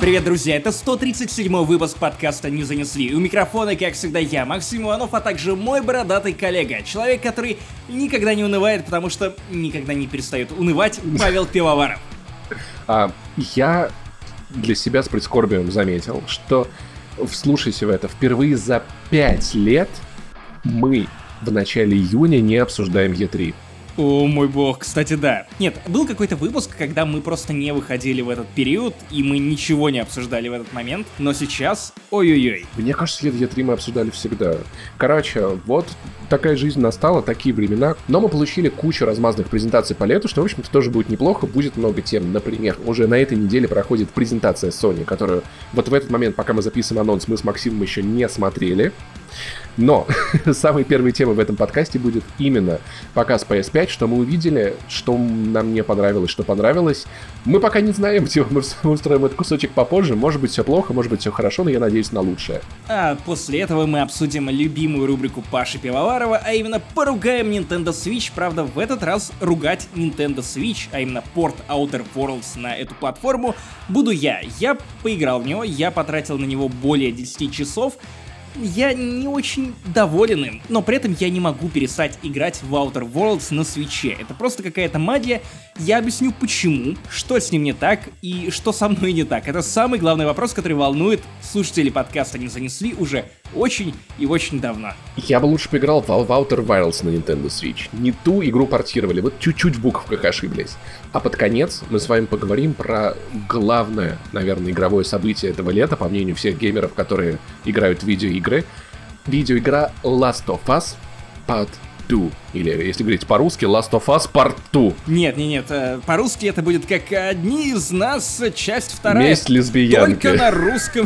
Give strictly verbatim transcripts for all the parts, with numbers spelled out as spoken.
Привет, друзья, это сто тридцать седьмой выпуск подкаста «Не занесли». У микрофона, как всегда, я, Максим Иванов, а также мой бородатый коллега, человек, который никогда не унывает, потому что никогда не перестает унывать, Павел Пивоваров. А, я для себя с прискорбием заметил, что, вслушайся в это, впервые за пять лет мы в начале июня не обсуждаем и три. О мой бог, кстати, да. Нет, был какой-то выпуск, когда мы просто не выходили в этот период, и мы ничего не обсуждали в этот момент, но сейчас, ой-ой-ой. Мне кажется, и три мы обсуждали всегда. Короче, вот такая жизнь настала, такие времена, но мы получили кучу размазанных презентаций по лету, что, в общем-то, тоже будет неплохо, будет много тем. Например, уже на этой неделе проходит презентация Sony, которую вот в этот момент, пока мы записываем анонс, мы с Максимом еще не смотрели. Но самой первой темой в этом подкасте будет именно показ пи эс пять, что мы увидели, что нам не понравилось, что понравилось. Мы пока не знаем, мы устроим этот кусочек попозже. Может быть, все плохо, может быть, все хорошо, но я надеюсь на лучшее. А после этого мы обсудим любимую рубрику Паши Пивоварова, а именно поругаем Nintendo Switch. Правда, в этот раз ругать Nintendo Switch, а именно порт Outer Worlds на эту платформу, буду я. Я поиграл в него, я потратил на него более десять часов. Я не очень доволен им, но при этом я не могу перестать играть в Outer Worlds на Свитче. Это просто какая-то магия. Я объясню почему, что с ним не так и что со мной не так. Это самый главный вопрос, который волнует слушателей подкаста «Не занесли» уже очень и очень давно. Я бы лучше поиграл в Outer Worlds на Nintendo Switch. Не ту игру портировали, вот чуть-чуть в буковках ошиблись. А под конец мы с вами поговорим про главное, наверное, игровое событие этого лета, по мнению всех геймеров, которые играют в видеоигры. Видеоигра Last of Us Part два. Или, если говорить по-русски, Last of Us Part два. Нет, нет, нет, по-русски это будет как «Одни из нас», часть вторая. Месть лесбиянки. Только на русском.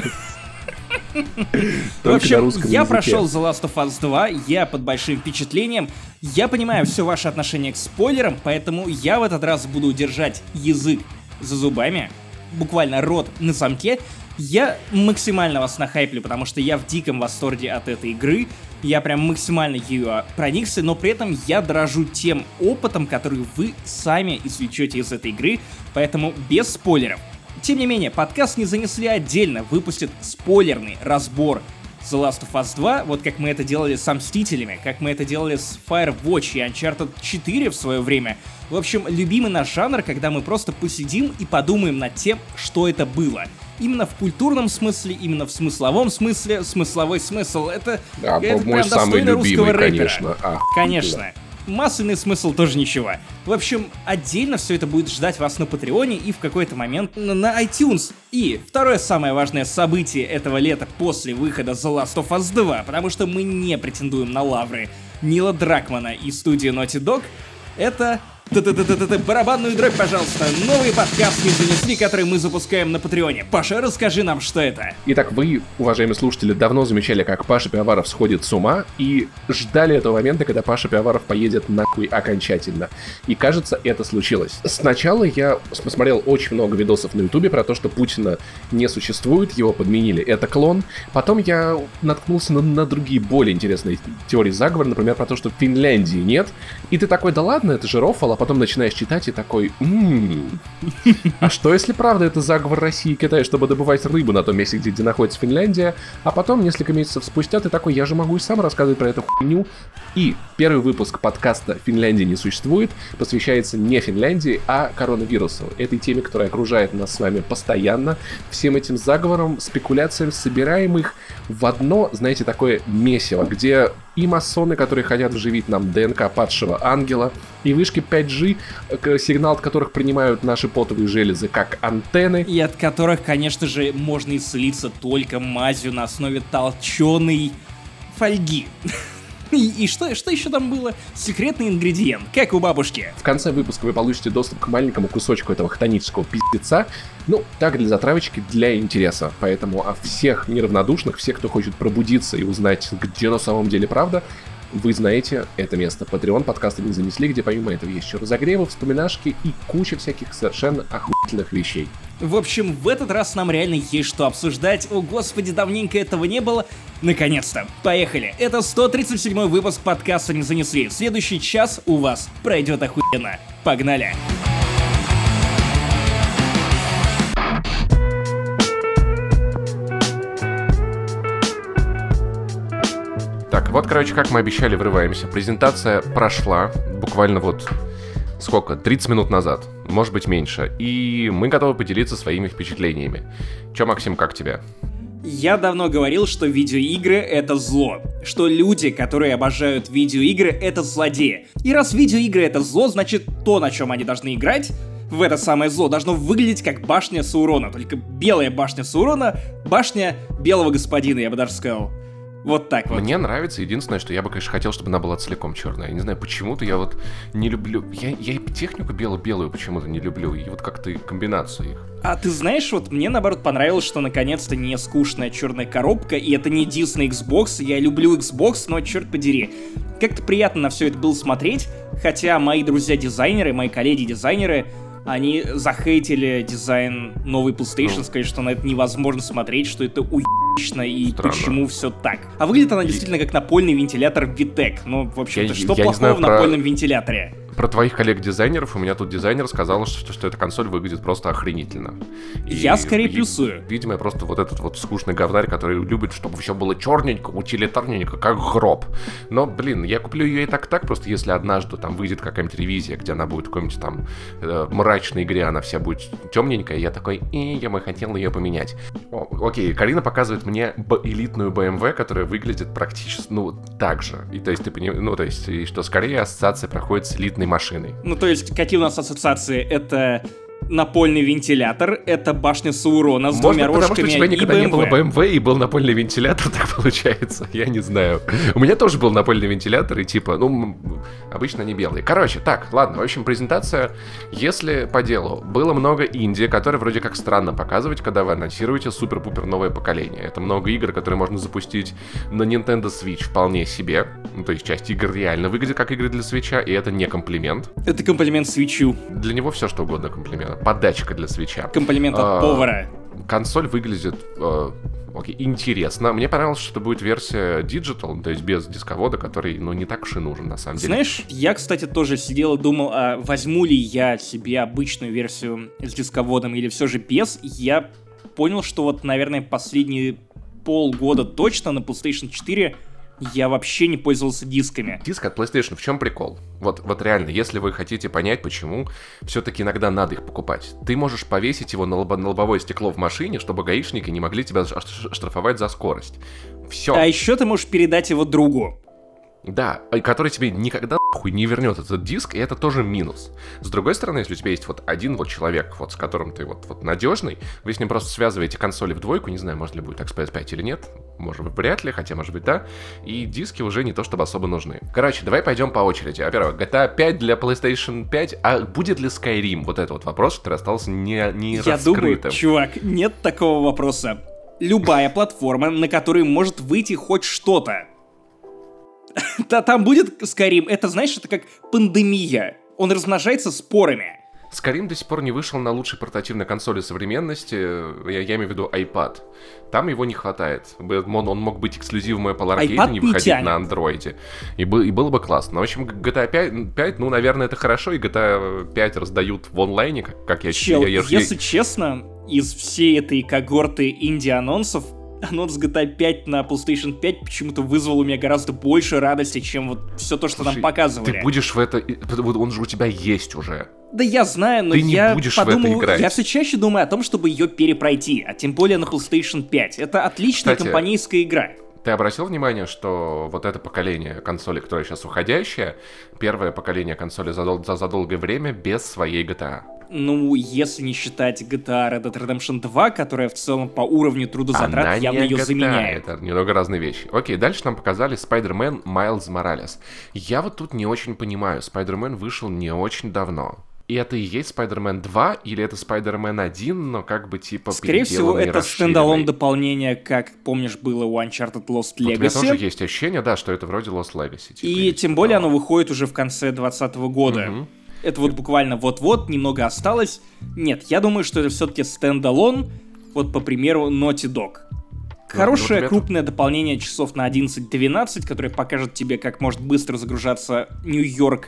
В общем, я прошел The Last of Us два, я под большим впечатлением. Я понимаю все ваше отношение к спойлерам, поэтому я в этот раз буду держать язык за зубами, буквально рот на замке. Я максимально вас нахайплю, потому что я в диком восторге от этой игры. Я прям максимально ее проникся, но при этом я дорожу тем опытом, который вы сами извлечете из этой игры, поэтому без спойлеров. Тем не менее, подкаст «Не занесли» отдельно выпустит спойлерный разбор The Last of Us два, вот как мы это делали с Мстителями, как мы это делали с Firewatch и Uncharted четыре в свое время. В общем, любимый наш жанр, когда мы просто посидим и подумаем над тем, что это было. Именно в культурном смысле, именно в смысловом смысле, смысловой смысл. Это, да, это мой прям самый достойно любимый, русского рэпера. Конечно. А, конечно. Да. Масляный смысл тоже ничего. В общем, отдельно все это будет ждать вас на Патреоне и в какой-то момент на iTunes. И второе самое важное событие этого лета после выхода The Last of Us два, потому что мы не претендуем на лавры Нила Дракмана и студии Naughty Dog, это... Та-та-та-та-та, барабанную дробь, пожалуйста. Новый подкаст «Не занесли», который мы запускаем на Патреоне. Паша, расскажи нам, что это. Итак, вы, уважаемые слушатели, давно замечали, как Паша Пивоваров сходит с ума, и ждали этого момента, когда Паша Пивоваров поедет нахуй окончательно. И кажется, это случилось. Сначала я посмотрел очень много видосов на Ютубе про то, что Путина не существует, его подменили, это клон. Потом я наткнулся на, на другие более интересные теории заговора, например, про то, что Финляндии нет. И ты такой, да ладно, это же рофл, а потом начинаешь читать и такой, ммм, а что если правда это заговор России и Китая, чтобы добывать рыбу на том месте, где, где находится Финляндия, а потом, несколько месяцев спустя, ты такой, я же могу и сам рассказывать про эту хуйню. И первый выпуск подкаста «Финляндии не существует» посвящается не Финляндии, а коронавирусу, этой теме, которая окружает нас с вами постоянно, всем этим заговорам, спекуляциям, собираем их в одно, знаете, такое месиво, где и масоны, которые хотят вживить нам ДНК падшего ангела, и вышки пять джи, сигнал от которых принимают наши потовые железы как антенны. И от которых, конечно же, можно исцелиться только мазью на основе толченой фольги. И, и что, что еще там было? Секретный ингредиент, как у бабушки. В конце выпуска вы получите доступ к маленькому кусочку этого хтонического пиздеца. Ну, так, для затравочки, для интереса. Поэтому о всех неравнодушных, всех, кто хочет пробудиться и узнать, где на самом деле правда, вы знаете это место. Patreon подкаста «Не занесли», где помимо этого есть еще разогревы, вспоминашки и куча всяких совершенно охуительных вещей. В общем, в этот раз нам реально есть что обсуждать. О господи, давненько этого не было. Наконец-то. Поехали. Это сто тридцать седьмой выпуск подкаста «Не занесли». Следующий час у вас пройдет охуенно. Погнали. Вот, короче, как мы обещали, врываемся. Презентация прошла буквально вот... Сколько? тридцать минут назад. Может быть, меньше. И мы готовы поделиться своими впечатлениями. Чё, Максим, как тебе? Я давно говорил, что видеоигры — это зло. Что люди, которые обожают видеоигры, — это злодеи. И раз видеоигры — это зло, значит, то, на чем они должны играть, в это самое зло, должно выглядеть как башня Саурона. Только белая башня Саурона — башня белого господина, я бы даже сказал. Вот так вот. Мне нравится. Единственное, что я бы, конечно, хотел, чтобы она была целиком черная. Я не знаю, почему-то я вот не люблю... Я, я и технику бело-белую почему-то не люблю. И вот как-то комбинацию их. А ты знаешь, вот мне, наоборот, понравилось, что наконец-то не скучная черная коробка, и это не Disney Xbox. Я люблю Xbox, но черт подери. Как-то приятно на все это было смотреть, хотя мои друзья-дизайнеры, мои коллеги-дизайнеры, они захейтили дизайн новой PlayStation, ну, сказали, что на это невозможно смотреть, что это уебищно и странно. Почему все так. А выглядит она действительно как напольный вентилятор Vitec. Ну, в общем-то, я, что я плохого в напольном про... вентиляторе? Про твоих коллег-дизайнеров у меня тут дизайнер сказал, что, что эта консоль выглядит просто охренительно. И, я скорее плюсую. Видимо, я просто вот этот вот скучный говнарь, который любит, чтобы все было черненько, утилитарненько, как гроб. Но, блин, я куплю ее и так-так, просто если однажды там выйдет какая-нибудь ревизия, где она будет в какой-нибудь там э, мрачной игре, она вся будет темненькая, я такой, и я бы хотел ее поменять. О, окей, Карина показывает мне б- элитную бэ эм вэ, которая выглядит практически, ну, так же. И то есть ты понимаешь, ну, то есть, и что скорее ассоциация проходит с элитной машиной. Ну, то есть, какие у нас ассоциации? Это напольный вентилятор, это башня Саурона с Может двумя быть, рожками. Потому что у тебя никогда бэ эм вэ. Не было бэ эм вэ и был напольный вентилятор, так получается. Я не знаю. У меня тоже был напольный вентилятор, и типа, ну, обычно не белый. Короче, так, ладно, в общем, презентация, если по делу, было много инди, которые вроде как странно показывать, когда вы анонсируете супер-пупер новое поколение. Это много игр, которые можно запустить на Nintendo Switch вполне себе. Ну, то есть часть игр реально выглядит как игры для Switch'а, и это не комплимент. Это комплимент Switch'у. Для него все что угодно комплимент. Подачка для Switch'а. Комплимент от а, повара. Консоль выглядит э, окей, интересно. Мне понравилось, что это будет версия Digital, то есть без дисковода, который, ну, не так уж и нужен, на самом деле. Знаешь, я, кстати, тоже сидел и думал, а возьму ли я себе обычную версию с дисководом или все же без. Я понял, что вот, наверное, последние полгода точно на PlayStation четыре я вообще не пользовался дисками. Диск от PlayStation, в чем прикол? Вот, вот реально, если вы хотите понять, почему все-таки иногда надо их покупать, ты можешь повесить его на, лоб, на лобовое стекло в машине, чтобы гаишники не могли тебя штрафовать за скорость. Все. А еще ты можешь передать его другу. Да, который тебе никогда нахуй не вернет этот диск, и это тоже минус. С другой стороны, если у тебя есть вот один вот человек, вот с которым ты вот, вот надежный, вы с ним просто связываете консоли в двойку, не знаю, может ли будет икс пи эс пять или нет, может быть, вряд ли, хотя, может быть, да, и диски уже не то чтобы особо нужны. Короче, давай пойдем по очереди. Во-первых, джи ти эй пять для PlayStation пять, а будет ли Skyrim? Вот это вот вопрос, который остался не, не Я раскрытым. думаю, чувак, нет такого вопроса. Любая платформа, на которой может выйти хоть что-то. Да, там будет Skyrim. Это, знаешь, это как пандемия. Он размножается спорами. Skyrim до сих пор не вышел на лучшей портативной консоли современности. Я, я имею в виду iPad. Там его не хватает. Он, он мог быть эксклюзивом Apple Arcade и не выходить тянет. На андроиде. И, бы, и было бы классно. В общем, джи ти эй пять, пять, ну, наверное, это хорошо. И джи ти эй пять раздают в онлайне, как, как я Чел, я, я, если я... честно, из всей этой когорты инди-анонсов, анонс джи ти эй пять на PlayStation пять почему-то вызвал у меня гораздо больше радости, чем вот все то, что Слушай, нам показывали. Ты будешь в это... Он же у тебя есть уже. Да я знаю, но ты я не будешь подумал, в это играть. Я все чаще думаю о том, чтобы ее перепройти, а тем более на PlayStation пять. Это отличная Кстати, компанейская игра. Ты обратил внимание, что вот это поколение консолей, которое сейчас уходящее, первое поколение консолей за, дол- за, за долгое время без своей джи ти эй? Ну, если не считать джи ти эй Red Dead Redemption два, которая в целом по уровню трудозатрат Она явно ее джи ти эй, заменяет. Это немного разные вещи. Окей, дальше нам показали Spider-Man Miles Morales. Я вот тут не очень понимаю. Spider-Man вышел не очень давно. И это и есть Spider-Man два, или это Spider-Man один, но как бы типа скорее всего, это стендалон дополнение, как, помнишь, было у Uncharted Lost Legacy. Вот у меня тоже есть ощущение, да, что это вроде Lost Legacy. Типа, и тем более да. Оно выходит уже в конце двадцатого года. Угу. Это вот буквально вот-вот, немного осталось. Нет, я думаю, что это все-таки стендалон, вот по примеру Naughty Dog. Хорошее ну, крупное дополнение часов на одиннадцать-двенадцать, которое покажет тебе, как может быстро загружаться Нью-Йорк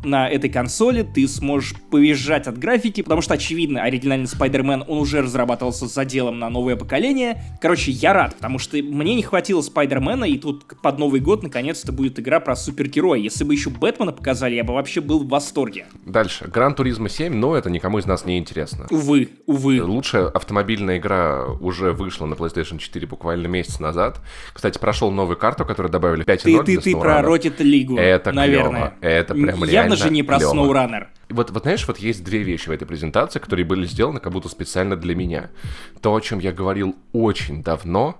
на этой консоли, ты сможешь повизжать от графики, потому что, очевидно, оригинальный Spider-Man, он уже разрабатывался с заделом на новое поколение. Короче, я рад, потому что мне не хватило Спайдермена, и тут под Новый год наконец-то будет игра про супергероя. Если бы еще Бэтмена показали, я бы вообще был в восторге. Дальше. Гран Туризмо семь, но это никому из нас не интересно. Увы, увы. Лучшая автомобильная игра уже вышла на PlayStation четыре буквально месяц назад. Кстати, прошел новую карту, которую добавили пять ноль Ты, ты, ты про Rocket League, это наверное. Клево. Это прям Явно реально же не про клево. SnowRunner. Вот, вот знаешь, вот есть две вещи в этой презентации, которые были сделаны как будто специально для меня. То, о чем я говорил очень давно,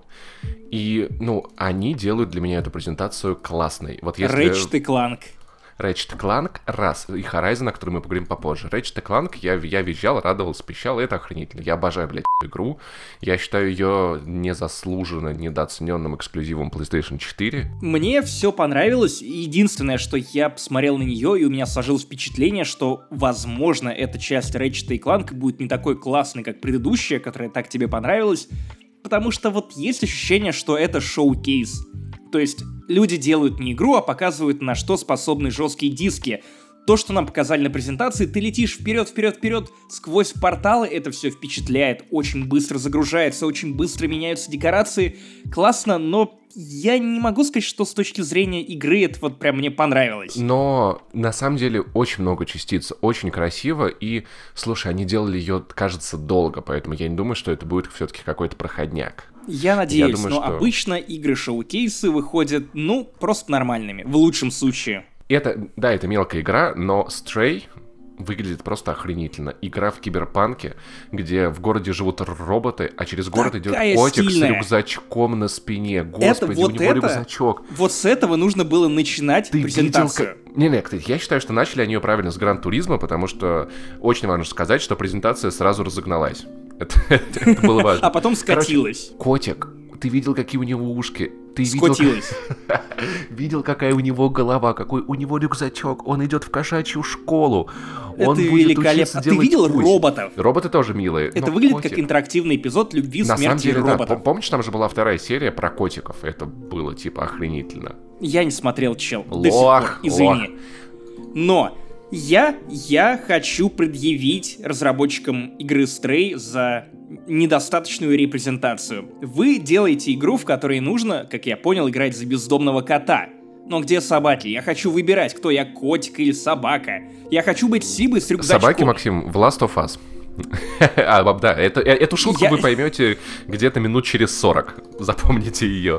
и, ну, они делают для меня эту презентацию классной. Вот если... Ratchet и Clank. Ratchet Clank, раз, и Horizon, о котором мы поговорим попозже. Ratchet Clank, я, я визжал, радовался, пищал, и это охренительно. Я обожаю, блядь, эту игру. Я считаю ее незаслуженно недооцененным эксклюзивом PlayStation четыре. Мне все понравилось. Единственное, что я посмотрел на нее, и у меня сложилось впечатление, что, возможно, эта часть Ratchet и Clank будет не такой классной, как предыдущая, которая так тебе понравилась. Потому что вот есть ощущение, что это шоу-кейс. То есть люди делают не игру, а показывают, на что способны жесткие диски. То, что нам показали на презентации, ты летишь вперед, вперед, вперед, сквозь порталы, это все впечатляет, очень быстро загружается, очень быстро меняются декорации. Классно, но я не могу сказать, что с точки зрения игры это вот прям мне понравилось. Но на самом деле очень много частиц, очень красиво, и, слушай, они делали ее, кажется, долго, поэтому я не думаю, что это будет все-таки какой-то проходняк. Я надеюсь, я думаю, но что... обычно игры-шоу-кейсы выходят, ну, просто нормальными, в лучшем случае. Это, да, это мелкая игра, но Stray выглядит просто охренительно. Игра в киберпанке, где в городе живут роботы, а через город Такая идет котик стильная. с рюкзачком на спине. Господи, это, вот у него это, рюкзачок. Вот с этого нужно было начинать Ты презентацию. Видел, как... Не-не, кстати, я считаю, что начали они ее правильно с Гран Туризма, потому что очень важно сказать, что презентация сразу разогналась. Это, это было важно. А потом скатилась. Короче, котик, ты видел, какие у него ушки? Ты Скотилась. Видел, видел, какая у него голова, какой у него рюкзачок. Он идет в кошачью школу. Это Он будет великолепно. А ты видел путь. роботов? Роботы тоже милые. Это выглядит котик. Как интерактивный эпизод любви, На смерти самом деле, роботов. Да. Помнишь, там же была вторая серия про котиков? Это было типа охренительно. Я не смотрел, чел. Лох, до сих пор. Извини. лох. Но я, я хочу предъявить разработчикам игры Stray за недостаточную репрезентацию. Вы делаете игру, в которой нужно, как я понял, играть за бездомного кота. Но где собаки? Я хочу выбирать, кто я, котик или собака. Я хочу быть Сибой с рюкзачком. Собаки, Максим, в Last of Us. А, да, это, эту шутку я... вы поймете где-то минут через сорок. Запомните ее.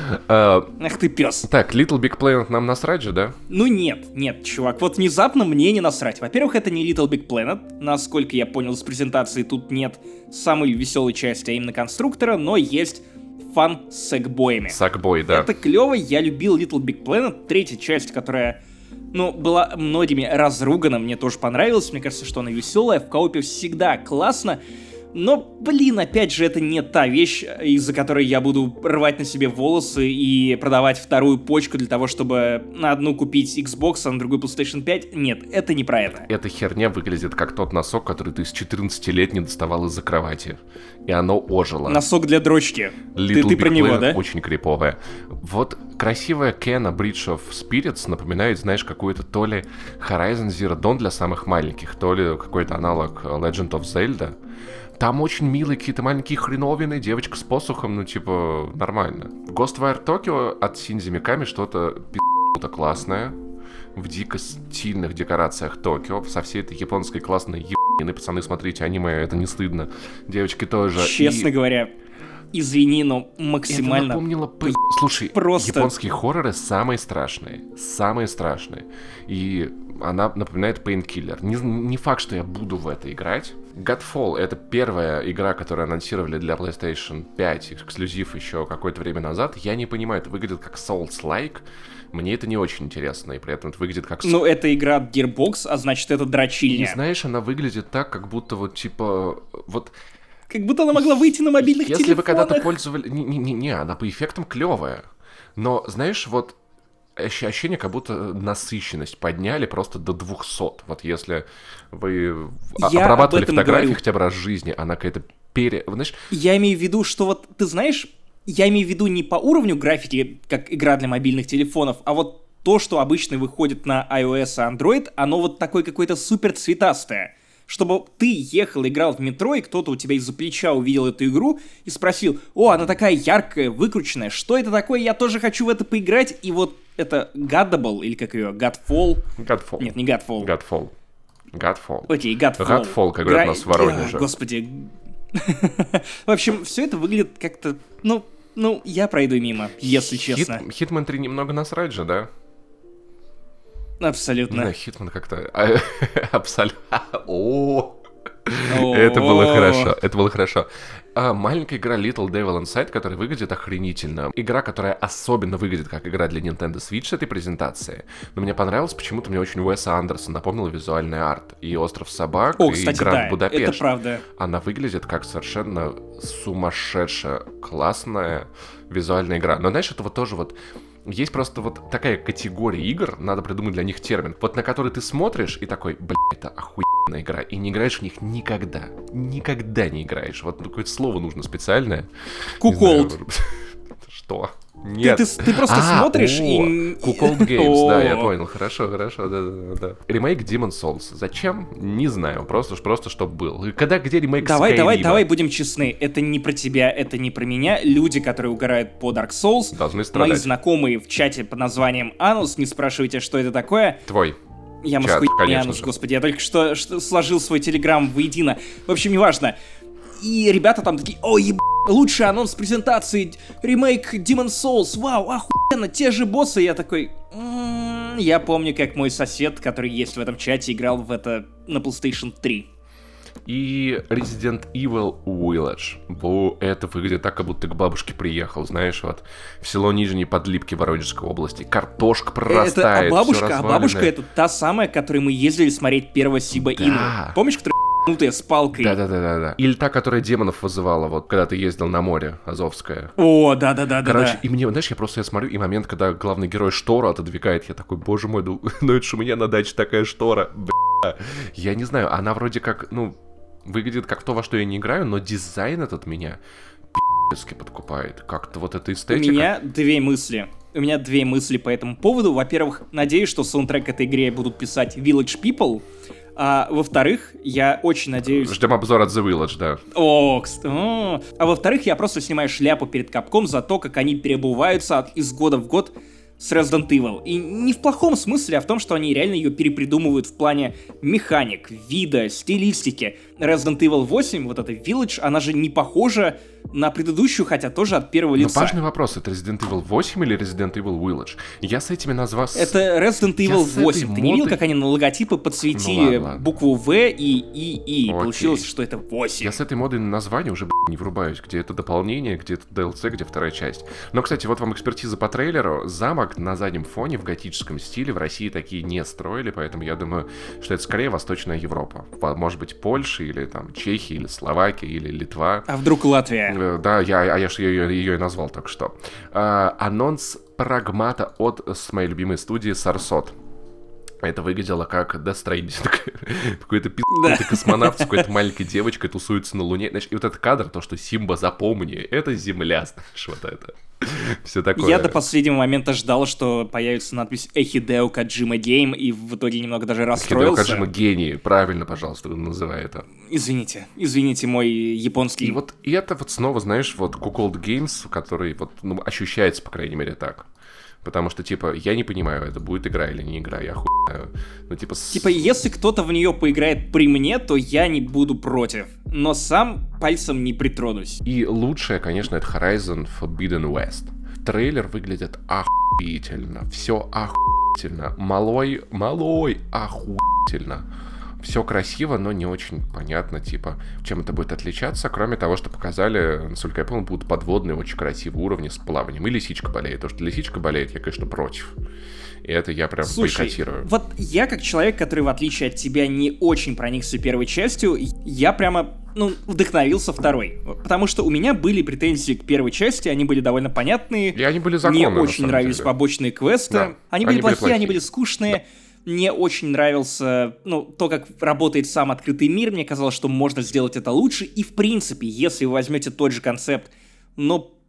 Ах ты пес. Так, Little Big Planet нам насрать же, да? Ну нет, нет, чувак, вот внезапно мне не насрать. Во-первых, это не Little Big Planet. Насколько я понял из презентации, тут нет самой веселой части, а именно конструктора, но есть фан с сэгбоями. Сэгбой, да. Это клево, я любил Little Big Planet, третья часть, которая... Ну, была многими разругана, мне тоже понравилась, мне кажется, что она веселая, в коопе всегда классно, но, блин, опять же, это не та вещь, из-за которой я буду рвать на себе волосы и продавать вторую почку для того, чтобы на одну купить Xbox, а на другую PlayStation пять. Нет, это не про это. Эта херня выглядит как тот носок, который ты с четырнадцати лет не доставал из-за кровати, и оно ожило. Носок для дрочки. Little ты ты про него, да? Очень криповая. Вот красивая Кена Bridge of Spirits напоминает, знаешь, какую-то то ли Horizon Zero Dawn для самых маленьких, то ли какой-то аналог Legend of Zelda. Там очень милые какие-то маленькие хреновины, девочка с посохом, ну типа нормально. Ghostwire Tokyo от Синдзи Миками что-то пи***то классное. В дико стильных декорациях Токио, со всей этой японской классной ебаной. Пацаны, смотрите, аниме, это не стыдно. Девочки тоже. Честно и... говоря, извини, но максимально... Это напомнило... П... Слушай, просто... японские хорроры самые страшные. Самые страшные. И она напоминает Painkiller. Не, не факт, что я буду в это играть. Godfall — это первая игра, которую анонсировали для PlayStation пять, эксклюзив еще какое-то время назад. Я не понимаю, это выглядит как Souls-like. Мне это не очень интересно, и при этом это выглядит как... Ну, это игра Gearbox, а значит, это дрочильня. И знаешь, она выглядит так, как будто вот типа... вот. Как будто она могла выйти на мобильных Если телефонах. Если вы когда-то пользовали... Не-не-не, она по эффектам клевая. Но, знаешь, вот ощущение, как будто насыщенность подняли просто до двухсот. Вот если вы Я обрабатывали фотографии говорю. Хотя бы раз в жизни, она какая-то пере... Знаешь... Я имею в виду, что вот, ты знаешь, я имею в виду не по уровню графики, как игра для мобильных телефонов, а вот то, что обычно выходит на iOS и Android, оно вот такое какое-то супер цветастое. Чтобы ты ехал, играл в метро, и кто-то у тебя из-за плеча увидел эту игру и спросил: «О, она такая яркая, выкрученная, что это такое? Я тоже хочу в это поиграть». И вот это Godable, или как ее, Godfall? Godfall. Нет, не Godfall. Godfall. Godfall. Окей, Godfall. Godfall, как говорят у нас в Воронеже. Господи. В общем, все это выглядит как-то, ну, ну, я пройду мимо, если честно. Hitman три немного насрать же, да? Абсолютно. Не, Hitman как-то... Абсолютно. О, это было хорошо, это было хорошо. А, маленькая игра Little Devil Inside, которая выглядит охренительно. Игра, которая особенно выглядит как игра для Nintendo Switch этой презентации. Но мне понравилось, почему-то мне очень Уэса Андерсон напомнил визуальный арт. И Остров собак, О, и кстати, Гранд да, Будапешт. это правда. Она выглядит как совершенно сумасшедшая, классная визуальная игра. Но знаешь, это вот тоже вот... Есть просто вот такая категория игр, надо придумать для них термин, вот на который ты смотришь и такой: блядь, это охуенная игра, и не играешь в них никогда. Никогда не играешь. Вот какое-то слово нужно специальное. Куколд. Что? Нет. Ты, ты, ты просто а, смотришь о, и... Куколд Games, да, я понял. Хорошо, хорошо, да-да-да. да. Ремейк Demon's Souls. Зачем? Не знаю. Просто, просто чтоб был. Когда, где ремейк Давай, Skyrim? давай, давай будем честны. Это не про тебя, это не про меня. Люди, которые угорают по Dark Souls, должны страдать. мои знакомые в чате под названием Анус, не спрашивайте, что это такое. Твой. Я Чат, москвич, Анус, господи, я только что, что сложил свой телеграм воедино. В общем, неважно. И ребята там такие: о, еб... лучший анонс презентации, ремейк Demon's Souls, вау, охуенно, те же боссы. Я такой: м-м-м, я помню, как мой сосед, который есть в этом чате, играл в это на PlayStation три. И Resident Evil Village. Бо, это выглядит так, как будто ты к бабушке приехал, знаешь, вот в село Нижней Подлипки Воронежской области. Картошка прорастает, это, а бабушка, всё а бабушка это та самая, которой мы ездили смотреть первого Сиба да. Ину. Помнишь, которая ебанутая с палкой? Да-да-да-да. Или та, которая демонов вызывала, вот, когда ты ездил на море, Азовская. О, да-да-да-да. Короче, и мне, знаешь, я просто я смотрю, и момент, когда главный герой штору отодвигает, я такой: боже мой, ну, ну это ж у меня на даче такая штора, бля. Я не знаю, она вроде как, ну, выглядит как то, во что я не играю, но дизайн этот меня пи***ски подкупает. Как-то вот эта эстетика. У меня две мысли. У меня две мысли по этому поводу. Во-первых, надеюсь, что саундтрек этой игре будут писать Village People. А во-вторых, я очень надеюсь... Ждем обзор от The Village, да. О, кстати. О. А во-вторых, я просто снимаю шляпу перед Capcom за то, как они переобуваются от, из года в год с Resident Evil. И не в плохом смысле, а в том, что они реально ее перепридумывают в плане механик, вида, стилистики. Resident Evil восемь, вот эта Village, она же не похожа на предыдущую, хотя тоже от первого лица. Но важный вопрос, это Resident Evil восемь или Resident Evil Village? Я с этими назвал... Это Resident Evil восемь. Ты модой... не видел, как они на логотипы подсветили ну, ладно, ладно. букву В и И И? Окей. Получилось, что это восемь. Я с этой модой на название уже, блядь, не врубаюсь. Где это дополнение, где это ди эл си, где вторая часть. Но, кстати, вот вам экспертиза по трейлеру. Замок на заднем фоне в готическом стиле в России такие не строили, поэтому я думаю, что это скорее Восточная Европа. Может быть, Польша или там Чехия, или Словакия, или Литва. А вдруг Латвия? Да, я, а я же ее, ее и назвал только что. А, анонс Прагмата от с моей любимой студии Сарсот. Это выглядело как Death Stranding. Какой-то пиздец космонавт с какой-то маленькой девочкой тусуется на Луне. Значит, и вот этот кадр, то, что Симба, запомни, это Земля, знаешь, вот это. Все такое. Я до последнего момента ждал, что появится надпись Эхидео Коджима Гейм, и в итоге немного даже расстроился. Эхидео Коджима Гений, правильно, пожалуйста, называй это. Извините, извините, мой японский... И вот и это вот снова, знаешь, вот Куколд Games, который вот, ну, ощущается, по крайней мере, так. Потому что, типа, я не понимаю, это будет игра или не игра, я хуй знаю. Ну, типа... С... Типа, если кто-то в нее поиграет при мне, то я не буду против. Но сам пальцем не притронусь. И лучшее, конечно, это Horizon Forbidden West. Трейлер выглядит охуительно. Все охуительно. Малой, малой охуительно. Все красиво, но не очень понятно, типа, чем это будет отличаться, кроме того, что показали, насколько я помню, будут подводные очень красивые уровни с плаванием. И лисичка болеет. То, что лисичка болеет, я, конечно, против. И это я прям Слушай, бойкотирую. Вот я, как человек, который, в отличие от тебя, не очень проникся первой частью, я прямо, ну, вдохновился второй. Потому что у меня были претензии к первой части, они были довольно понятные. И они были законные. Мне очень нравились деле. побочные квесты. Да. Они, были, они плохие, были плохие, они были скучные. Да. Мне очень нравился, ну, то, как работает сам открытый мир. Мне казалось, что можно сделать это лучше. И, в принципе, если вы возьмете тот же концепт, но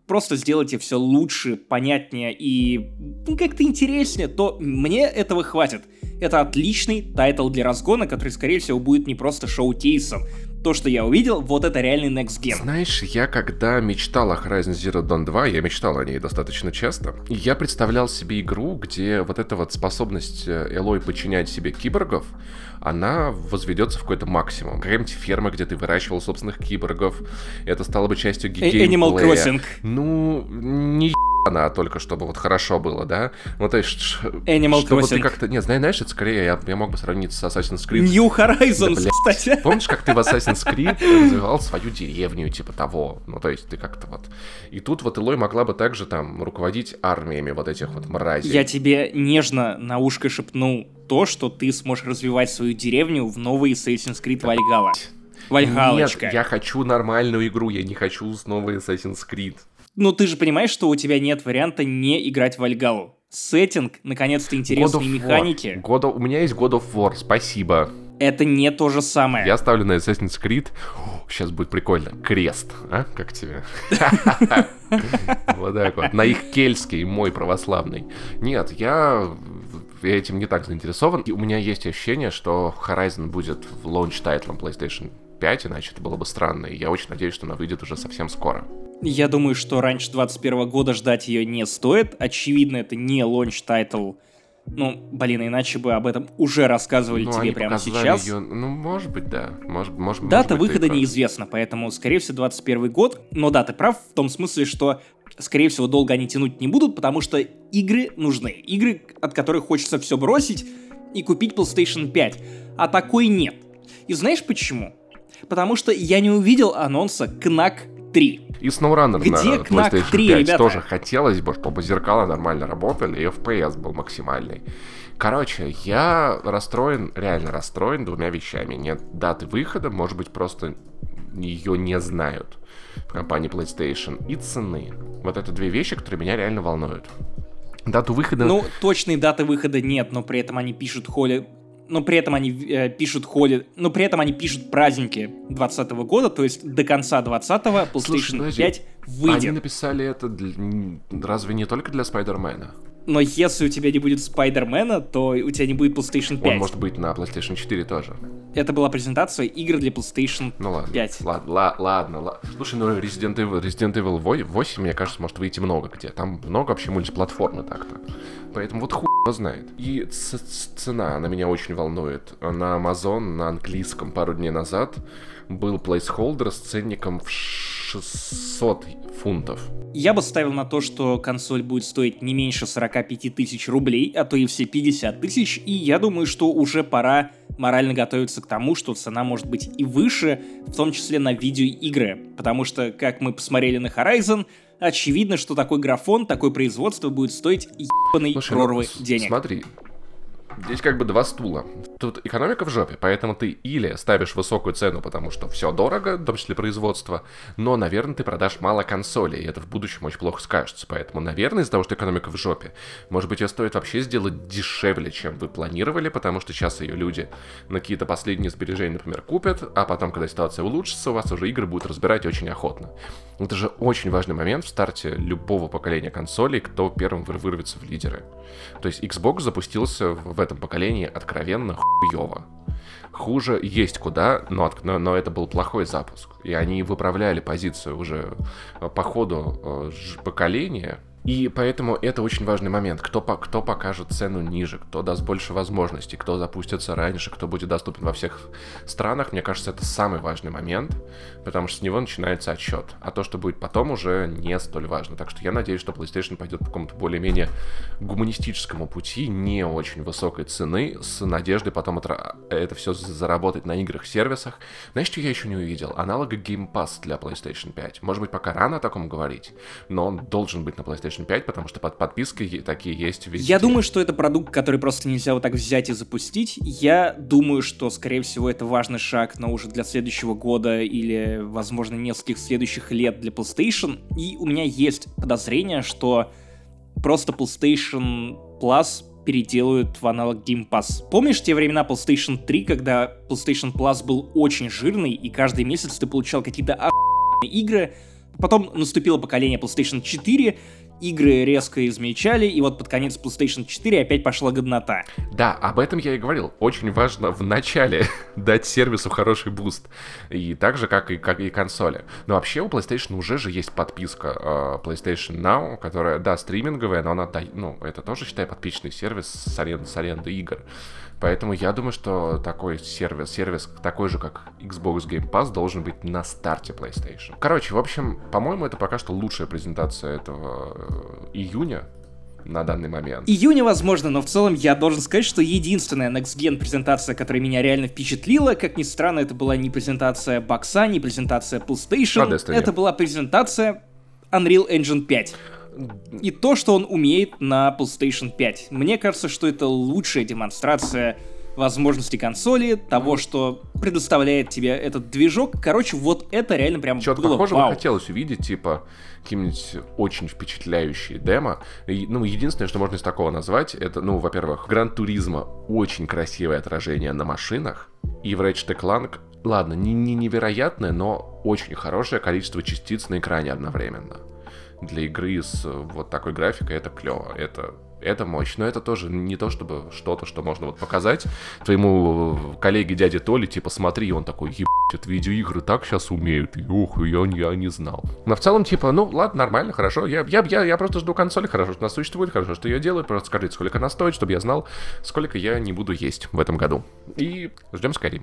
просто сделайте все лучше, понятнее и ну, как-то интереснее, то мне этого хватит. Это отличный тайтл для разгона, который, скорее всего, будет не просто шоу-кейсом. То, что я увидел, вот это реальный next gen. Знаешь, я когда мечтал о Horizon Zero Dawn два, я мечтал о ней достаточно часто, и я представлял себе игру, где вот эта вот способность Элой подчинять себе киборгов, она возведется в какой-то максимум. Какая-нибудь ферма, где ты выращивал собственных киборгов, это стало бы частью геймплея. Animal Crossing. Ну, не она только чтобы вот хорошо было, да? Ну, то есть, Animal чтобы Crossing. ты как-то... Не, знаешь, это скорее я, я мог бы сравнить с Assassin's Creed. New Horizons, да, кстати. Помнишь, как ты в Assassin's Creed развивал свою деревню, типа того? Ну, то есть, ты как-то вот... И тут вот Элой могла бы также там руководить армиями вот этих вот мразей. Я тебе нежно на ушко шепнул то, что ты сможешь развивать свою деревню в новый Assassin's Creed Valhalla. Вальгалочка. Нет, я хочу нормальную игру, я не хочу снова Assassin's Creed. Ну, ты же понимаешь, что у тебя нет варианта не играть в Вальгалу. Сеттинг, наконец-то интересные механики. God of... У меня есть God of War, спасибо. Это не то же самое. Я ставлю на Assassin's Creed. Сейчас будет прикольно. Крест, а? Как тебе? Вот так вот. На их кельтский, мой православный. Нет, я этим не так заинтересован. И у меня есть ощущение, что Horizon будет в лаунч-тайтлом PlayStation пять, иначе это было бы странно. И я очень надеюсь, что она выйдет уже совсем скоро. Я думаю, что раньше двадцать первого года ждать ее не стоит. Очевидно, это не лаунч-тайтл. Ну, блин, иначе бы об этом уже рассказывали ну, тебе прямо сейчас. Ее... Ну, может быть, да. Может, может, Дата может быть, выхода неизвестна, поэтому, скорее всего, двадцать первый год. Но да, ты прав в том смысле, что, скорее всего, долго они тянуть не будут, потому что игры нужны. Игры, от которых хочется все бросить и купить PlayStation пять. А такой нет. И знаешь почему? Потому что я не увидел анонса Кнак три. И SnowRunner Где на Кнак PlayStation три, пять ребята? тоже хотелось бы, чтобы зеркала нормально работали, и эф пи эс был максимальный. Короче, я расстроен, реально расстроен двумя вещами. Нет даты выхода, может быть, просто ее не знают в компании PlayStation, и цены. Вот это две вещи, которые меня реально волнуют. Дату выхода... Ну, точной даты выхода нет, но при этом они пишут холи... Но при этом они э, пишут холи... Но при этом они пишут праздники двадцатого года, то есть до конца двадцатого PlayStation Слушай, пять выйдет. Они написали это для... разве не только для Спайдермена? Но если у тебя не будет Спайдермена, то у тебя не будет PlayStation пять. Он может быть на PlayStation четыре тоже. Это была презентация игр для PlayStation ну, ладно, пять. Ладно, ладно, ладно, ладно. Слушай, ну Resident Evil, Resident Evil восемь, мне кажется, может выйти много где. Там много вообще мультиплатформы так-то. Поэтому вот хуй его знает. И ц- ц- цена, она меня очень волнует. На Amazon на английском пару дней назад был плейсхолдер с ценником в шестьсот фунтов. Я бы ставил на то, что консоль будет стоить не меньше сорок пять тысяч рублей, а то и все пятьдесят тысяч, и я думаю, что уже пора морально готовиться к тому, что цена может быть и выше, в том числе на видеоигры, потому что, как мы посмотрели на Horizon, очевидно, что такой графон, такое производство будет стоить ебаной прорвы ну, денег. Смотри, здесь как бы два стула. Тут экономика в жопе, поэтому ты или ставишь высокую цену, потому что все дорого, в том числе производство, но, наверное, ты продашь мало консолей, и это в будущем очень плохо скажется. Поэтому, наверное, из-за того, что экономика в жопе, может быть, ее стоит вообще сделать дешевле, чем вы планировали, потому что сейчас ее люди на какие-то последние сбережения, например, купят, а потом, когда ситуация улучшится, у вас уже игры будут разбирать очень охотно. Это же очень важный момент в старте любого поколения консолей, кто первым вырвется в лидеры. То есть Xbox запустился в этом поколении откровенно хуёво. Хуже есть куда, но, но, но это был плохой запуск. И они выправляли позицию уже по ходу э, поколения. И поэтому это очень важный момент. Кто, кто покажет цену ниже, кто даст больше возможностей, кто запустится раньше, кто будет доступен во всех странах. Мне кажется, это самый важный момент, потому что с него начинается отсчет. А то, что будет потом, уже не столь важно. Так что я надеюсь, что PlayStation пойдет по какому-то более-менее гуманистическому пути, не очень высокой цены, с надеждой потом это, это все заработать на играх-сервисах. Знаешь, что я еще не увидел? Аналога Game Pass для PlayStation пять. Может быть, пока рано о таком говорить, но он должен быть на PlayStation пять, потому что под подпиской такие есть везде. Я думаю, что это продукт, который просто нельзя вот так взять и запустить. Я думаю, что, скорее всего, это важный шаг, но уже для следующего года или, возможно, нескольких следующих лет для PlayStation. И у меня есть подозрение, что просто PlayStation Plus переделают в аналог Game Pass. Помнишь те времена PlayStation три, когда PlayStation Plus был очень жирный, и каждый месяц ты получал какие-то охуенные игры, Потом наступило поколение PlayStation четыре, игры резко измельчали, и вот под конец PlayStation четыре опять пошла годнота. Да, об этом я и говорил. Очень важно в начале дать сервису хороший буст. И так же, как и, как и консоли. Но вообще у PlayStation уже же есть подписка uh, PlayStation Now, которая, да, стриминговая, но она, ну, это тоже, считай, подписчный сервис с аренды, с аренды игр. Поэтому я думаю, что такой сервис, сервис такой же, как Xbox Game Pass, должен быть на старте PlayStation. Короче, в общем, по-моему, это пока что лучшая презентация этого э, июня на данный момент. Июня, возможно, но в целом я должен сказать, что единственная Next Gen презентация, которая меня реально впечатлила, как ни странно, это была не презентация бокса, не презентация PlayStation, а, это была презентация Unreal Engine пять. И то, что он умеет на PlayStation пять. Мне кажется, что это лучшая демонстрация возможностей консоли, того, что предоставляет тебе этот движок. Короче, вот это реально прям Чё-то было похожего вау. хотелось увидеть, типа, какие-нибудь очень впечатляющие демо. И, ну, единственное, что можно из такого назвать, это, ну, во-первых, Gran Turismo очень красивое отражение на машинах, и в Ratchet энд Clank, ладно, не, не невероятное, но очень хорошее количество частиц на экране одновременно. Для игры с вот такой графикой это клево, это, это мощь. Но это тоже не то, чтобы что-то, что можно вот показать твоему коллеге дяде Толе, типа, смотри, он такой, ебать, это видеоигры так сейчас умеют, и ох, я, я не знал. Но в целом, типа, ну, ладно, нормально, хорошо, я, я, я, я просто жду консоли, хорошо, что она существует, хорошо, что ее делают, просто скажите, сколько она стоит, чтобы я знал, сколько я не буду есть в этом году. И ждем Skyrim.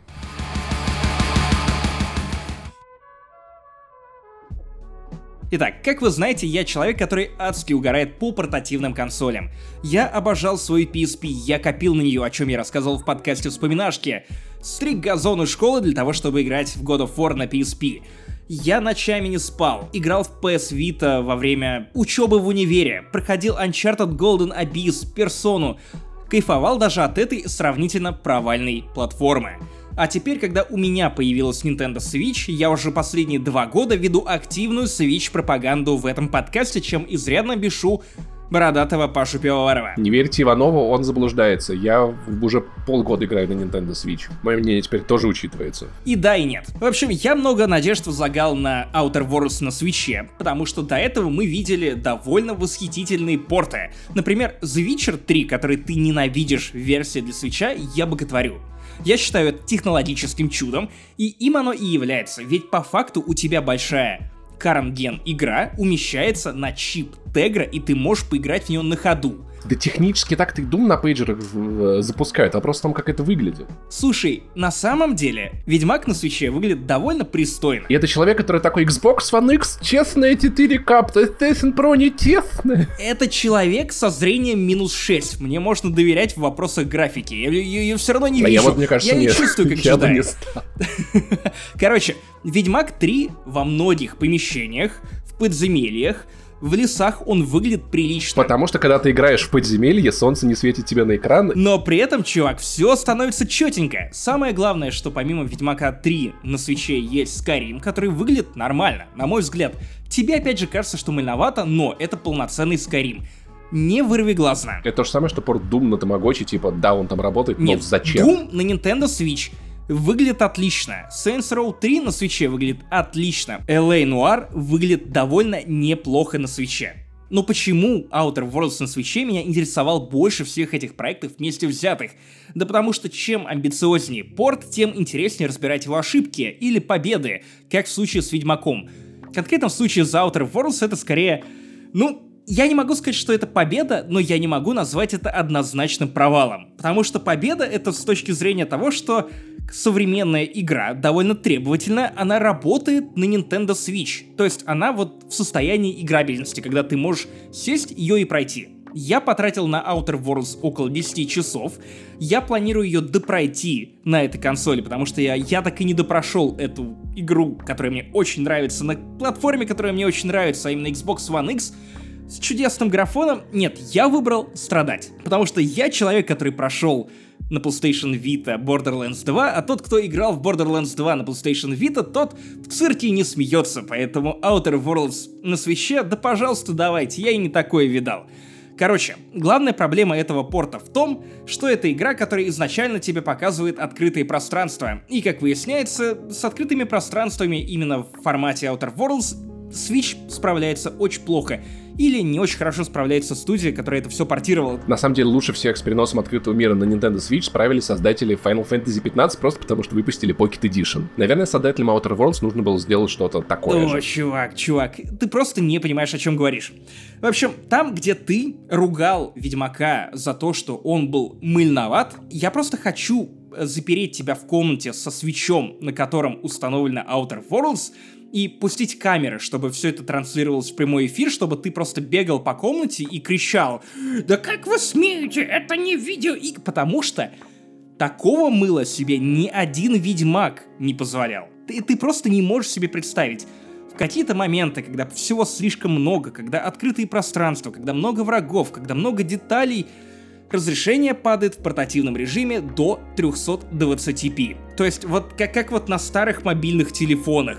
Итак, как вы знаете, я человек, который адски угорает по портативным консолям. Я обожал свою пи эс пи, я копил на нее, о чем я рассказывал в подкасте «Вспоминашки». Стриг газон из школы для того, чтобы играть в God of War на пи эс пи. Я ночами не спал, играл в пи эс Vita во время учебы в универе, проходил Uncharted Golden Abyss, Persona, кайфовал даже от этой сравнительно провальной платформы. А теперь, когда у меня появилась Nintendo Switch, я уже последние два года веду активную Switch-пропаганду в этом подкасте, чем изрядно бешу бородатого Пашу Пивоварова. Не верьте Иванову, он заблуждается. Я уже полгода играю на Nintendo Switch. Мое мнение теперь тоже учитывается. И да, и нет. В общем, я много надежд возлагал на Outer Worlds на Switch'е, потому что до этого мы видели довольно восхитительные порты. Например, The Witcher три, который ты ненавидишь в версии для Switch'а, я боготворю. Я считаю это технологическим чудом, и им оно и является, ведь по факту у тебя большая current gen игра умещается на чип Tegra, и ты можешь поиграть в нее на ходу. Да технически так-то и Doom на пейджерах запускают, вопрос в том, как это выглядит. Слушай, на самом деле, Ведьмак на Switch'е выглядит довольно пристойно. И это человек, который такой, Xbox One X, честные четыре ка, PlayStation Pro не честные. Это человек со зрением минус шесть. Мне можно доверять в вопросах графики. Я ее все равно не а вижу. Я вот, мне кажется, я не нет. чувствую, как я бы джедай. не стал. Короче, Ведьмак три во многих помещениях, в подземельях, в лесах он выглядит прилично. Потому что, когда ты играешь в подземелье, солнце не светит тебе на экран. Но при этом, чувак, все становится четенько. Самое главное, что помимо Ведьмака три на Switch'е есть Skyrim, который выглядит нормально, на мой взгляд. Тебе опять же кажется, что мальновато, но это полноценный Skyrim. Не вырви глаз на. Это то же самое, что порт Doom на Тамагочи, типа, да, он там работает, Нет, но зачем? Doom на Nintendo Switch выглядит отлично. Saints Row три на Switch'е выглядит отлично. эл эй Noire выглядит довольно неплохо на Switch'е. Но почему Outer Worlds на Switch'е меня интересовал больше всех этих проектов вместе взятых? Да потому что чем амбициознее порт, тем интереснее разбирать его ошибки или победы, как в случае с Ведьмаком. Конкретно в случае с Outer Worlds это скорее, ну... Я не могу сказать, что это победа, но я не могу назвать это однозначным провалом. Потому что победа — это с точки зрения того, что современная игра довольно требовательная, она работает на Nintendo Switch. То есть она вот в состоянии играбельности, когда ты можешь сесть ее и пройти. Я потратил на Outer Worlds около десять часов. Я планирую ее допройти на этой консоли, потому что я, я так и не допрошел эту игру, которая мне очень нравится, на платформе, которая мне очень нравится, а именно Xbox One X, с чудесным графоном. Нет, я выбрал страдать, потому что я человек, который прошел на PlayStation Vita Borderlands два, а тот, кто играл в Borderlands два на PlayStation Vita, тот в цирке не смеется, поэтому Outer Worlds на Switch'е, да пожалуйста, давайте, я и не такое видал. Короче, главная проблема этого порта в том, что это игра, которая изначально тебе показывает открытые пространства, и, как выясняется, с открытыми пространствами именно в формате Outer Worlds Switch справляется очень плохо. Или не очень хорошо справляется студия, которая это все портировала. На самом деле, лучше всех с переносом открытого мира на Nintendo Switch справились создатели Final Fantasy пятнадцать, просто потому что выпустили Pocket Edition. Наверное, создателям Outer Worlds нужно было сделать что-то такое О, же. чувак, чувак, ты просто не понимаешь, о чем говоришь. В общем, там, где ты ругал Ведьмака за то, что он был мыльноват, я просто хочу запереть тебя в комнате со свитчом, на котором установлена Outer Worlds, и пустить камеры, чтобы все это транслировалось в прямой эфир, чтобы ты просто бегал по комнате и кричал: «Да как вы смеете? Это не видеоигры!» Потому что такого мыла себе ни один ведьмак не позволял. Ты, ты просто не можешь себе представить. В какие-то моменты, когда всего слишком много, когда открытые пространства, когда много врагов, когда много деталей, разрешение падает в портативном режиме до триста двадцать пи. То есть вот как, как вот на старых мобильных телефонах,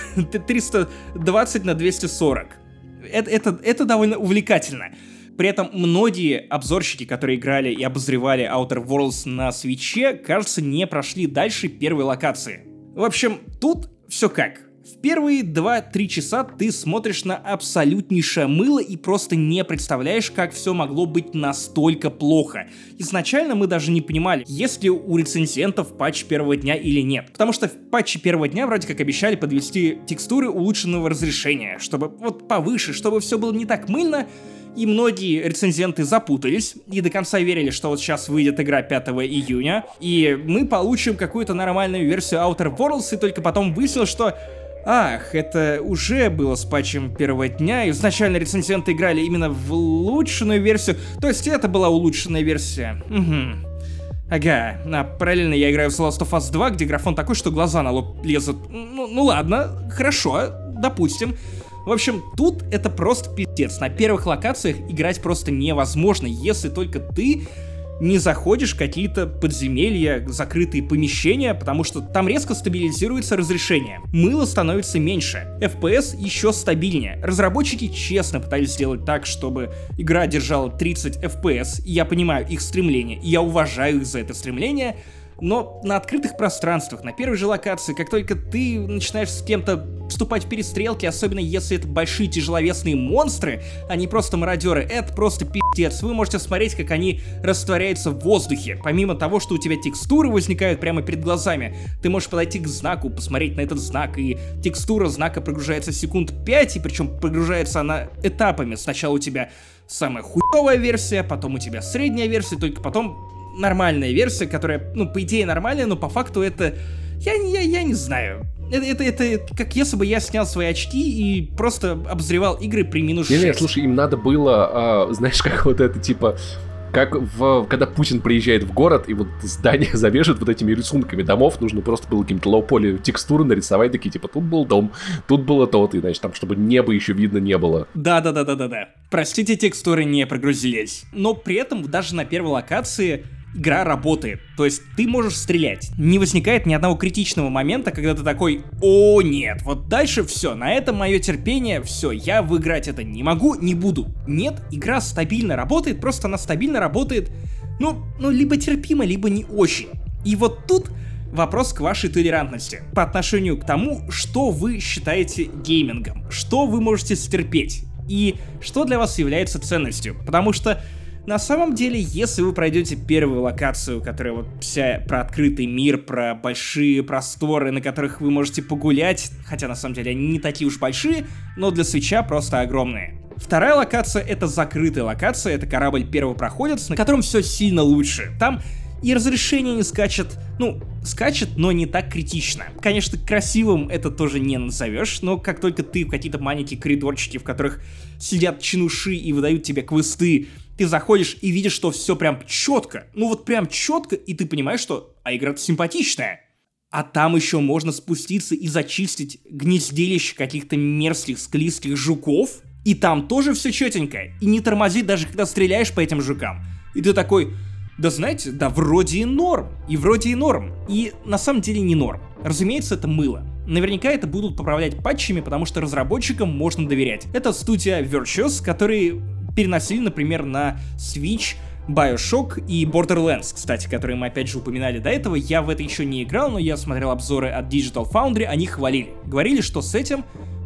триста двадцать на двести сорок. Это, это, это довольно увлекательно. При этом многие обзорщики, которые играли и обозревали Outer Worlds на Switch'е, кажется, не прошли дальше первой локации. В общем, тут все как. В первые два-три часа ты смотришь на абсолютнейшее мыло и просто не представляешь, как все могло быть настолько плохо. Изначально мы даже не понимали, есть ли у рецензентов патч первого дня или нет. Потому что в патче первого дня вроде как обещали подвести текстуры улучшенного разрешения, чтобы вот повыше, чтобы все было не так мыльно. И многие рецензенты запутались и до конца верили, что вот сейчас выйдет игра пятого июня, и мы получим какую-то нормальную версию Outer Worlds, и только потом выяснилось, что ах, это уже было с патчем первого дня, и изначально рецензенты играли именно в улучшенную версию, то есть это была улучшенная версия. Угу. Ага, а параллельно я играю в The Last of Us два, где графон такой, что глаза на лоб лезут. Ну, ну ладно, хорошо, допустим. В общем, тут это просто пиздец. На первых локациях играть просто невозможно, если только ты не заходишь в какие-то подземелья, закрытые помещения, потому что там резко стабилизируется разрешение. Мыло становится меньше, эф пи эс еще стабильнее. Разработчики честно пытались сделать так, чтобы игра держала тридцать эф пи эс, и я понимаю их стремление, и я уважаю их за это стремление, но на открытых пространствах, на первой же локации, как только ты начинаешь с кем-то вступать в перестрелки, особенно если это большие тяжеловесные монстры, а не просто мародеры, это просто пиздец. Вы можете смотреть, как они растворяются в воздухе. Помимо того, что у тебя текстуры возникают прямо перед глазами, ты можешь подойти к знаку, посмотреть на этот знак, и текстура знака прогружается секунд пять, и причем прогружается она этапами. Сначала у тебя самая хуёвая версия, потом у тебя средняя версия, только потом нормальная версия, которая, ну, по идее нормальная, но по факту это... Я, я, я не знаю. Это, это, это как если бы я снял свои очки и просто обозревал игры при минус шесть. Нет, слушай, им надо было, а, знаешь, как вот это, типа... Как в, когда Путин приезжает в город, и вот здание завешивают вот этими рисунками домов, нужно просто было каким-то лоу-поле текстуры нарисовать, такие, типа, тут был дом, тут было то-то, и, значит, там, чтобы небо еще видно не было. Да-да-да-да-да-да. Простите, текстуры не прогрузились. Но при этом даже на первой локации игра работает. То есть ты можешь стрелять. Не возникает ни одного критичного момента, когда ты такой: о нет, вот дальше все, на этом мое терпение, все, я выиграть это не могу, не буду. Нет, игра стабильно работает, просто она стабильно работает, ну, ну либо терпимо, либо не очень. И вот тут вопрос к вашей толерантности по отношению к тому, что вы считаете геймингом, что вы можете стерпеть и что для вас является ценностью. Потому что на самом деле, если вы пройдете первую локацию, которая вот вся про открытый мир, про большие просторы, на которых вы можете погулять, хотя на самом деле они не такие уж большие, но для Switch'а просто огромные. Вторая локация — это закрытая локация, это корабль первопроходец, на котором все сильно лучше. Там и разрешение не скачет, ну, скачет, но не так критично. Конечно, красивым это тоже не назовешь, но как только ты в какие-то маленькие коридорчики, в которых сидят чинуши и выдают тебе квесты, ты заходишь и видишь, что все прям четко, ну вот прям четко, и ты понимаешь, что а игра-то симпатичная. А там еще можно спуститься и зачистить гнездилище каких-то мерзких, склизких жуков, и там тоже все четенько, и не тормозит даже когда стреляешь по этим жукам. И ты такой: да знаете, да вроде и норм, и вроде и норм, и на самом деле не норм. Разумеется, это мыло. Наверняка это будут поправлять патчами, потому что разработчикам можно доверять. Это студия Virtuos, которые переносили, например, на Switch BioShock и Borderlands, кстати, которые мы опять же упоминали до этого. Я в это еще не играл, но я смотрел обзоры от Digital Foundry, они хвалили. Говорили, что с этим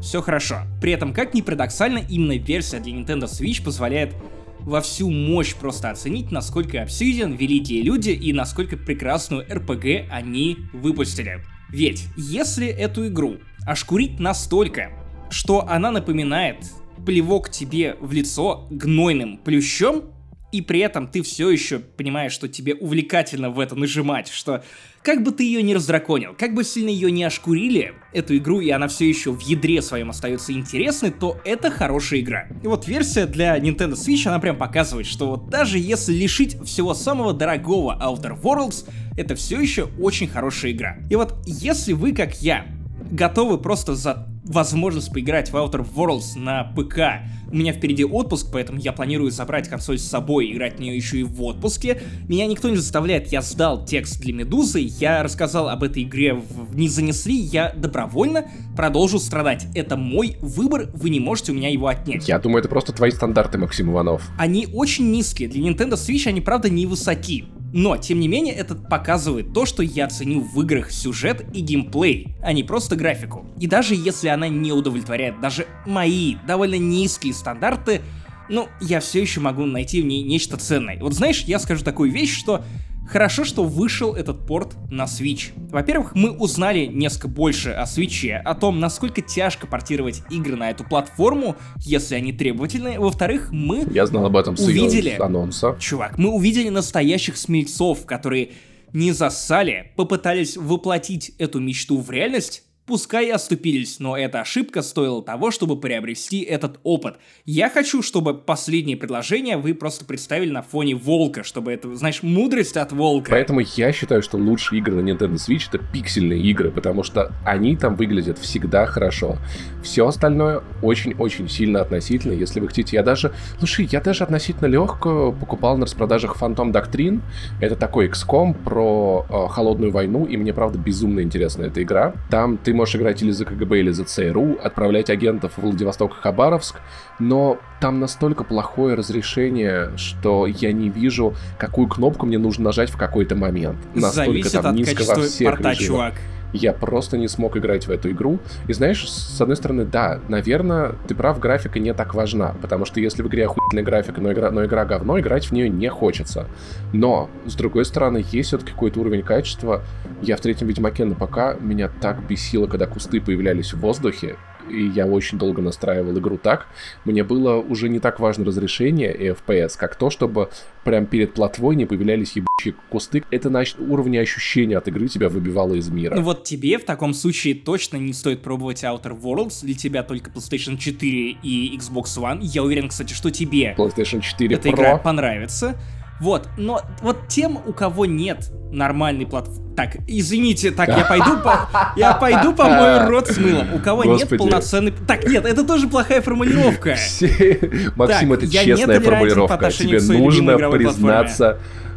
все хорошо. При этом, как ни парадоксально, именно версия для Nintendo Switch позволяет во всю мощь просто оценить, насколько Obsidian великие люди и насколько прекрасную эр пи джи они выпустили. Ведь если эту игру ошкурить настолько, что она напоминает плевок тебе в лицо гнойным плющом, и при этом ты все еще понимаешь, что тебе увлекательно в это нажимать, что как бы ты ее не раздраконил, как бы сильно ее не ошкурили, эту игру, и она все еще в ядре своем остается интересной, то это хорошая игра. И вот версия для Nintendo Switch, она прям показывает, что вот даже если лишить всего самого дорогого Outer Worlds, это все еще очень хорошая игра. И вот если вы, как я, готовы просто за возможность поиграть в Outer Worlds на ПК. У меня впереди отпуск, поэтому я планирую забрать консоль с собой и играть в нее еще и в отпуске. Меня никто не заставляет, я сдал текст для Медузы, я рассказал об этой игре в «Не занесли», я добровольно продолжу страдать. Это мой выбор, вы не можете у меня его отнять. Я думаю, это просто твои стандарты, Максим Иванов. Они очень низкие, для Nintendo Switch они, правда, не высоки. Но, тем не менее, это показывает то, что я ценю в играх сюжет и геймплей, а не просто графику. И даже если она не удовлетворяет даже мои довольно низкие стандарты, ну, я все еще могу найти в ней нечто ценное. Вот знаешь, я скажу такую вещь, что хорошо, что вышел этот порт на Switch. Во-первых, мы узнали несколько больше о Switch'е, о том, насколько тяжко портировать игры на эту платформу, если они требовательны. Во-вторых, мы Я знал об этом с увидели... анонса. Чувак, мы увидели настоящих смельцов, которые не зассали, попытались воплотить эту мечту в реальность, пускай и оступились, но эта ошибка стоила того, чтобы приобрести этот опыт. Я хочу, чтобы последнее предложение вы просто представили на фоне волка, чтобы это, знаешь, мудрость от волка. Поэтому я считаю, что лучшие игры на Nintendo Switch — это пиксельные игры, потому что они там выглядят всегда хорошо. Все остальное очень-очень сильно относительно, если вы хотите. Я даже, слушай, я даже относительно легкую покупал на распродажах Phantom Doctrine. Это такой икс ком про э, холодную войну, и мне, правда, безумно интересна эта игра. Там ты можешь играть или за ка гэ бэ, или за цэ эр у, отправлять агентов в Владивосток и Хабаровск, но там настолько плохое разрешение, что я не вижу, какую кнопку мне нужно нажать в какой-то момент. Настолько Зависит там от низко во всех порта, режимах. чувак. Я просто не смог играть в эту игру. И знаешь, с одной стороны, да, наверное, ты прав, графика не так важна, потому что если в игре охуительная графика, но игра, но игра говно, играть в нее не хочется. Но, с другой стороны, есть все-таки какой-то уровень качества. Я в третьем Ведьмаке на ПК, меня так бесило, когда кусты появлялись в воздухе, и я очень долго настраивал игру так. Мне было уже не так важно разрешение и эф пи эс, как то, чтобы прям перед плотвой не появлялись ебучие кусты. Это на уровне ощущения от игры тебя выбивало из мира. Ну вот тебе в таком случае точно не стоит пробовать Outer Worlds, для тебя только PlayStation четыре и Xbox One. Я уверен, кстати, что тебе PlayStation четыре эта Pro. игра понравится. Вот, но вот тем, у кого нет нормальной платформы... Так, извините, так, я пойду по... Я пойду помою рот с мылом. У кого Господи. нет полноценной... Так, нет, это тоже плохая формулировка. Все... Максим, Так, это я честная нетолерантен по формулировка. отношению Тебе к своей нужно любимой игровой признаться...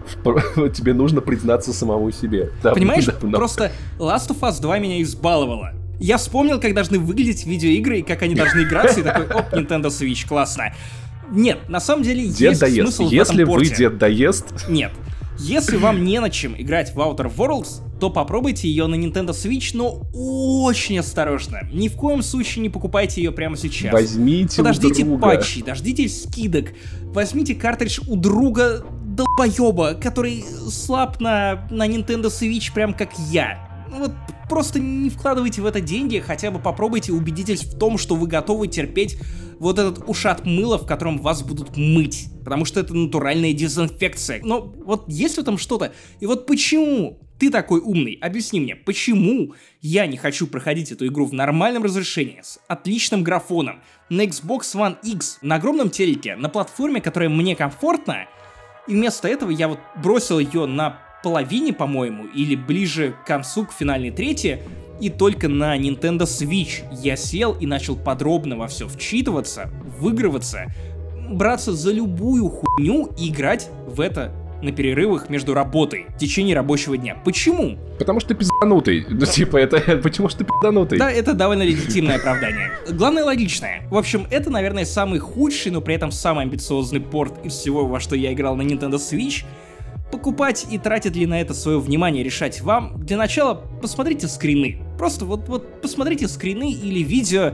в- Тебе нужно признаться самому себе. Да, Понимаешь, да, но- просто Last of Us два меня избаловала. Я вспомнил, как должны выглядеть видеоигры и как они должны играться, и такой, оп, Nintendo Switch, классно. Нет, на самом деле Дед есть доест. смысл в Если этом вы порте. дед доест... Нет. Если вам не на чем играть в Outer Worlds, то попробуйте ее на Nintendo Switch, но очень осторожно. Ни в коем случае не покупайте ее прямо сейчас. Возьмите Подождите у друга. патчи, дождитесь скидок. Возьмите картридж у друга долбоеба, который слаб на, на Nintendo Switch прям как я. Ну вот просто не вкладывайте в это деньги, хотя бы попробуйте убедитесь в том, что вы готовы терпеть вот этот ушат мыла, в котором вас будут мыть. Потому что это натуральная дезинфекция. Но вот есть в этом что-то. И вот почему ты такой умный? Объясни мне, почему я не хочу проходить эту игру в нормальном разрешении, с отличным графоном, на Xbox One X, на огромном телеке, на платформе, которая мне комфортна, и вместо этого я вот бросил ее на половине, по-моему, или ближе к концу, к финальной трети, и только на Nintendo Switch я сел и начал подробно во все вчитываться, выигрываться, браться за любую хуйню и играть в это на перерывах между работой в течение рабочего дня. Почему? Потому что ты пизданутый. Ну, типа, это... Почему что ты пизданутый? Да, это довольно легитимное оправдание. Главное, логичное. В общем, это, наверное, самый худший, но при этом самый амбициозный порт из всего, во что я играл на Nintendo Switch. Покупать и тратить ли на это свое внимание, решать вам. Для начала посмотрите скрины. Просто вот, вот посмотрите скрины или видео.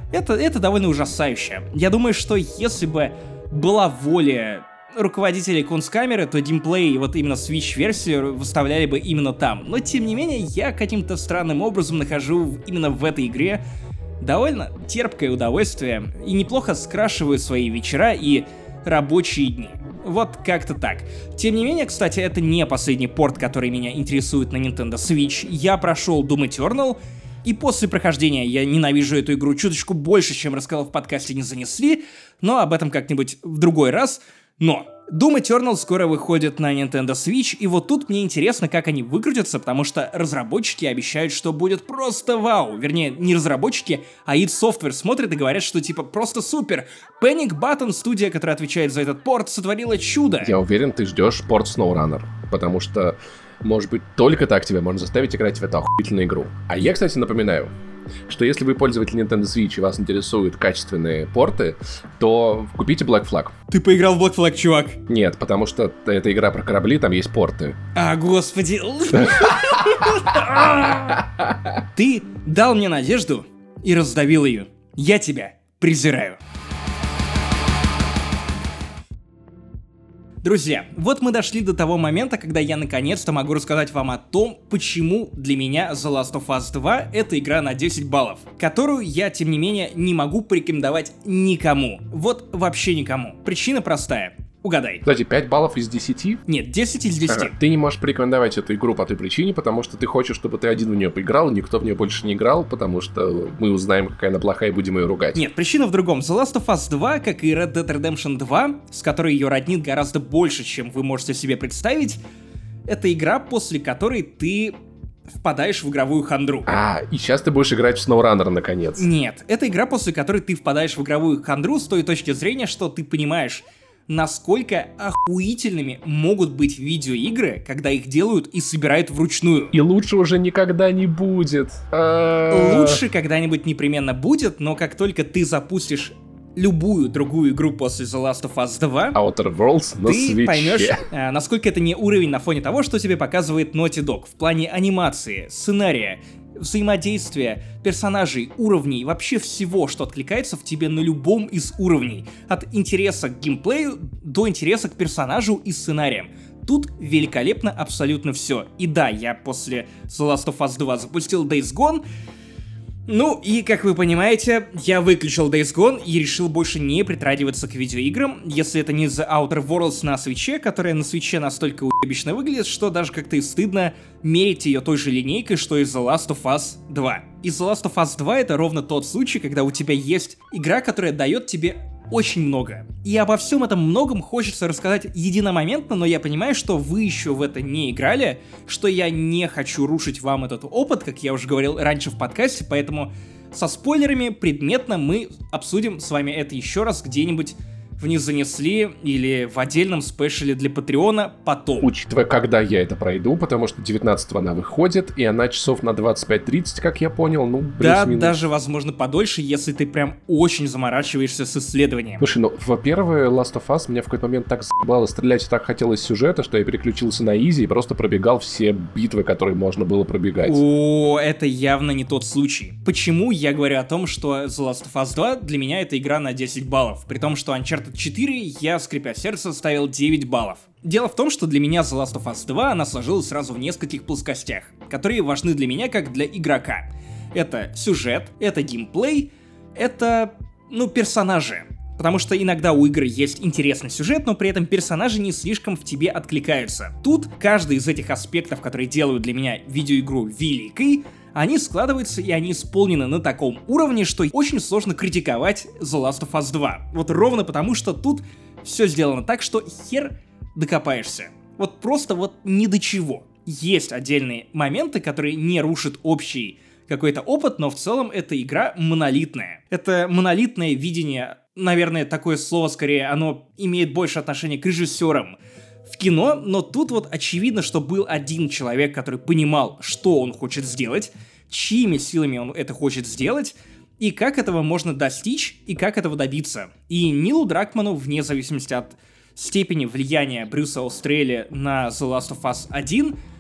Это, это довольно ужасающе. Я думаю, что если бы была воля руководителей Кунсткамеры, то геймплей, вот именно Switch-версию выставляли бы именно там. Но, тем не менее, я каким-то странным образом нахожу именно в этой игре довольно терпкое удовольствие и неплохо скрашиваю свои вечера и рабочие дни. Вот как-то так. Тем не менее, кстати, это не последний порт, который меня интересует на Nintendo Switch. Я прошел Doom Eternal, и после прохождения я ненавижу эту игру чуточку больше, чем рассказал в подкасте «Не занесли», но об этом как-нибудь в другой раз. Но Doom Eternal скоро выходит на Nintendo Switch, и вот тут мне интересно, как они выкрутятся, потому что разработчики обещают, что будет просто вау. Вернее, не разработчики, а id Software смотрят и говорят, что типа просто супер. Panic Button, студия, которая отвечает за этот порт, сотворила чудо. Я уверен, ты ждешь порт SnowRunner, потому что, может быть, только так тебя можно заставить играть в эту охуительную игру. А я, кстати, напоминаю, что если вы пользователь Nintendo Switch и вас интересуют качественные порты, то купите Black Flag. Ты поиграл в Black Flag, чувак? Нет, потому что это игра про корабли, там есть порты. А, господи. Ты дал мне надежду и раздавил ее. Я тебя презираю. Друзья, вот мы дошли до того момента, когда я наконец-то могу рассказать вам о том, почему для меня The Last of Us два это игра на десять баллов, которую я, тем не менее, не могу порекомендовать никому. Вот вообще никому. Причина простая. Угадай. Кстати, пять баллов из десяти? Нет, десять из десяти. Ага. Ты не можешь порекомендовать эту игру по той причине, потому что ты хочешь, чтобы ты один в нее поиграл, и никто в нее больше не играл, потому что мы узнаем, какая она плохая, и будем ее ругать. Нет, причина в другом. The Last of Us два, как и Red Dead Redemption два, с которой ее роднит гораздо больше, чем вы можете себе представить, это игра, после которой ты впадаешь в игровую хандру. А, и сейчас ты будешь играть в SnowRunner, наконец. Нет, это игра, после которой ты впадаешь в игровую хандру с той точки зрения, что ты понимаешь, насколько охуительными могут быть видеоигры, когда их делают и собирают вручную. И лучше уже никогда не будет. Лучше когда-нибудь непременно будет, но как только ты запустишь любую другую игру после The Last of Us два, Outer Worlds на ты Switch. поймешь, насколько это не уровень на фоне того, что тебе показывает Naughty Dog в плане анимации, сценария, взаимодействия, персонажей, уровней, вообще всего, что откликается в тебе на любом из уровней. От интереса к геймплею до интереса к персонажу и сценариям. Тут великолепно абсолютно все. И да, я после The Last of Us два запустил Days Gone. Ну, и, как вы понимаете, я выключил Days Gone и решил больше не притрагиваться к видеоиграм, если это не The Outer Worlds на Switch'е, которая на Switch'е настолько уебищно выглядит, что даже как-то и стыдно мерить ее той же линейкой, что и The Last of Us два. И The Last of Us два это ровно тот случай, когда у тебя есть игра, которая дает тебе очень много. И обо всем этом многом хочется рассказать единомоментно, но я понимаю, что вы еще в это не играли, что я не хочу рушить вам этот опыт, как я уже говорил раньше в подкасте, поэтому со спойлерами предметно мы обсудим с вами это еще раз где-нибудь в «Не занесли» или в отдельном спешле для Патреона потом. Учитывая, когда я это пройду, потому что девятнадцатого она выходит, и она часов на двадцать пять тридцать, как я понял, ну, да, даже, возможно, подольше, если ты прям очень заморачиваешься с исследованием. Слушай, ну, во-первых, Last of Us меня в какой-то момент так заебало стрелять и так хотелось сюжета, что я переключился на изи и просто пробегал все битвы, которые можно было пробегать. О, это явно не тот случай. Почему я говорю о том, что The Last of Us два для меня это игра на десять баллов, при том, что Uncharted четыре я, скрипя сердце, ставил девять баллов. Дело в том, что для меня The Last of Us два она сложилась сразу в нескольких плоскостях, которые важны для меня как для игрока. Это сюжет, это геймплей, это, ну, персонажи. Потому что иногда у игр есть интересный сюжет, но при этом персонажи не слишком в тебе откликаются. Тут каждый из этих аспектов, которые делают для меня видеоигру великой, они складываются и они исполнены на таком уровне, что очень сложно критиковать The Last of Us два. Вот ровно потому, что тут все сделано так, что хер докопаешься. Вот просто вот ни до чего. Есть отдельные моменты, которые не рушат общий какой-то опыт, но в целом эта игра монолитная. Это монолитное видение, наверное, такое слово скорее, оно имеет больше отношения к режиссерам в кино, но тут вот очевидно, что был один человек, который понимал, что он хочет сделать, чьими силами он это хочет сделать, и как этого можно достичь, и как этого добиться. И Нилу Дракману, вне зависимости от степени влияния Брюса Остреля на The Last of Us один,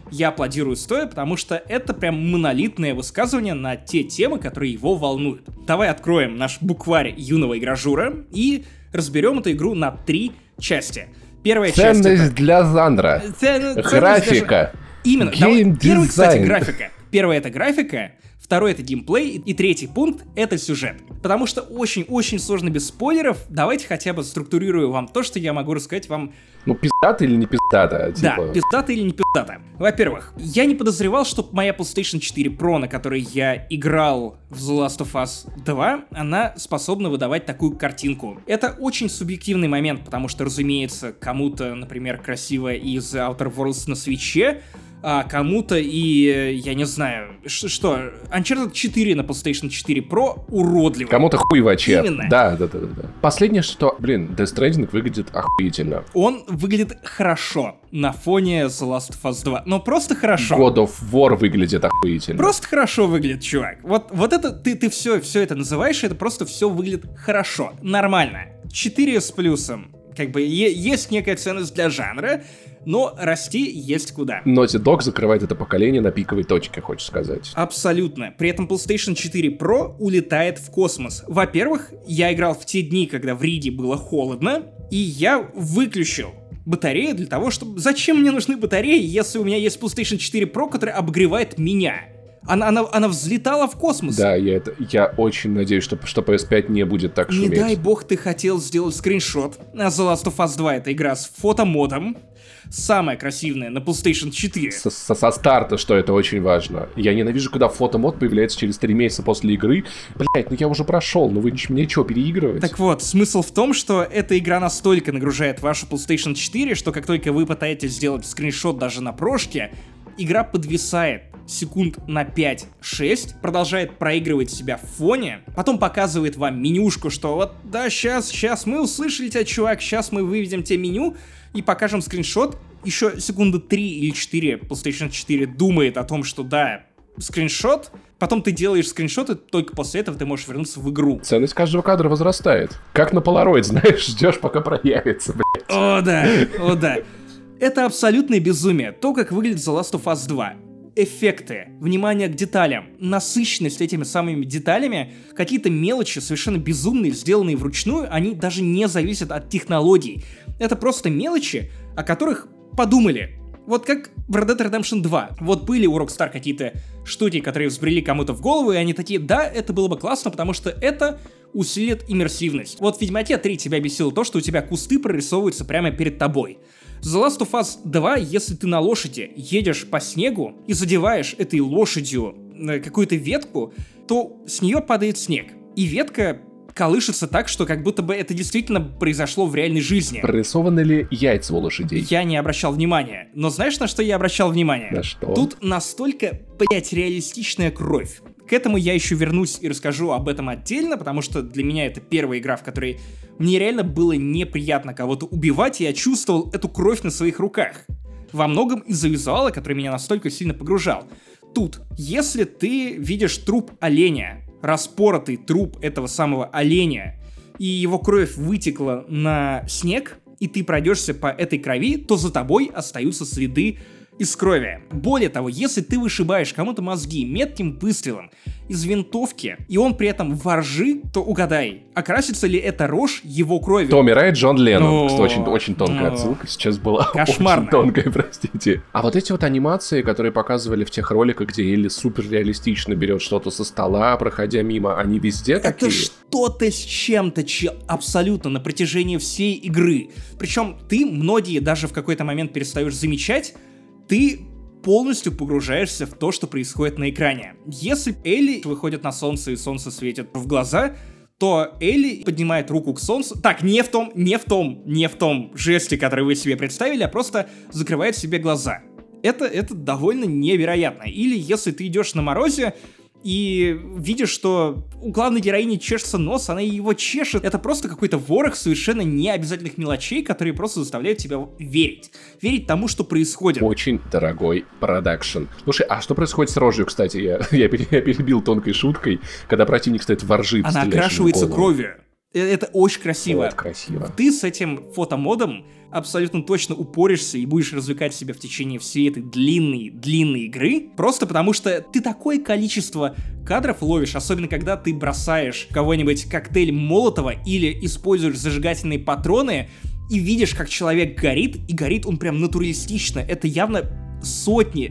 я аплодирую стоя, потому что это прям монолитное высказывание на те темы, которые его волнуют. Давай откроем наш букварь юного игражура и разберем эту игру на три части. Первая Ценность часть это... для жанра. Цен... Графика. Для... Именно. Давай... Первый, кстати, графика. Первое — это графика, второй — это геймплей, и третий пункт — это сюжет. Потому что очень-очень сложно без спойлеров. Давайте хотя бы структурирую вам то, что я могу рассказать вам. Ну, пиздата или не пиздата? Типа... Да, пиздата или не пиздата. Во-первых, я не подозревал, что моя PlayStation четыре Pro, на которой я играл в The Last of Us два, она способна выдавать такую картинку. Это очень субъективный момент, потому что, разумеется, кому-то, например, красиво из Outer Worlds на свитче, а кому-то и, я не знаю, ш- что, Uncharted четыре на PlayStation четыре Pro уродливо. Кому-то хуй в оче. Именно. Да, да, да, да. Последнее, что, блин, Death Stranding выглядит охуительно. Он выглядит хорошо на фоне The Last of Us два, но просто хорошо. God of War выглядит охуительно. Просто хорошо выглядит, чувак. Вот, вот это, ты, ты все, все это называешь, это просто все выглядит хорошо, нормально. четыре с плюсом. Как бы е- есть некая ценность для жанра, но расти есть куда. Naughty Dog закрывает это поколение на пиковой точке, хочешь сказать. Абсолютно. При этом PlayStation четыре Pro улетает в космос. Во-первых, я играл в те дни, когда в Риге было холодно, и я выключил батарею для того, чтобы... Зачем мне нужны батареи, если у меня есть PlayStation четыре Pro, которая обогревает меня? Она, она, она взлетала в космос. Да, я, это, я очень надеюсь, что, что пи эс пять не будет так шуметь. Не дай бог ты хотел сделать скриншот. The Last of Us два — это игра с фотомодом. Самая красивая на PlayStation четыре. Со, со, со старта, что это очень важно. Я ненавижу, когда фотомод появляется через три месяца после игры. Блять, ну я уже прошел, ну вы мне что, переигрывать? Так вот, смысл в том, что эта игра настолько нагружает вашу PlayStation четыре, что как только вы пытаетесь сделать скриншот даже на прошке, игра подвисает секунд на пять-шесть, продолжает проигрывать себя в фоне, потом показывает вам менюшку, что вот, да, сейчас, сейчас мы услышали тебя, чувак, сейчас мы выведем тебе меню и покажем скриншот. Еще секунды три или четыре PlayStation четыре думает о том, что да, скриншот, потом ты делаешь скриншот, и только после этого ты можешь вернуться в игру. Ценность каждого кадра возрастает. Как на Polaroid, знаешь, ждешь, пока проявится, блядь. О, да, о, да. Это абсолютное безумие. То, как выглядит The Last of Us два. Эффекты, внимание к деталям, насыщенность этими самыми деталями, какие-то мелочи совершенно безумные, сделанные вручную, они даже не зависят от технологий. Это просто мелочи, о которых подумали. Вот как в Red Dead Redemption два. Вот были у Rockstar какие-то штуки, которые взбрели кому-то в голову, и они такие, да, это было бы классно, потому что это усилит иммерсивность. Вот в Ведьмаке три тебя бесило то, что у тебя кусты прорисовываются прямо перед тобой. The Last of Us два, если ты на лошади едешь по снегу и задеваешь этой лошадью какую-то ветку, то с нее падает снег. И ветка колышется так, что как будто бы это действительно произошло в реальной жизни. Прорисованы ли яйца у лошадей? Я не обращал внимания. Но знаешь, на что я обращал внимание? На что? Тут настолько, блять, реалистичная кровь. К этому я еще вернусь и расскажу об этом отдельно, потому что для меня это первая игра, в которой мне реально было неприятно кого-то убивать, и я чувствовал эту кровь на своих руках. Во многом из-за визуала, который меня настолько сильно погружал. Тут, если ты видишь труп оленя, распоротый труп этого самого оленя, и его кровь вытекла на снег, и ты пройдешься по этой крови, то за тобой остаются следы из крови. Более того, если ты вышибаешь кому-то мозги метким выстрелом из винтовки, и он при этом во ржи, то угадай, окрасится ли эта рожь его кровью? То умирает Джон Леннон. О, Кстати, очень, очень тонкая о, отсылка сейчас была. Кошмарно. Очень тонкая, простите. А вот эти вот анимации, которые показывали в тех роликах, где Элли супер реалистично берет что-то со стола, проходя мимо, они везде это такие? Это что-то с чем-то, чел, абсолютно, на протяжении всей игры. Причем ты, многие даже в какой-то момент перестаешь замечать, ты полностью погружаешься в то, что происходит на экране. Если Элли выходит на солнце и солнце светит в глаза, то Элли поднимает руку к солнцу. Так, не в том, не в том, не в том жесте, который вы себе представили, а просто закрывает себе глаза. Это, это довольно невероятно. Или если ты идешь на морозе и видишь, что у главной героини чешется нос, она его чешет. Это просто какой-то ворох совершенно необязательных мелочей, которые просто заставляют тебя верить. Верить тому, что происходит. Очень дорогой продакшн. Слушай, а что происходит с рожью, кстати? Я, я, я перебил тонкой шуткой, когда противник стоит во ржи. Она окрашивается кровью. Это очень красиво. Вот красиво. Ты с этим фотомодом абсолютно точно упоришься и будешь развлекать себя в течение всей этой длинной-длинной игры, просто потому что ты такое количество кадров ловишь, особенно когда ты бросаешь кого-нибудь коктейль Молотова или используешь зажигательные патроны, и видишь, как человек горит, и горит он прям натуралистично. Это явно сотни,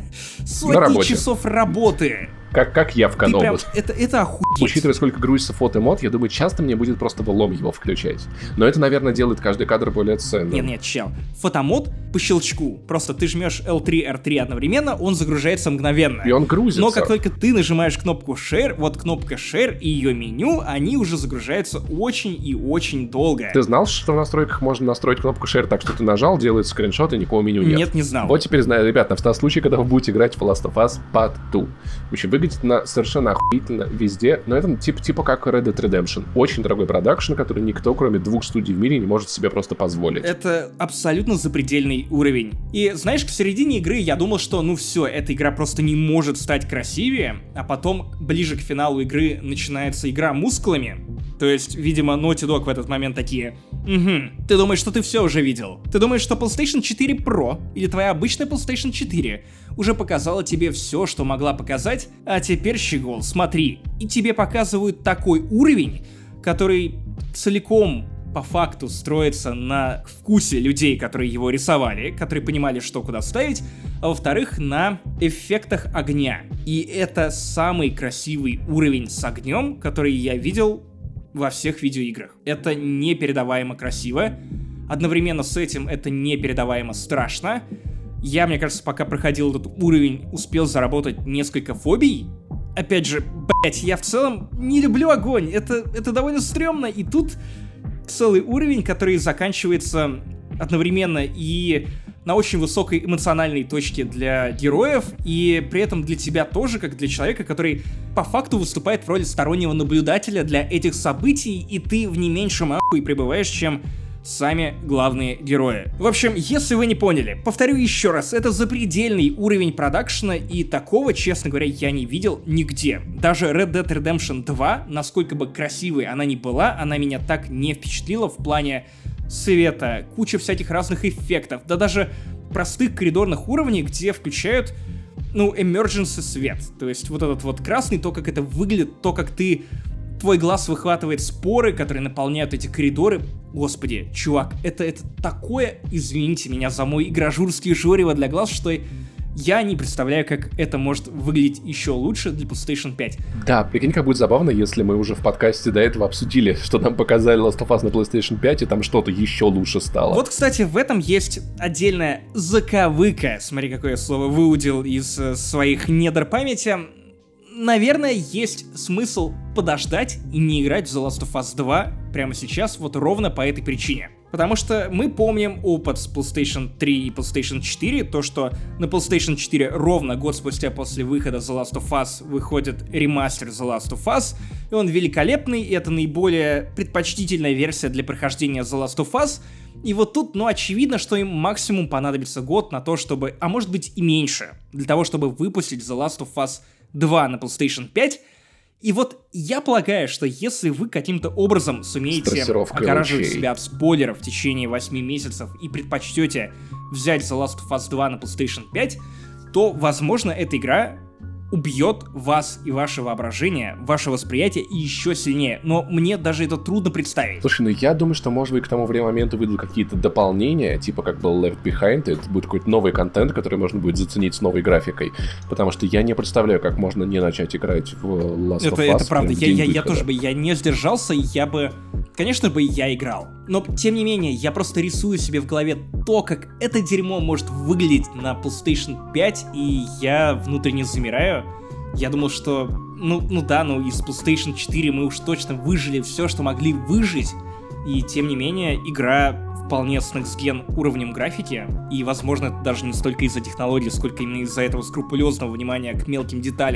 сотни часов работы. Как, как я в Канобу. Это, это охуеть. Учитывая, сколько грузится фото-мод, я думаю, часто мне будет просто в лом его включать. Но это, наверное, делает каждый кадр более ценным. Нет, нет, чел. Фотомод по щелчку. Просто ты жмешь эл три, эр три одновременно, он загружается мгновенно. И он грузится. Но как только ты нажимаешь кнопку Share, вот кнопка Share и ее меню, они уже загружаются очень и очень долго. Ты знал, что в настройках можно настроить кнопку Share так, что ты нажал, делает скриншот и никакого меню нет? Нет, не знал. Вот теперь знаю, ребят, на втором случае, когда вы будете играть в Last of Us Part два. Очень выглядит на совершенно охуительно везде, но это типа, типа как Red Dead Redemption. Очень дорогой продакшн, который никто, кроме двух студий в мире, не может себе просто позволить. Это абсолютно запредельный уровень. И знаешь, к середине игры я думал, что ну все, эта игра просто не может стать красивее, а потом ближе к финалу игры начинается игра мускулами. То есть, видимо, Naughty Dog в этот момент такие: угу, ты думаешь, что ты все уже видел? Ты думаешь, что PlayStation четыре Pro или твоя обычная PlayStation четыре уже показала тебе все, что могла показать, а теперь, щегол, смотри, и тебе показывают такой уровень, который целиком по факту строится на вкусе людей, которые его рисовали, которые понимали, что куда ставить, а во-вторых, на эффектах огня. И это самый красивый уровень с огнем, который я видел во всех видеоиграх. Это непередаваемо красиво, одновременно с этим это непередаваемо страшно. Я, мне кажется, пока проходил этот уровень, успел заработать несколько фобий. Опять же, блять, я в целом не люблю огонь, это, это довольно стрёмно, и тут целый уровень, который заканчивается одновременно и на очень высокой эмоциональной точке для героев, и при этом для тебя тоже, как для человека, который по факту выступает в роли стороннего наблюдателя для этих событий, и ты в не меньшем ахуе пребываешь, чем сами главные герои. В общем, если вы не поняли, повторю еще раз, это запредельный уровень продакшена, и такого, честно говоря, я не видел нигде. Даже Red Dead Redemption два, насколько бы красивой она ни была, она меня так не впечатлила в плане света, куча всяких разных эффектов, да даже простых коридорных уровней, где включают, ну, emergency свет. То есть вот этот вот красный, то, как это выглядит, то, как ты... Твой глаз выхватывает споры, которые наполняют эти коридоры. Господи, чувак, это, это такое, извините меня за мой игражурский жорево для глаз, что я не представляю, как это может выглядеть еще лучше для PlayStation пять. Да, прикинь, как будет забавно, если мы уже в подкасте до этого обсудили, что нам показали Last of Us на PlayStation пять, и там что-то еще лучше стало. Вот, кстати, в этом есть отдельная заковыка. Смотри, какое я слово выудил из э, своих недр памяти. Наверное, есть смысл подождать и не играть в The Last of Us два прямо сейчас, вот ровно по этой причине. Потому что мы помним опыт с PlayStation три и PlayStation четыре, то, что на PlayStation четыре ровно год спустя после выхода The Last of Us выходит ремастер The Last of Us, и он великолепный, и это наиболее предпочтительная версия для прохождения The Last of Us. И вот тут, ну, очевидно, что им максимум понадобится год на то, чтобы, а может быть и меньше, для того, чтобы выпустить The Last of Us два на PlayStation пять. И вот я полагаю, что если вы каким-то образом сумеете огораживать себя от спойлеров в течение восьми месяцев и предпочтете взять The Last of Us два на PlayStation пять, то, возможно, эта игра убьет вас и ваше воображение, ваше восприятие и еще сильнее. Но мне даже это трудно представить. Слушай, ну я думаю, что, может быть, к тому времени моменту выйдут какие-то дополнения, типа как был Left Behind, и это будет какой-то новый контент, который можно будет заценить с новой графикой. Потому что я не представляю, как можно не начать играть в Last это, of Us. Это правда, я, я, я тоже бы, я не сдержался, я бы... Конечно бы я играл. Но, тем не менее, я просто рисую себе в голове то, как это дерьмо может выглядеть на PlayStation пять, и я внутренне замираю. Я думал, что, ну, ну да, ну из PlayStation четыре мы уж точно выжили все, что могли выжить. И, тем не менее, игра вполне с next-gen уровнем графики. И, возможно, это даже не столько из-за технологий, сколько именно из-за этого скрупулезного внимания к мелким деталям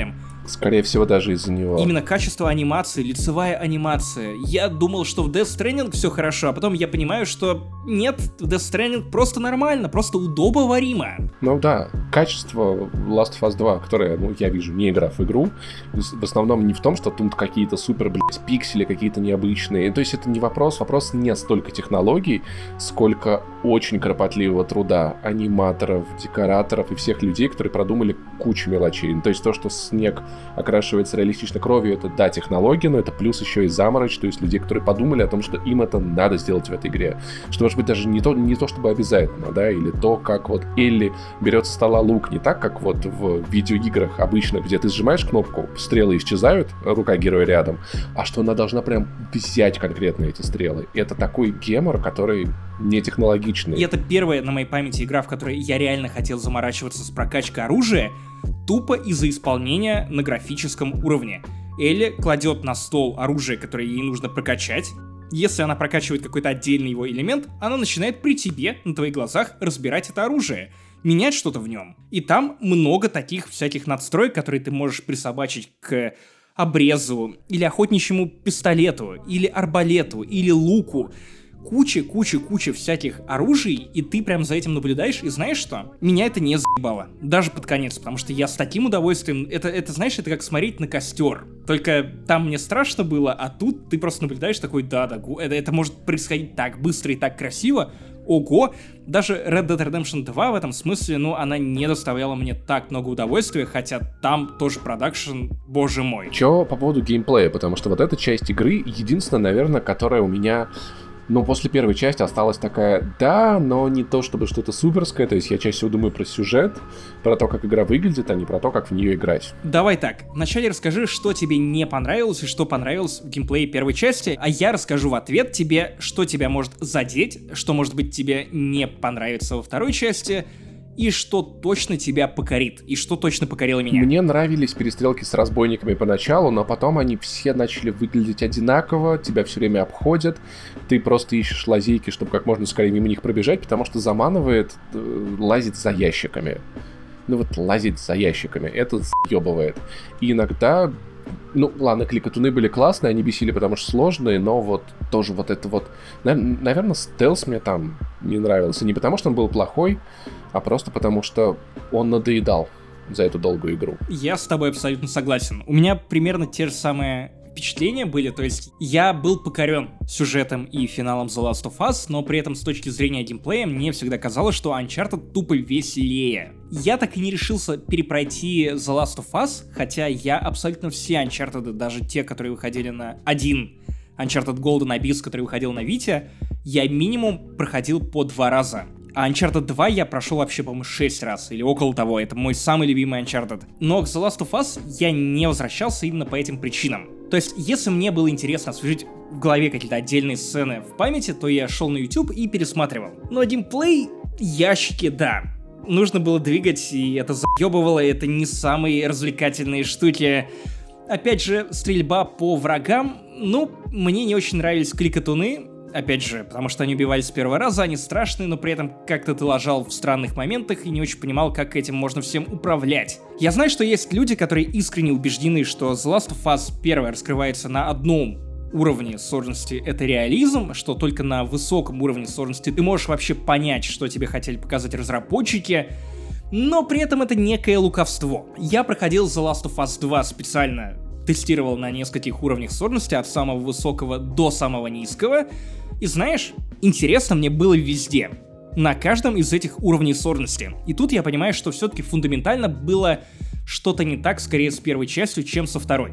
Скорее всего, даже из-за него. Именно качество анимации, лицевая анимация. Я думал, что в Death Stranding все хорошо, а потом я понимаю, что нет, в Death Stranding просто нормально, просто удобоваримо. Ну да, качество Last of Us два, которое, ну, я вижу, не играв в игру, в основном не в том, что тут какие-то супер, блядь, пиксели какие-то необычные. То есть это не вопрос, вопрос не столько технологий, сколько очень кропотливого труда аниматоров, декораторов и всех людей, которые продумали кучу мелочей. То есть то, что снег окрашивается реалистично кровью, это, да, технология, но это плюс еще и заморочь, то есть людей, которые подумали о том, что им это надо сделать в этой игре. Что, может быть, даже не то, не то чтобы обязательно, да, или то, как вот Элли берет со стола лук, не так, как вот в видеоиграх обычно, где ты сжимаешь кнопку, стрелы исчезают, рука героя рядом, а что она должна прям взять конкретно эти стрелы. И это такой гемор, который не технологичный. И это первая на моей памяти игра, в которой я реально хотел заморачиваться с прокачкой оружия, тупо из-за исполнения на графическом уровне. Элли кладет на стол оружие, которое ей нужно прокачать. Если она прокачивает какой-то отдельный его элемент, она начинает при тебе, на твоих глазах, разбирать это оружие, менять что-то в нем. И там много таких всяких надстроек, которые ты можешь присобачить к обрезу, или охотничьему пистолету, или арбалету, или луку. Куча-куча-куча всяких оружий, и ты прям за этим наблюдаешь, и знаешь что? Меня это не заебало. Даже под конец, потому что я с таким удовольствием... Это, это знаешь, это как смотреть на костер. Только там мне страшно было, а тут ты просто наблюдаешь такой, да-да, это, это может происходить так быстро и так красиво. Ого! Даже Red Dead Redemption два в этом смысле, ну, она не доставляла мне так много удовольствия, хотя там тоже продакшн, боже мой. Чё по поводу геймплея? Потому что вот эта часть игры единственная, наверное, которая у меня... Но после первой части осталась такая, да, но не то чтобы что-то суперское, то есть я чаще всего думаю про сюжет, про то, как игра выглядит, а не про то, как в нее играть. Давай так, вначале расскажи, что тебе не понравилось и что понравилось в геймплее первой части, а я расскажу в ответ тебе, что тебя может задеть, что, может быть, тебе не понравится во второй части, и что точно тебя покорит, и что точно покорило меня. Мне нравились перестрелки с разбойниками поначалу, но потом они все начали выглядеть одинаково, тебя все время обходят, ты просто ищешь лазейки, чтобы как можно скорее мимо них пробежать, потому что заманывает э, лазить за ящиками. Ну вот лазить за ящиками, это заебывает. И иногда... Ну, ладно, кликатуны были классные, они бесили, потому что сложные, но вот тоже вот это вот... Наверное, стелс мне там не нравился. Не потому, что он был плохой, а просто потому, что он надоедал за эту долгую игру. Я с тобой абсолютно согласен. У меня примерно те же самые впечатления были, то есть я был покорен сюжетом и финалом The Last of Us, но при этом с точки зрения геймплея мне всегда казалось, что Uncharted тупо веселее. Я так и не решился перепройти The Last of Us, хотя я абсолютно все Uncharted, даже те, которые выходили на один Uncharted Golden Abyss, который выходил на Вите, я минимум проходил по два раза. А Uncharted два я прошел вообще, по-моему, шесть раз, или около того, это мой самый любимый Uncharted. Но к The Last of Us я не возвращался именно по этим причинам. То есть, если мне было интересно освежить в голове какие-то отдельные сцены в памяти, то я шел на YouTube и пересматривал. Но геймплей, ящики, да. Нужно было двигать, и это заебывало, это не самые развлекательные штуки. Опять же, стрельба по врагам, ну, мне не очень нравились кликатуны. Опять же, потому что они убивались с первого раза, они страшные, но при этом как-то ты лажал в странных моментах и не очень понимал, как этим можно всем управлять. Я знаю, что есть люди, которые искренне убеждены, что The Last of Us первая раскрывается на одном уровне сложности — это реализм, что только на высоком уровне сложности ты можешь вообще понять, что тебе хотели показать разработчики, но при этом это некое лукавство. Я проходил The Last of Us два специально, тестировал на нескольких уровнях сложности, от самого высокого до самого низкого. И знаешь, интересно мне было везде. На каждом из этих уровней сложности. И тут я понимаю, что все-таки фундаментально было что-то не так, скорее, с первой частью, чем со второй.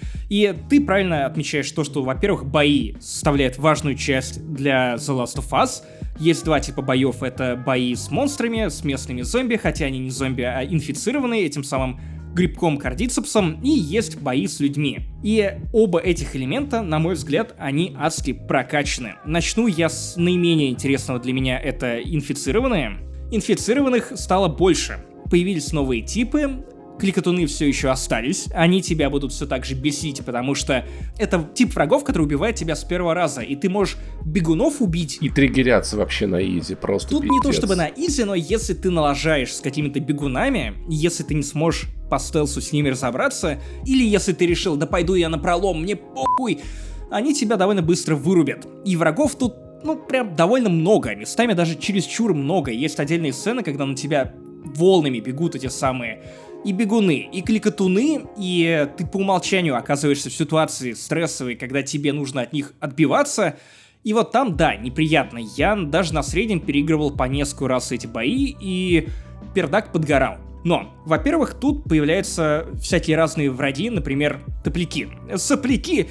И ты правильно отмечаешь то, что, во-первых, бои составляют важную часть для The Last of Us. Есть два типа боев. Это бои с монстрами, с местными зомби, хотя они не зомби, а инфицированные этим самым грибком кардицепсом, и есть бои с людьми. И оба этих элемента, на мой взгляд, они адски прокачаны. Начну я с наименее интересного для меня, это инфицированные. Инфицированных стало больше. Появились новые типы, кликотуны все еще остались, они тебя будут все так же бесить, потому что это тип врагов, который убивает тебя с первого раза, и ты можешь бегунов убить. И триггерятся вообще на изи, просто Тут пиздец. не то чтобы на изи, но если ты налажаешь с какими-то бегунами, если ты не сможешь по стелсу с ними разобраться, или если ты решил, да пойду я на пролом, мне похуй, они тебя довольно быстро вырубят. И врагов тут, ну, прям довольно много, местами даже чересчур много. Есть отдельные сцены, когда на тебя волнами бегут эти самые и бегуны, и кликотуны, и ты по умолчанию оказываешься в ситуации стрессовой, когда тебе нужно от них отбиваться. И вот там, да, неприятно. Я даже на среднем переигрывал по несколько раз эти бои, и пердак подгорал. Но, во-первых, тут появляются всякие разные враги, например, топляки. Сопляки,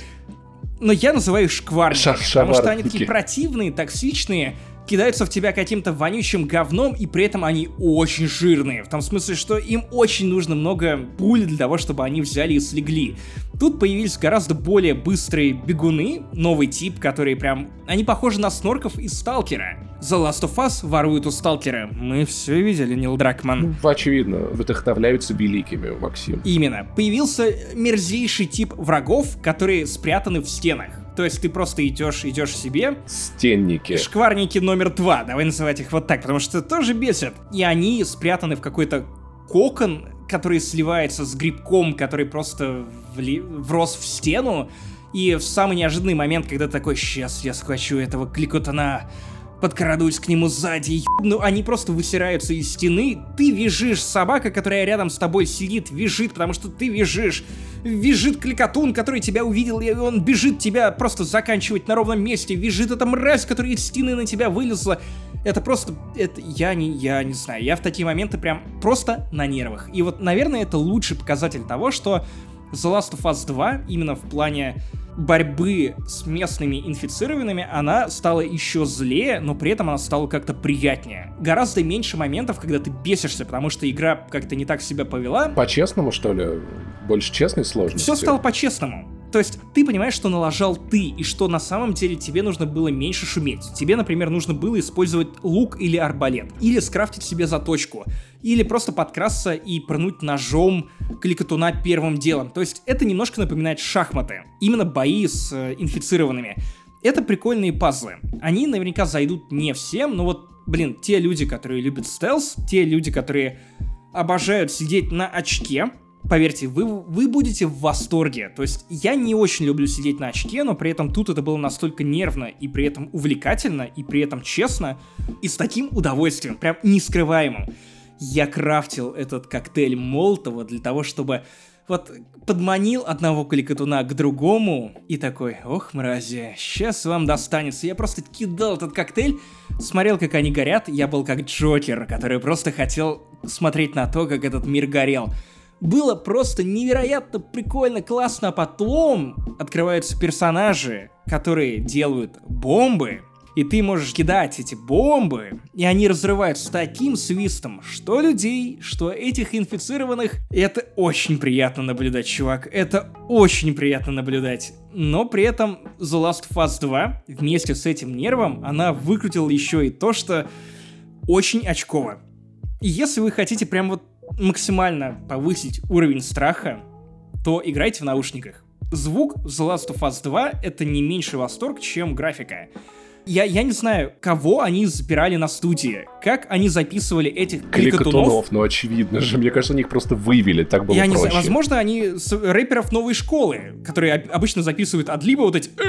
но я называю их шкварниками, потому что они такие противные, токсичные, кидаются в тебя каким-то вонючим говном, и при этом они очень жирные. В том смысле, что им очень нужно много пуль для того, чтобы они взяли и слегли. Тут появились гораздо более быстрые бегуны, новый тип, которые прям... Они похожи на снорков из Сталкера. The Last of Us воруют у Сталкера. Мы все видели, Нил Дракман. Ну, очевидно, вдохновляются великими, Максим. Именно. Появился мерзейший тип врагов, которые спрятаны в стенах. То есть ты просто идешь, идешь себе. Стенники. Шкварники номер два, давай называть их вот так, потому что это тоже бесит. И они спрятаны в какой-то кокон, который сливается с грибком, который просто вли... врос в стену. И в самый неожиданный момент, когда ты такой, сейчас я схвачу этого кликотана, подкрадусь к нему сзади, и ну, они просто высираются из стены. Ты визжишь, собака, которая рядом с тобой сидит, визжит, потому что ты визжишь. Визжит кликотун, который тебя увидел, и он бежит тебя просто заканчивать на ровном месте. Визжит эта мразь, которая из стены на тебя вылезла. Это просто... Это я не... Я не знаю. Я в такие моменты прям просто на нервах. И вот, наверное, это лучший показатель того, что The Last of Us два именно в плане борьбы с местными инфицированными, она стала еще злее, но при этом она стала как-то приятнее. Гораздо меньше моментов, когда ты бесишься, потому что игра как-то не так себя повела. По-честному, что ли? Больше честной сложности? Все стало по-честному. То есть ты понимаешь, что налажал ты, и что на самом деле тебе нужно было меньше шуметь. Тебе, например, нужно было использовать лук или арбалет, или скрафтить себе заточку, или просто подкрасться и пырнуть ножом кликотуна первым делом. То есть это немножко напоминает шахматы. Именно бои с э, инфицированными. Это прикольные пазлы. Они наверняка зайдут не всем, но вот, блин, те люди, которые любят стелс, те люди, которые обожают сидеть на очке, поверьте, вы, вы будете в восторге. То есть я не очень люблю сидеть на очке, но при этом тут это было настолько нервно, и при этом увлекательно, и при этом честно, и с таким удовольствием, прям нескрываемым. Я крафтил этот коктейль Молотова для того, чтобы вот подманил одного кликотуна к другому и такой, ох, мрази, сейчас вам достанется. Я просто кидал этот коктейль, смотрел, как они горят, я был как Джокер, который просто хотел смотреть на то, как этот мир горел. Было просто невероятно прикольно, классно, а потом открываются персонажи, которые делают бомбы, и ты можешь кидать эти бомбы, и они разрываются с таким свистом, что людей, что этих инфицированных. Это очень приятно наблюдать, чувак, это очень приятно наблюдать. Но при этом The Last of Us два вместе с этим нервом, она выкрутила еще и то, что очень очково. И если вы хотите прям вот максимально повысить уровень страха, то играйте в наушниках. Звук в The Last of Us два — это не меньший восторг, чем графика. Я, я не знаю, кого они запирали на студии, как они записывали этих кликотунов. Кликотунов, ну очевидно же, мне кажется, они их просто вывели, так было я проще. Не знаю, возможно, они с рэперов новой школы, которые обычно записывают от-либо вот эти...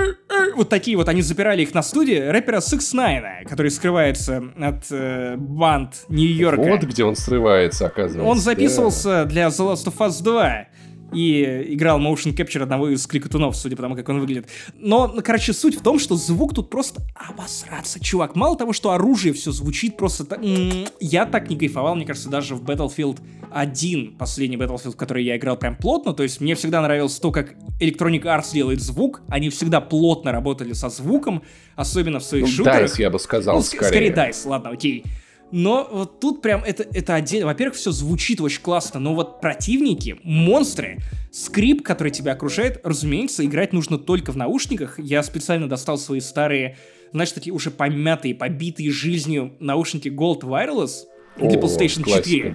Вот такие вот, они запирали их на студии, рэпера сикс найн, который скрывается от э, банд Нью-Йорка. Вот где он срывается, оказывается. Он записывался да. для The Last of Us два и играл motion capture одного из кликотунов, судя по тому, как он выглядит. Но, короче, суть в том, что звук тут просто обосраться, чувак. Мало того, что оружие все звучит просто так... Я так не кайфовал, мне кажется, даже в Battlefield один, последний Battlefield, в который я играл прям плотно. То есть мне всегда нравилось то, как Electronic Arts делает звук. Они всегда плотно работали со звуком, особенно в своих ну, шутерах. дайс, я бы сказал, ну, скорее. Скорее дайс, ладно, окей. Но вот тут прям это, это отдельно. Во-первых, все звучит очень классно, но вот противники, монстры, скрип, который тебя окружает, разумеется, играть нужно только в наушниках. Я специально достал свои старые, знаешь, такие уже помятые, побитые жизнью наушники Gold Wireless для PlayStation четыре. Да.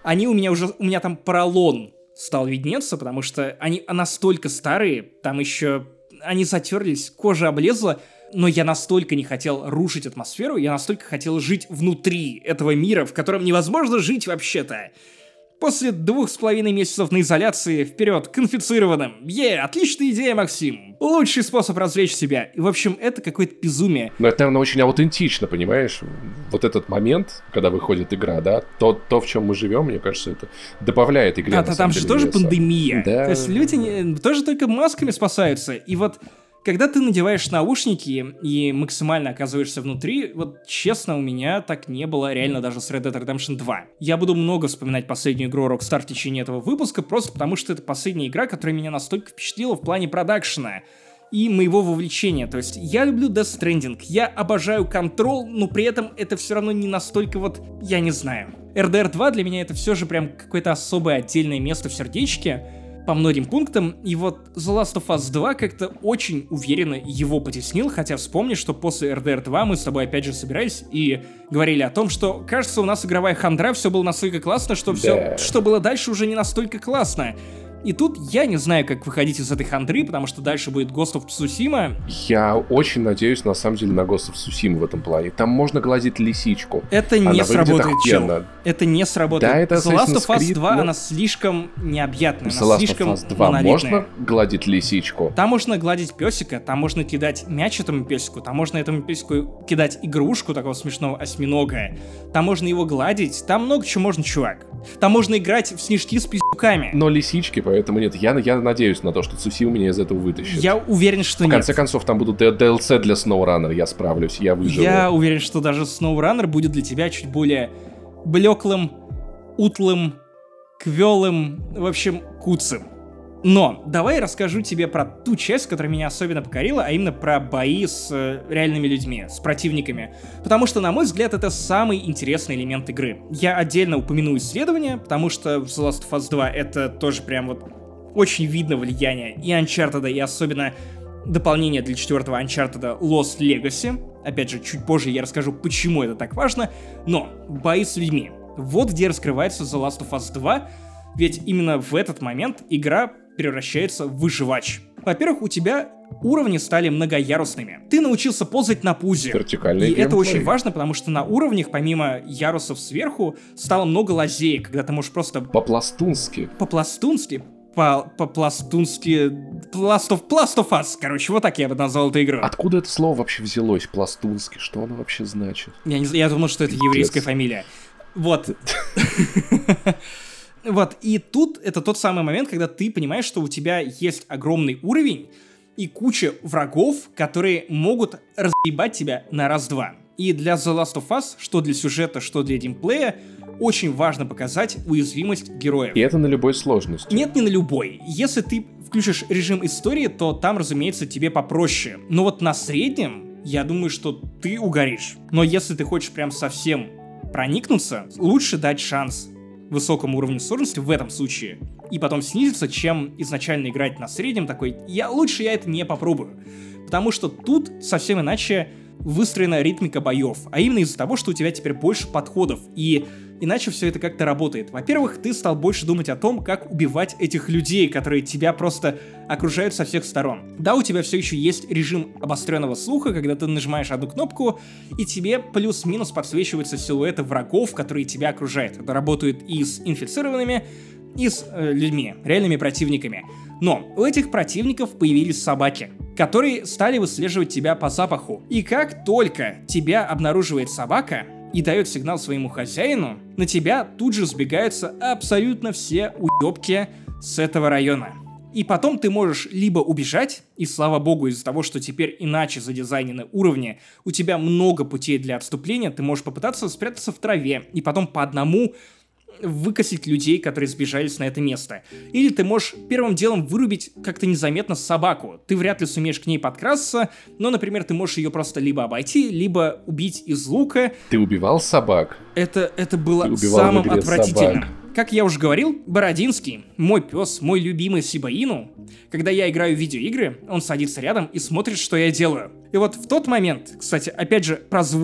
они у меня уже, у меня там поролон стал виднеться, потому что они настолько старые, там еще они затерлись, кожа облезла, но я настолько не хотел рушить атмосферу, я настолько хотел жить внутри этого мира, в котором невозможно жить вообще-то. После двух с половиной месяцев на изоляции, вперед, к инфицированным. Е, отличная идея, Максим. Лучший способ развлечь себя. И, в общем, это какое-то безумие. Но это, наверное, очень аутентично, понимаешь? Вот этот момент, когда выходит игра, да, то, то в чем мы живем, мне кажется, это добавляет игре. А, там же тоже пандемия. Да. То есть люди не, тоже только масками спасаются. И вот... Когда ты надеваешь наушники и максимально оказываешься внутри, вот честно, у меня так не было реально даже с Red Dead Redemption два. Я буду много вспоминать последнюю игру Rockstar в течение этого выпуска, просто потому что это последняя игра, которая меня настолько впечатлила в плане продакшена и моего вовлечения. То есть я люблю Death Stranding, я обожаю Control, но при этом это все равно не настолько вот, я не знаю. эр дэ эр два для меня это все же прям какое-то особое отдельное место в сердечке, по многим пунктам, и вот The Last of Us два как-то очень уверенно его потеснил, хотя вспомни, что после эр дэ эр два мы с тобой опять же собирались и говорили о том, что, кажется, у нас игровая хандра, все было настолько классно, что все, да. что было дальше, уже не настолько классно. И тут я не знаю, как выходить из этой хандры, потому что дальше будет Ghost of Tsushima. Я очень надеюсь, на самом деле, на Ghost of Tsushima в этом плане. Там можно гладить лисичку. Это не она сработает, чел. Это не сработает. Да, это The Last of Us Creed, два, но... она слишком необъятная, The она Last слишком of Us два монолитная. Можно гладить лисичку? Там можно гладить песика, там можно кидать мяч этому песику, там можно этому песику кидать игрушку такого смешного осьминога, там можно его гладить, там много чего можно, чувак. Там можно играть в снежки с пиздюками. Но лисички, поэтому нет. Я, я надеюсь на то, что Цусима меня из этого вытащит. Я уверен, что в нет. В конце концов, там будут ди эл си для SnowRunner, я справлюсь, я выживу. Я уверен, что даже SnowRunner будет для тебя чуть более блеклым, утлым, квелым, в общем, куцым. Но давай я расскажу тебе про ту часть, которая меня особенно покорила, а именно про бои с э, реальными людьми, с противниками. Потому что, на мой взгляд, это самый интересный элемент игры. Я отдельно упомяну исследования, потому что в The Last of Us два это тоже прям вот очень видно влияние и Uncharted, и особенно дополнение для четвертого Uncharted Lost Legacy. Опять же, чуть позже я расскажу, почему это так важно. Но бои с людьми. Вот где раскрывается The Last of Us два, ведь именно в этот момент игра превращается в выживач. Во-первых, у тебя уровни стали многоярусными. Ты научился ползать на пузе. Вертикальный И геймплей. это очень важно, потому что на уровнях, помимо ярусов сверху, стало много лазеек, когда ты можешь просто... По-пластунски. По-пластунски? По-пластунски... Last of, Last of Us, короче, вот так я бы назвал эту игру. Откуда это слово вообще взялось? Пластунски? Что оно вообще значит? Я, не, я думал, что это еврейская фамилия. Вот. Вот, и тут это тот самый момент, когда ты понимаешь, что у тебя есть огромный уровень и куча врагов, которые могут разъебать тебя на раз-два. И для The Last of Us, что для сюжета, что для геймплея, очень важно показать уязвимость героев. И это на любой сложности. Нет, не на любой. Если ты включишь режим истории, то там, разумеется, тебе попроще. Но вот на среднем, я думаю, что ты угоришь. Но если ты хочешь прям совсем проникнуться, лучше дать шанс высокому уровню сложности в этом случае, и потом снизиться, чем изначально играть на среднем такой, я лучше я это не попробую. Потому что тут совсем иначе выстроена ритмика боев, а именно из-за того, что у тебя теперь больше подходов, и иначе все это как-то работает. Во-первых, ты стал больше думать о том, как убивать этих людей, которые тебя просто окружают со всех сторон. Да, у тебя все еще есть режим обостренного слуха, когда ты нажимаешь одну кнопку, и тебе плюс-минус подсвечиваются силуэты врагов, которые тебя окружают. Это работает и с инфицированными, и с э, людьми, реальными противниками. Но у этих противников появились собаки, которые стали выслеживать тебя по запаху. И как только тебя обнаруживает собака и дает сигнал своему хозяину, на тебя тут же сбегаются абсолютно все уёбки с этого района. И потом ты можешь либо убежать, и слава богу, из-за того, что теперь иначе задизайнены уровни, у тебя много путей для отступления, ты можешь попытаться спрятаться в траве, и потом по одному выкосить людей, которые сбежались на это место. Или ты можешь первым делом вырубить как-то незаметно собаку. Ты вряд ли сумеешь к ней подкрасться, но, например, ты можешь ее просто либо обойти, либо убить из лука. Ты убивал собак? Это, это было самым отвратительным. Собак. Как я уже говорил, Бородинский, мой пес, мой любимый Сибаину, когда я играю в видеоигры, он садится рядом и смотрит, что я делаю. И вот в тот момент, кстати, опять же, про звук.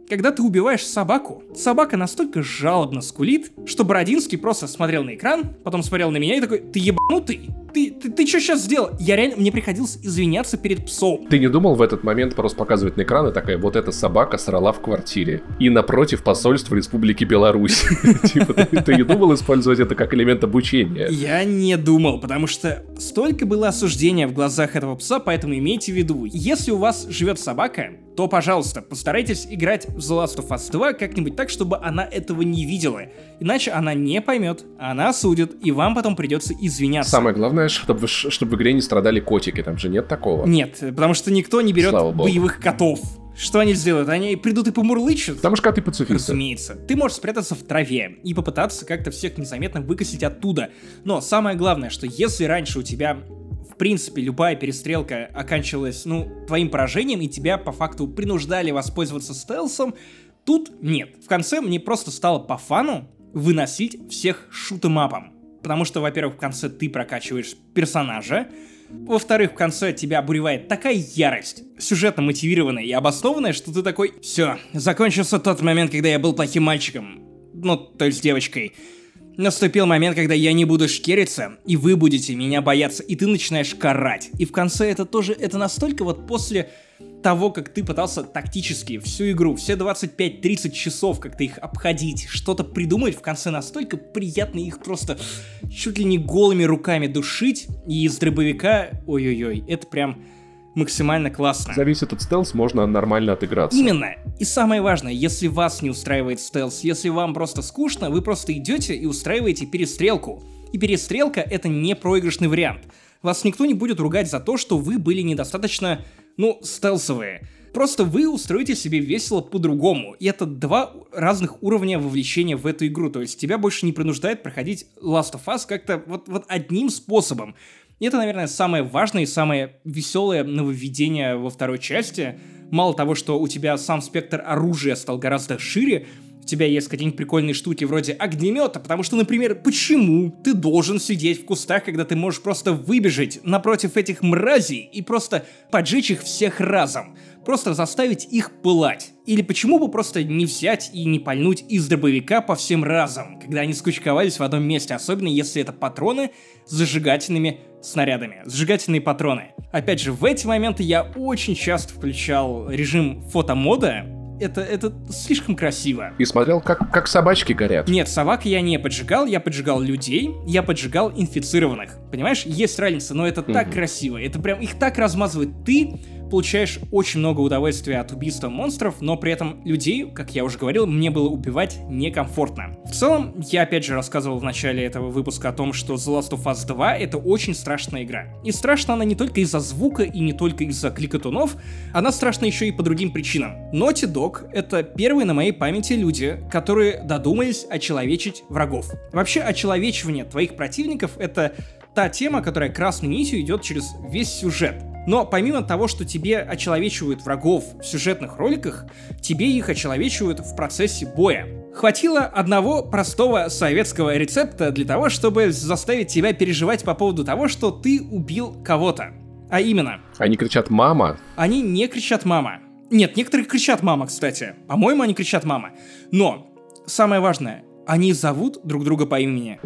когда ты убиваешь собаку, собака настолько жалобно скулит, что Бородинский просто смотрел на экран, потом смотрел на меня и такой: ты ебанутый? Ты, ты, ты что сейчас сделал? Я реально, мне приходилось извиняться перед псом. Ты не думал в этот момент просто показывать на экран и такая: вот эта собака срала в квартире, и напротив посольства Республики Беларусь? Типа, ты не думал использовать это как элемент обучения? Я не думал, потому что столько было осуждения в глазах этого пса, поэтому имейте в виду, если у вас живет собака, то, пожалуйста, постарайтесь играть в The Last of Us два как-нибудь так, чтобы она этого не видела. Иначе она не поймет, она осудит, и вам потом придется извиняться. Самое главное, чтобы, чтобы в игре не страдали котики, там же нет такого. Нет, потому что никто не берет боевых котов. Что они сделают? Они придут и помурлычут? Потому что коты пацифисты. Разумеется. Ты можешь спрятаться в траве и попытаться как-то всех незаметно выкосить оттуда. Но самое главное, что если раньше у тебя, в принципе, любая перестрелка оканчивалась, ну, твоим поражением, и тебя по факту принуждали воспользоваться стелсом, тут нет. В конце мне просто стало по фану выносить всех шутэмапом. Потому что, во-первых, в конце ты прокачиваешь персонажа, во-вторых, в конце тебя обуревает такая ярость, сюжетно мотивированная и обоснованная, что ты такой: все, закончился тот момент, когда я был плохим мальчиком, ну, то есть девочкой. Наступил момент, когда я не буду шкериться, и вы будете меня бояться, и ты начинаешь карать. И в конце это тоже, это настолько вот после того, как ты пытался тактически всю игру, все двадцать пять тридцать часов как-то их обходить, что-то придумать, в конце настолько приятно их просто чуть ли не голыми руками душить, и из дробовика, ой-ой-ой, это прям максимально классно. За весь этот стелс можно нормально отыграться. Именно. И самое важное, если вас не устраивает стелс, если вам просто скучно, вы просто идете и устраиваете перестрелку. И перестрелка — это не проигрышный вариант. Вас никто не будет ругать за то, что вы были недостаточно, ну, стелсовые. Просто вы устроите себе весело по-другому. И это два разных уровня вовлечения в эту игру. То есть тебя больше не принуждает проходить Last of Us как-то вот, вот одним способом. И это, наверное, самое важное и самое веселое нововведение во второй части. Мало того, что у тебя сам спектр оружия стал гораздо шире, у тебя есть какие-нибудь прикольные штуки вроде огнемета, потому что, например, почему ты должен сидеть в кустах, когда ты можешь просто выбежать напротив этих мразей и просто поджечь их всех разом? Просто заставить их пылать. Или почему бы просто не взять и не пальнуть из дробовика по всем разам, когда они скучковались в одном месте, особенно если это патроны с зажигательными снарядами, зажигательные патроны. Опять же, в эти моменты я очень часто включал режим фотомода. Это, это слишком красиво. И смотрел, как, как собачки горят. Нет, собак я не поджигал, я поджигал людей, я поджигал инфицированных. Понимаешь, есть разница, но это mm-hmm. так красиво, это прям их так размазывает. Ты получаешь очень много удовольствия от убийства монстров, но при этом людей, как я уже говорил, мне было убивать некомфортно. В целом, я опять же рассказывал в начале этого выпуска о том, что The Last of Us два — это очень страшная игра. И страшна она не только из-за звука и не только из-за кликотунов, она страшна еще и по другим причинам. Naughty Dog — это первые на моей памяти люди, которые додумались очеловечить врагов. Вообще, очеловечивание твоих противников — это та тема, которая красной нитью идет через весь сюжет. Но помимо того, что тебе очеловечивают врагов в сюжетных роликах, тебе их очеловечивают в процессе боя. Хватило одного простого советского рецепта для того, чтобы заставить тебя переживать по поводу того, что ты убил кого-то. А именно... Они кричат «мама». Они не кричат «мама». Нет, некоторые кричат «мама», кстати. По-моему, они кричат «мама». Но самое важное, они зовут друг друга по имени.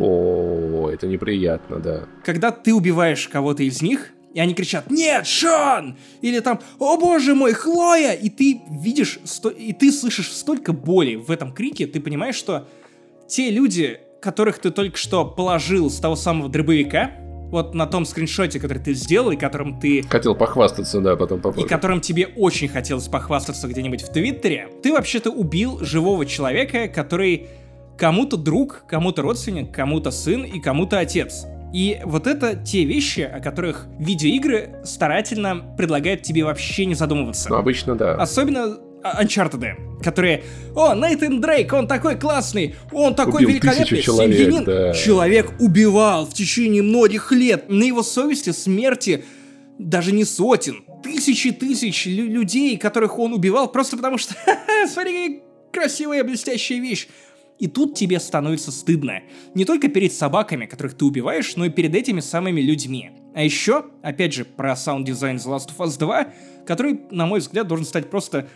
О, это неприятно, да. Когда ты убиваешь кого-то из них, и они кричат «Нет, Шон!» Или там «О боже мой, Хлоя!» И ты видишь, сто... и ты слышишь столько боли в этом крике, ты понимаешь, что те люди, которых ты только что положил с того самого дробовика, вот на том скриншоте, который ты сделал, и которым ты... Хотел похвастаться, да, потом попозже. И которым тебе очень хотелось похвастаться где-нибудь в Твиттере, ты вообще-то убил живого человека, который кому-то друг, кому-то родственник, кому-то сын и кому-то отец. И вот это те вещи, о которых видеоигры старательно предлагают тебе вообще не задумываться. Ну, обычно, да. Особенно Uncharted, которые: «О, Нейтан Дрейк, он такой классный, он такой убил великолепный человек, семьянин». да. Человек убивал в течение многих лет. На его совести смерти даже не сотен, тысячи тысяч лю- людей, которых он убивал просто потому что смотри, какая красивая блестящая вещь. И тут тебе становится стыдно. Не только перед собаками, которых ты убиваешь, но и перед этими самыми людьми. А еще, опять же, про саунд-дизайн The Last of Us два, который, на мой взгляд, должен стать просто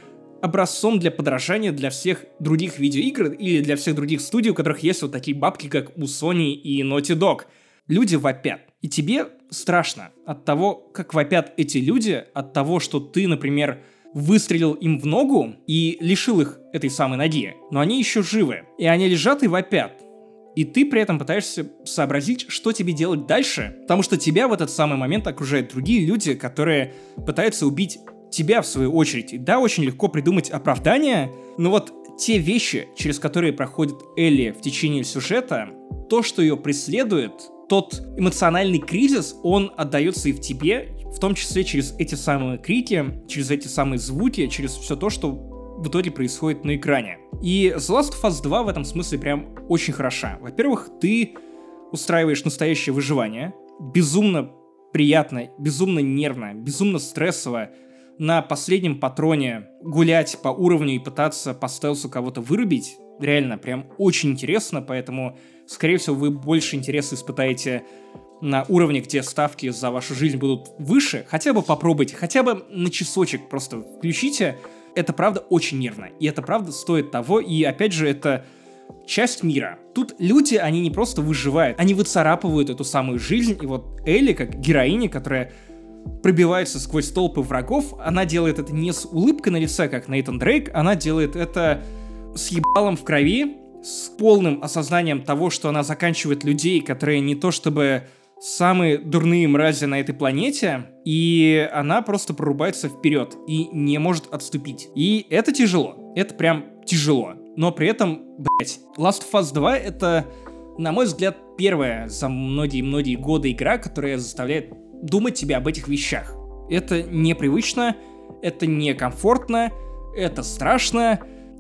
образцом для подражания для всех других видеоигр или для всех других студий, у которых есть вот такие бабки, как у Sony и Naughty Dog. Люди вопят. И тебе страшно от того, как вопят эти люди, от того, что ты, например, выстрелил им в ногу и лишил их этой самой ноги. Но они еще живы. И они лежат и вопят. И ты при этом пытаешься сообразить, что тебе делать дальше, потому что тебя в этот самый момент окружают другие люди, которые пытаются убить тебя в свою очередь. И да, очень легко придумать оправдание, но вот те вещи, через которые проходит Элли в течение сюжета, то, что ее преследует, тот эмоциональный кризис, он отдается и в тебе, в том числе через эти самые крики, через эти самые звуки, через все то, что в итоге происходит на экране. И The Last of Us два в этом смысле прям очень хороша. Во-первых, ты устраиваешь настоящее выживание, безумно приятно, безумно нервно, безумно стрессово, на последнем патроне гулять по уровню и пытаться по стелсу кого-то вырубить, реально прям очень интересно, поэтому, скорее всего, вы больше интереса испытаете на уровне, где ставки за вашу жизнь будут выше. Хотя бы попробуйте, хотя бы на часочек просто включите. Это правда очень нервно, и это правда стоит того, и опять же, это часть мира. Тут люди, они не просто выживают, они выцарапывают эту самую жизнь, и вот Элли, как героиня, которая пробивается сквозь толпы врагов, она делает это не с улыбкой на лице, как Нейтан Дрейк, она делает это с ебалом в крови, с полным осознанием того, что она заканчивает людей, которые не то чтобы самые дурные мрази на этой планете, и она просто прорубается вперед и не может отступить. И это тяжело, это прям тяжело, но при этом, блять, Last of Us два — это, на мой взгляд, первая за многие-многие годы игра, которая заставляет думать тебе об этих вещах. Это непривычно, это некомфортно, это страшно,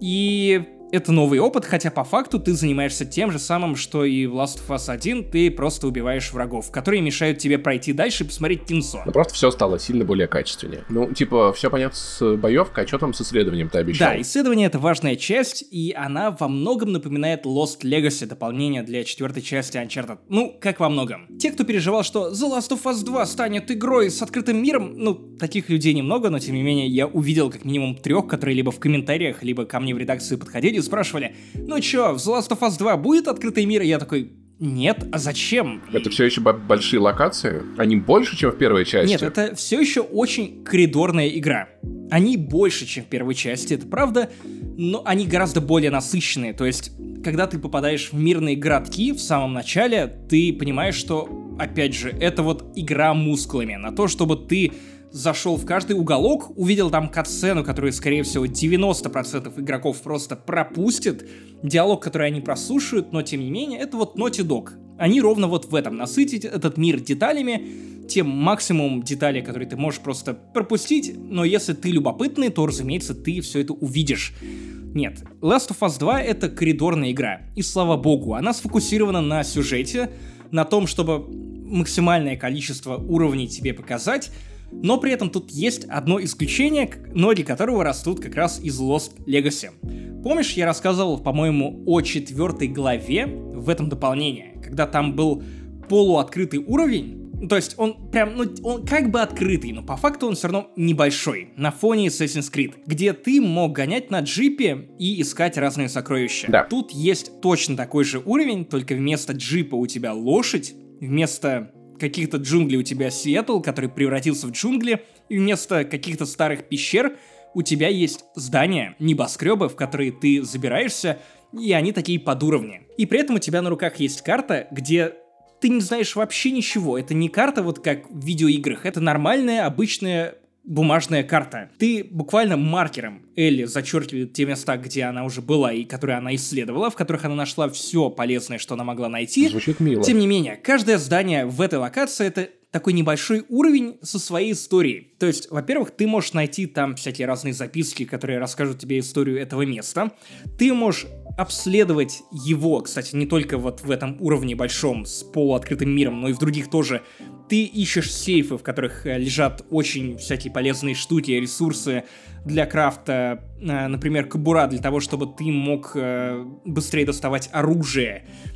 и это новый опыт, хотя по факту ты занимаешься тем же самым, что и в Last of Us один, ты просто убиваешь врагов, которые мешают тебе пройти дальше и посмотреть кинцо. Ну просто все стало сильно более качественнее. Ну, типа, все понятно с боевкой, а что там с исследованием ты обещал? Да, исследование — это важная часть, и она во многом напоминает Lost Legacy, дополнение для четвертой части Uncharted. Ну, как во многом. Те, кто переживал, что The Last of Us два станет игрой с открытым миром, ну, таких людей немного, но тем не менее я увидел как минимум трех, которые либо в комментариях, либо ко мне в редакции подходили и спрашивали: ну чё, в The Last of Us два будет открытый мир? И я такой: нет, а зачем? Это все еще большие локации? Они больше, чем в первой части? Нет, это все еще очень коридорная игра. Они больше, чем в первой части, это правда, но они гораздо более насыщенные. То есть, когда ты попадаешь в мирные городки в самом начале, ты понимаешь, что, опять же, это вот игра мускулами. На то, чтобы ты зашел в каждый уголок, увидел там катсцену, которую, скорее всего, девяносто процентов игроков просто пропустит, диалог, который они прослушают, но, тем не менее, это вот Naughty Dog. Они ровно вот в этом насытить этот мир деталями, тем максимум деталей, которые ты можешь просто пропустить, но если ты любопытный, то, разумеется, ты все это увидишь. Нет, Last of Us два — это коридорная игра, и слава богу, она сфокусирована на сюжете, на том, чтобы максимальное количество уровней тебе показать. Но при этом тут есть одно исключение, ноги которого растут как раз из Lost Legacy. Помнишь, я рассказывал, по-моему, о четвертой главе в этом дополнении, когда там был полуоткрытый уровень? То есть он прям, ну, он как бы открытый, но по факту он все равно небольшой, на фоне Assassin's Creed, где ты мог гонять на джипе и искать разные сокровища. Да. Тут есть точно такой же уровень, только вместо джипа у тебя лошадь, вместо каких-то джунглей у тебя Сиэтл, который превратился в джунгли, и вместо каких-то старых пещер у тебя есть здания, небоскребы, в которые ты забираешься, и они такие под уровни. И при этом у тебя на руках есть карта, где ты не знаешь вообще ничего. Это не карта вот как в видеоиграх, это нормальная, обычная бумажная карта. Ты буквально маркером Элли зачеркивает те места, где она уже была и которые она исследовала, в которых она нашла все полезное, что она могла найти. Звучит мило. Тем не менее, каждое здание в этой локации — это такой небольшой уровень со своей историей. То есть, во-первых, ты можешь найти там всякие разные записки, которые расскажут тебе историю этого места. Ты можешь обследовать его, кстати, не только вот в этом уровне большом с полуоткрытым миром, но и в других тоже. Ты ищешь сейфы, в которых лежат очень всякие полезные штуки, ресурсы для крафта, например, кобура для того, чтобы ты мог быстрее доставать оружие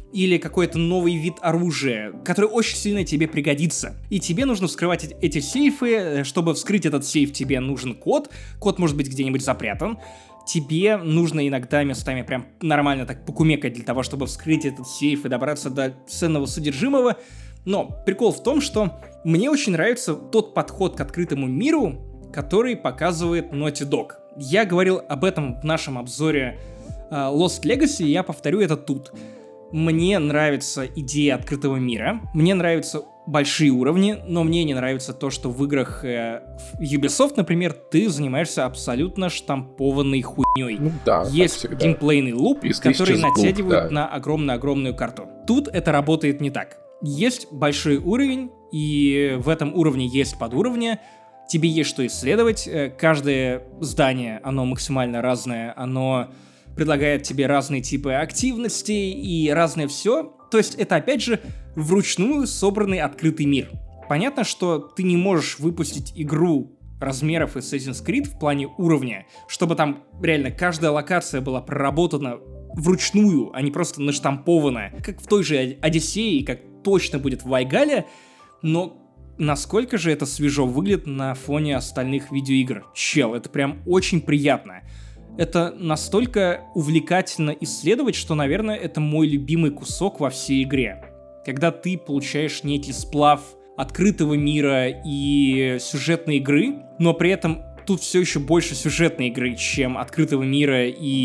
или какой-то новый вид оружия, который очень сильно тебе пригодится. И тебе нужно вскрывать эти сейфы. Чтобы вскрыть этот сейф, тебе нужен код. Код может быть где-нибудь запрятан. Тебе нужно иногда местами прям нормально так покумекать для того, чтобы вскрыть этот сейф и добраться до ценного содержимого. Но прикол в том, что мне очень нравится тот подход к открытому миру, который показывает Naughty Dog. Я говорил об этом в нашем обзоре uh, Lost Legacy, и я повторю это тут. Мне нравится идея открытого мира, мне нравятся большие уровни, но мне не нравится то, что в играх э, в Ubisoft, например, ты занимаешься абсолютно штампованной хуйней. Ну да, есть геймплейный луп, который натягивают да. на огромную-огромную карту. Тут это работает не так. Есть большой уровень, и в этом уровне есть подуровни, тебе есть что исследовать, каждое здание, оно максимально разное, оно предлагает тебе разные типы активностей и разное все. То есть это, опять же, вручную собранный открытый мир. Понятно, что ты не можешь выпустить игру размеров Assassin's Creed в плане уровня, чтобы там реально каждая локация была проработана вручную, а не просто наштампована, как в той же Одиссее, как точно будет в Вайгале, но насколько же это свежо выглядит на фоне остальных видеоигр. Чел, это прям очень приятно. Это настолько увлекательно исследовать, что, наверное, это мой любимый кусок во всей игре. Когда ты получаешь некий сплав открытого мира и сюжетной игры, но при этом тут все еще больше сюжетной игры, чем открытого мира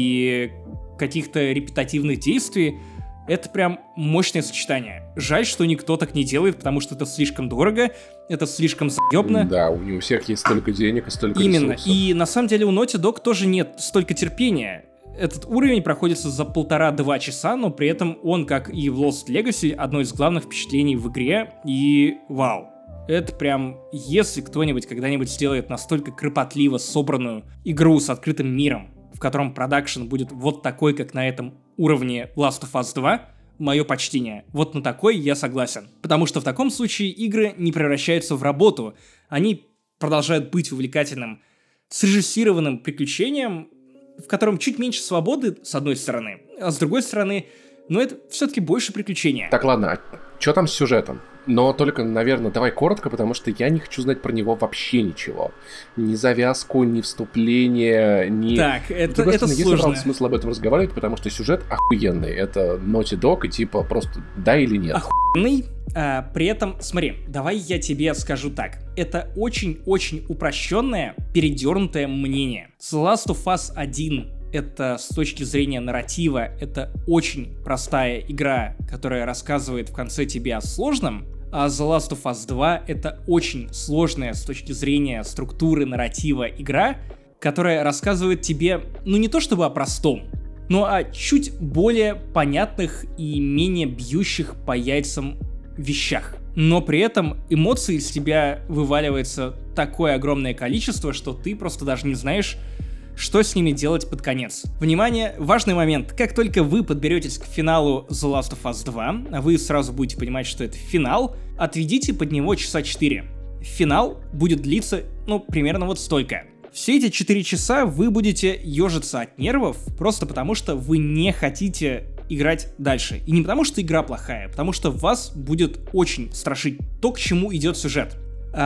и каких-то репетативных действий, это прям мощное сочетание. Жаль, что никто так не делает, потому что это слишком дорого, это слишком заебно. Да, у не у всех есть столько денег и столько Именно. ресурсов. И на самом деле у Naughty Dog тоже нет столько терпения. Этот уровень проходится за полтора-два часа, но при этом он, как и в Lost Legacy, одно из главных впечатлений в игре. И вау. Это прям, если кто-нибудь когда-нибудь сделает настолько кропотливо собранную игру с открытым миром, в котором продакшн будет вот такой, как на этом уровне Last of Us два, мое почтение. Вот на такой я согласен. Потому что в таком случае игры не превращаются в работу. Они продолжают быть увлекательным, срежиссированным приключением, в котором чуть меньше свободы, с одной стороны, а с другой стороны, ну это все-таки больше приключения. Так, ладно, а что там с сюжетом? Но только, наверное, давай коротко, потому что я не хочу знать про него вообще ничего. Ни завязку, ни вступление, ни... Так, это, это есть сложно. Есть смысл об этом разговаривать, потому что сюжет охуенный. Это Naughty Dog, и типа просто да или нет. Охуенный. А, при этом, смотри, давай я тебе скажу так. Это очень-очень упрощенное, передернутое мнение. The Last of Us один это с точки зрения нарратива, это очень простая игра, которая рассказывает в конце тебе о сложном, а The Last of Us два это очень сложная с точки зрения структуры нарратива игра, которая рассказывает тебе, ну не то чтобы о простом, но о чуть более понятных и менее бьющих по яйцам вещах. Но при этом эмоций из тебя вываливается такое огромное количество, что ты просто даже не знаешь, что с ними делать под конец. Внимание, важный момент. Как только вы подберетесь к финалу The Last of Us два, а вы сразу будете понимать, что это финал, отведите под него часа четыре. Финал будет длиться, ну, примерно вот столько. Все эти четыре часа вы будете ежиться от нервов, просто потому что вы не хотите играть дальше. И не потому что игра плохая, потому что вас будет очень страшить то, к чему идет сюжет.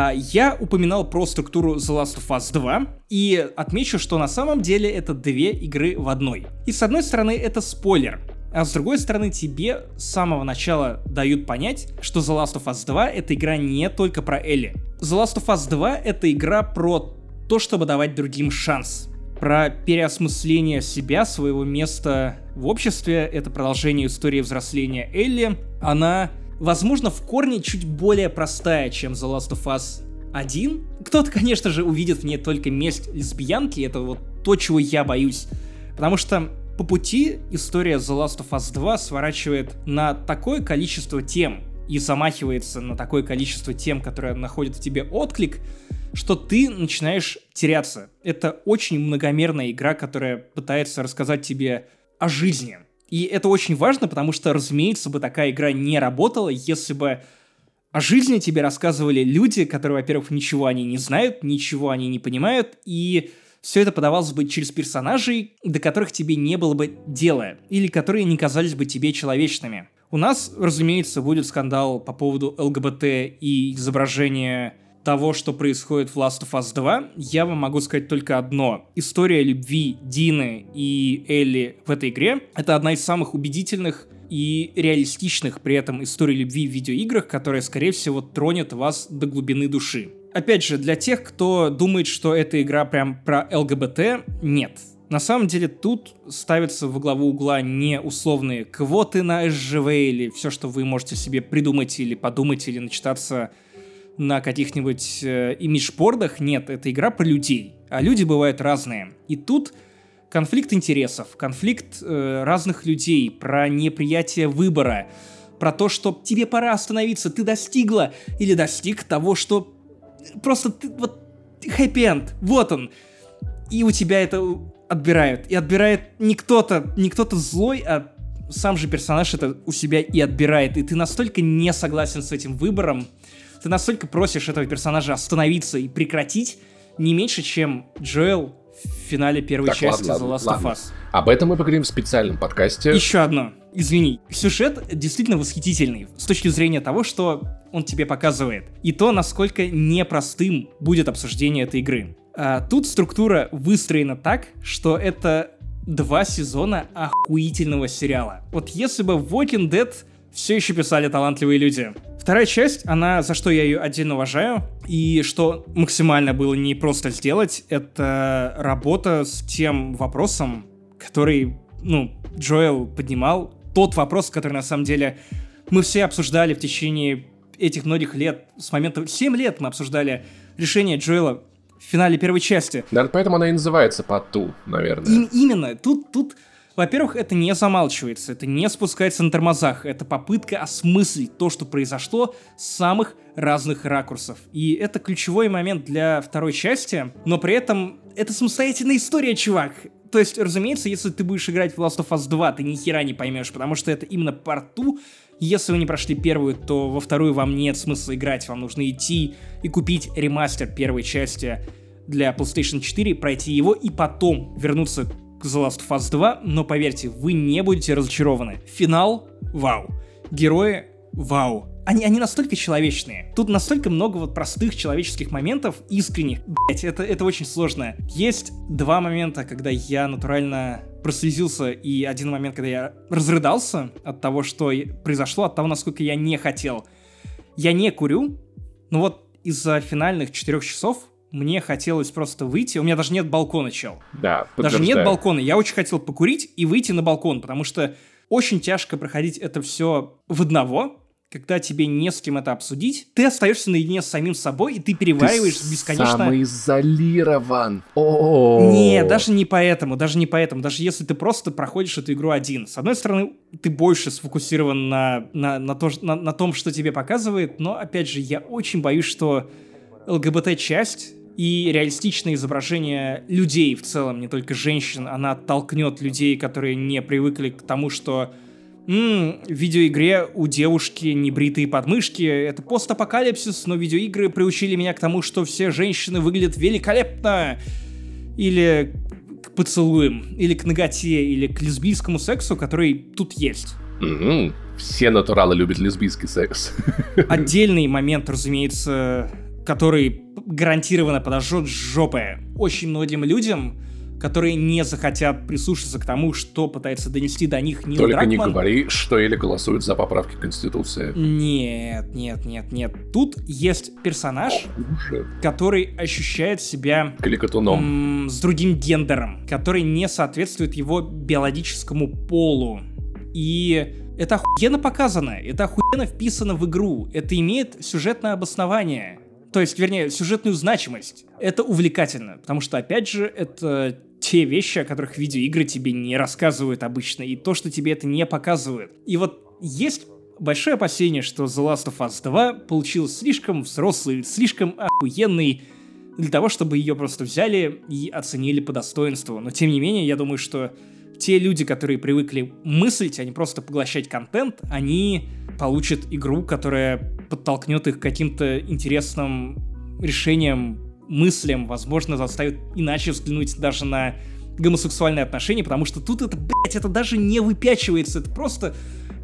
Я упоминал про структуру The Last of Us два, и отмечу, что на самом деле это две игры в одной. И с одной стороны это спойлер, а с другой стороны тебе с самого начала дают понять, что The Last of Us два это игра не только про Элли. The Last of Us два это игра про то, чтобы давать другим шанс. Про переосмысление себя, своего места в обществе, это продолжение истории взросления Элли. Она... возможно, в корне чуть более простая, чем The Last of Us один. Кто-то, конечно же, увидит в ней только месть лесбиянки, это вот то, чего я боюсь. Потому что по пути история The Last of Us два сворачивает на такое количество тем и замахивается на такое количество тем, которые находят в тебе отклик, что ты начинаешь теряться. Это очень многомерная игра, которая пытается рассказать тебе о жизни. И это очень важно, потому что, разумеется, бы такая игра не работала, если бы о жизни тебе рассказывали люди, которые, во-первых, ничего они не знают, ничего они не понимают, и все это подавалось бы через персонажей, до которых тебе не было бы дела, или которые не казались бы тебе человечными. У нас, разумеется, будет скандал по поводу ЛГБТ и изображения того, что происходит в Last of Us два. Я вам могу сказать только одно. История любви Дины и Элли в этой игре — это одна из самых убедительных и реалистичных при этом историй любви в видеоиграх, которая, скорее всего, тронет вас до глубины души. Опять же, для тех, кто думает, что эта игра прям про ЛГБТ, нет. На самом деле тут ставятся во главу угла не условные квоты на эс жи ви или все, что вы можете себе придумать или подумать, или начитаться на каких-нибудь э, имидж-бордах. Нет, это игра про людей. А люди бывают разные. И тут конфликт интересов, конфликт э, разных людей, про неприятие выбора, про то, что тебе пора остановиться, ты достигла или достиг того, что просто ты, вот хэппи-энд, вот он. И у тебя это отбирают. И отбирает не кто-то, не кто-то злой, а сам же персонаж это у себя и отбирает. И ты настолько не согласен с этим выбором, ты настолько просишь этого персонажа остановиться и прекратить, не меньше, чем Джоэл в финале первой так, части ладно, The Last ладно. of Us. Об этом мы поговорим в специальном подкасте. Еще одно. Извини. Сюжет действительно восхитительный с точки зрения того, что он тебе показывает. И то, насколько непростым будет обсуждение этой игры. А, тут структура выстроена так, что это два сезона охуительного сериала. Вот если бы Walking Dead все еще писали талантливые люди. Вторая часть, она, за что я ее отдельно уважаю, и что максимально было не просто сделать, это работа с тем вопросом, который, ну, Джоэл поднимал. Тот вопрос, который, на самом деле, мы все обсуждали в течение этих многих лет, с момента... семь лет мы обсуждали решение Джоэла в финале первой части. Да, поэтому она и называется «Part два», наверное. И, именно. Тут, тут, во-первых, это не замалчивается, это не спускается на тормозах, это попытка осмыслить то, что произошло с самых разных ракурсов. И это ключевой момент для второй части, но при этом это самостоятельная история, чувак. То есть, разумеется, если ты будешь играть в Last of Us два, ты ни хера не поймешь, потому что это именно Part два. Если вы не прошли первую, то во вторую вам нет смысла играть, вам нужно идти и купить ремастер первой части для PlayStation четыре, пройти его и потом вернуться к The Last of Us два, но поверьте, вы не будете разочарованы. Финал — вау. Герои — вау. Они, они настолько человечные. Тут настолько много вот простых человеческих моментов, искренних. Блять, это, это очень сложно. Есть два момента, когда я натурально прослезился, и один момент, когда я разрыдался от того, что произошло, от того, насколько я не хотел. Я не курю, но вот из-за финальных четырех часов мне хотелось просто выйти. У меня даже нет балкона, чел. Да, даже нет балкона. Я очень хотел покурить и выйти на балкон, потому что очень тяжко проходить это все в одного, когда тебе не с кем это обсудить. Ты остаешься наедине с самим собой, и ты перевариваешь ты бесконечно... самоизолирован. О-о-о. Не, даже не поэтому, даже не поэтому. Даже если ты просто проходишь эту игру один. С одной стороны, ты больше сфокусирован на, на, на, то, на, на том, что тебе показывает, но, опять же, я очень боюсь, что ЛГБТ-часть и реалистичное изображение людей в целом, не только женщин, она оттолкнет людей, которые не привыкли к тому, что м-м, в видеоигре у девушки небритые подмышки, это постапокалипсис, но видеоигры приучили меня к тому, что все женщины выглядят великолепно. Или к поцелуям, или к наготе, или к лесбийскому сексу, который тут есть. Mm-hmm. Все натуралы любят лесбийский секс. Отдельный момент, разумеется, который гарантированно подожжет жопы очень многим людям, которые не захотят прислушаться к тому, что пытается донести до них Нил Только Дракман. не говори, что или голосуют за поправки к Конституции. Нет, нет, нет, нет. Тут есть персонаж, О, который ощущает себя Кликотуном. м- с другим гендером, который не соответствует его биологическому полу. И это охуенно показано, это охуенно вписано в игру, это имеет сюжетное обоснование. То есть, вернее, сюжетную значимость. Это увлекательно, потому что, опять же, это те вещи, о которых видеоигры тебе не рассказывают обычно, и то, что тебе это не показывают. И вот есть большое опасение, что The Last of Us два получилась слишком взрослый, слишком охуенный для того, чтобы ее просто взяли и оценили по достоинству. Но, тем не менее, я думаю, что те люди, которые привыкли мыслить, а не просто поглощать контент, они получат игру, которая подтолкнет их к каким-то интересным решениям, мыслям, возможно, заставит иначе взглянуть даже на гомосексуальные отношения, потому что тут это, блядь, это даже не выпячивается, это просто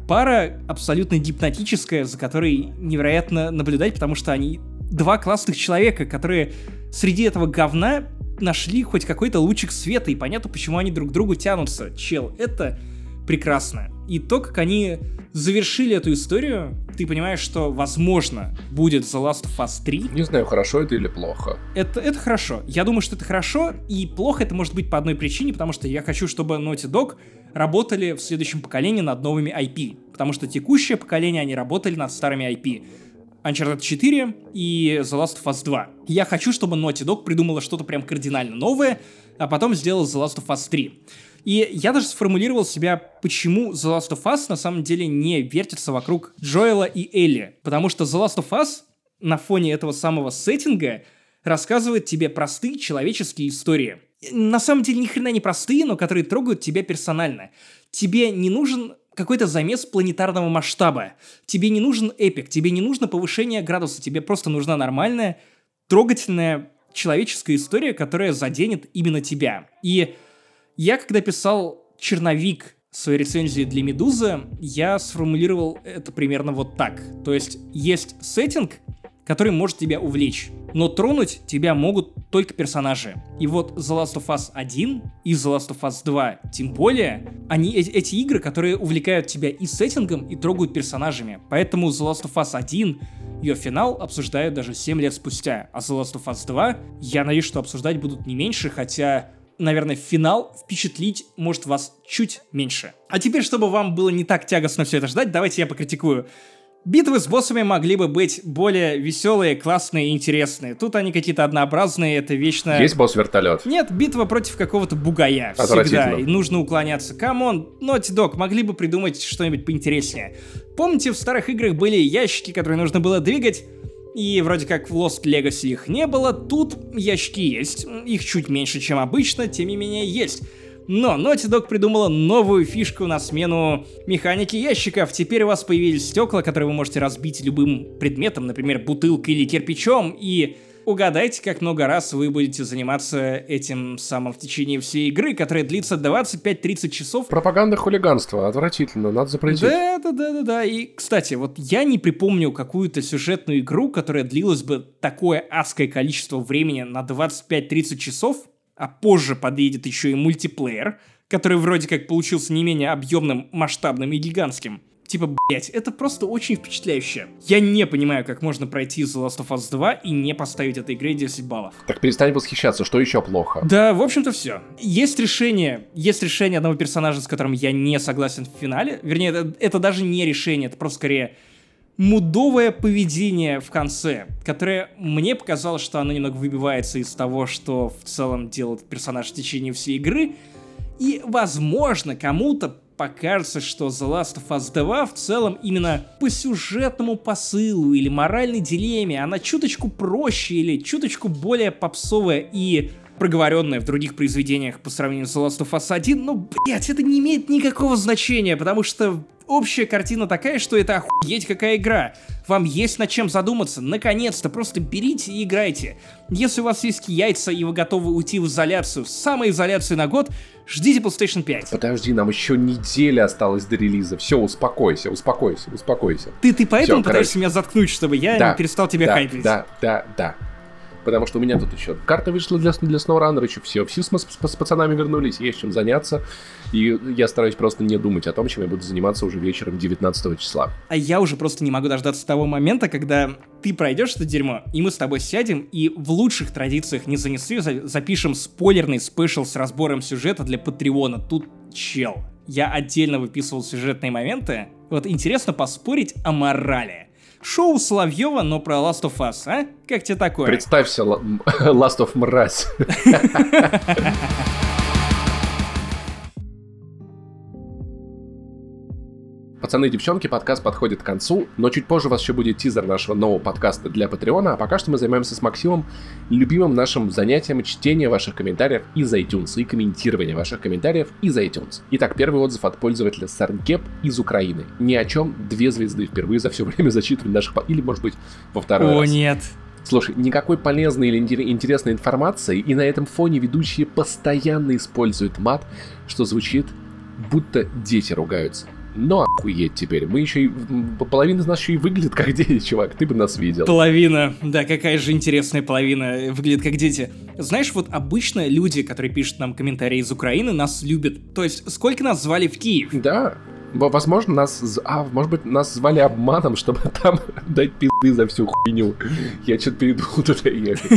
пара абсолютно гипнотическая, за которой невероятно наблюдать, потому что они два классных человека, которые среди этого говна нашли хоть какой-то лучик света, и понятно, почему они друг к другу тянутся. Чел, это прекрасно. И то, как они завершили эту историю, ты понимаешь, что, возможно, будет The Last of Us три. Не знаю, хорошо это или плохо. Это, это хорошо. Я думаю, что это хорошо, и плохо это может быть по одной причине, потому что я хочу, чтобы Naughty Dog работали в следующем поколении над новыми ай пи. Потому что текущее поколение, они работали над старыми ай пи. Uncharted четыре и The Last of Us два. Я хочу, чтобы Naughty Dog придумала что-то прям кардинально новое, а потом сделала The Last of Us три. И я даже сформулировал себя, почему The Last of Us на самом деле не вертится вокруг Джоэла и Элли. Потому что The Last of Us на фоне этого самого сеттинга рассказывает тебе простые человеческие истории. На самом деле ни хрена не простые, но которые трогают тебя персонально. Тебе не нужен какой-то замес планетарного масштаба. Тебе не нужен эпик, тебе не нужно повышение градуса, тебе просто нужна нормальная, трогательная человеческая история, которая заденет именно тебя. И я, когда писал черновик своей рецензии для «Медузы», я сформулировал это примерно вот так. То есть, есть сеттинг, который может тебя увлечь, но тронуть тебя могут только персонажи. И вот The Last of Us один и The Last of Us два, тем более, они, э- эти игры, которые увлекают тебя и сеттингом, и трогают персонажами. Поэтому The Last of Us один, ее финал обсуждают даже семь лет спустя, а The Last of Us два, я надеюсь, что обсуждать будут не меньше, хотя... Наверное, финал впечатлить может вас чуть меньше. А теперь, чтобы вам было не так тягостно все это ждать, давайте я покритикую. Битвы с боссами могли бы быть более веселые, классные и интересные. Тут они какие-то однообразные, это вечно... Есть босс-вертолет? Нет, битва против какого-то бугая. Всегда. И нужно уклоняться. Камон, Naughty Dog, могли бы придумать что-нибудь поинтереснее. Помните, в старых играх были ящики, которые нужно было двигать? И вроде как в Lost Legacy их не было, тут ящики есть, их чуть меньше, чем обычно, тем не менее есть. Но Naughty Dog придумала новую фишку на смену механики ящиков. Теперь у вас появились стекла, которые вы можете разбить любым предметом, например, бутылкой или кирпичом, и угадайте, как много раз вы будете заниматься этим самым в течение всей игры, которая длится двадцать пять тридцать часов. Пропаганда хулиганства, отвратительно, надо запретить. Да, да, да, да, да. И, кстати, вот я не припомню какую-то сюжетную игру, которая длилась бы такое адское количество времени на двадцать пять тридцать часов, а позже подъедет еще и мультиплеер, который вроде как получился не менее объемным, масштабным и гигантским. Типа, блять, это просто очень впечатляюще. Я не понимаю, как можно пройти The Last of Us два и не поставить этой игре десять баллов. Так перестань восхищаться, что еще плохо? Да, в общем-то все. Есть решение, есть решение одного персонажа, с которым я не согласен в финале. Вернее, это, это даже не решение, это просто скорее мудовое поведение в конце, которое мне показалось, что оно немного выбивается из того, что в целом делает персонаж в течение всей игры. И, возможно, кому-то покажется, что The Last of Us два в целом именно по сюжетному посылу или моральной дилемме она чуточку проще или чуточку более попсовая и проговоренная в других произведениях по сравнению с The Last of Us один, но, блять, это не имеет никакого значения, потому что общая картина такая, что это охуеть какая игра. Вам есть над чем задуматься. Наконец-то, просто берите и играйте. Если у вас есть яйца и вы готовы уйти в изоляцию, самоизоляцию на год, ждите PlayStation пять. Подожди, нам еще неделя осталась до релиза. Все, успокойся, успокойся, успокойся. Ты, ты поэтому Всё, пытаешься короче... меня заткнуть, чтобы я да, не перестал тебя да, хайпить? Да, да, да. Потому что у меня тут еще карта вышла для, для SnowRunner, еще все, все с, с, с пацанами вернулись, есть чем заняться. И я стараюсь просто не думать о том, чем я буду заниматься уже вечером девятнадцатого числа. А я уже просто не могу дождаться того момента, когда ты пройдешь это дерьмо, и мы с тобой сядем, и в лучших традициях не занесли, запишем спойлерный спешл с разбором сюжета для Патреона. Тут чел. Я отдельно выписывал сюжетные моменты. Вот интересно поспорить о морали. Шоу Соловьева, но про Last of Us, а? Как тебе такое? Представься, Last of Мразь. Пацаны и девчонки, подкаст подходит к концу, но чуть позже у вас еще будет тизер нашего нового подкаста для Патреона, а пока что мы займемся с Максимом любимым нашим занятием чтения ваших комментариев из iTunes и комментирования ваших комментариев из iTunes. Итак, первый отзыв от пользователя Сарнкеп из Украины. Ни о чем, две звезды впервые за все время зачитывали наших... Или, может быть, во второй О, раз. О, нет. Слушай, никакой полезной или интересной информации, и на этом фоне ведущие постоянно используют мат, что звучит, будто дети ругаются. Но охуеть теперь. Мы еще и... Половина из нас еще и выглядит как дети, чувак. Ты бы нас видел. Половина. Да, какая же интересная половина выглядит как дети. Знаешь, вот обычно люди, которые пишут нам комментарии из Украины, нас любят. То есть, сколько нас звали в Киев? Да. Возможно, нас... А, может быть, нас звали обманом, чтобы там дать пизды за всю хуйню. Я что-то передумал туда ехать.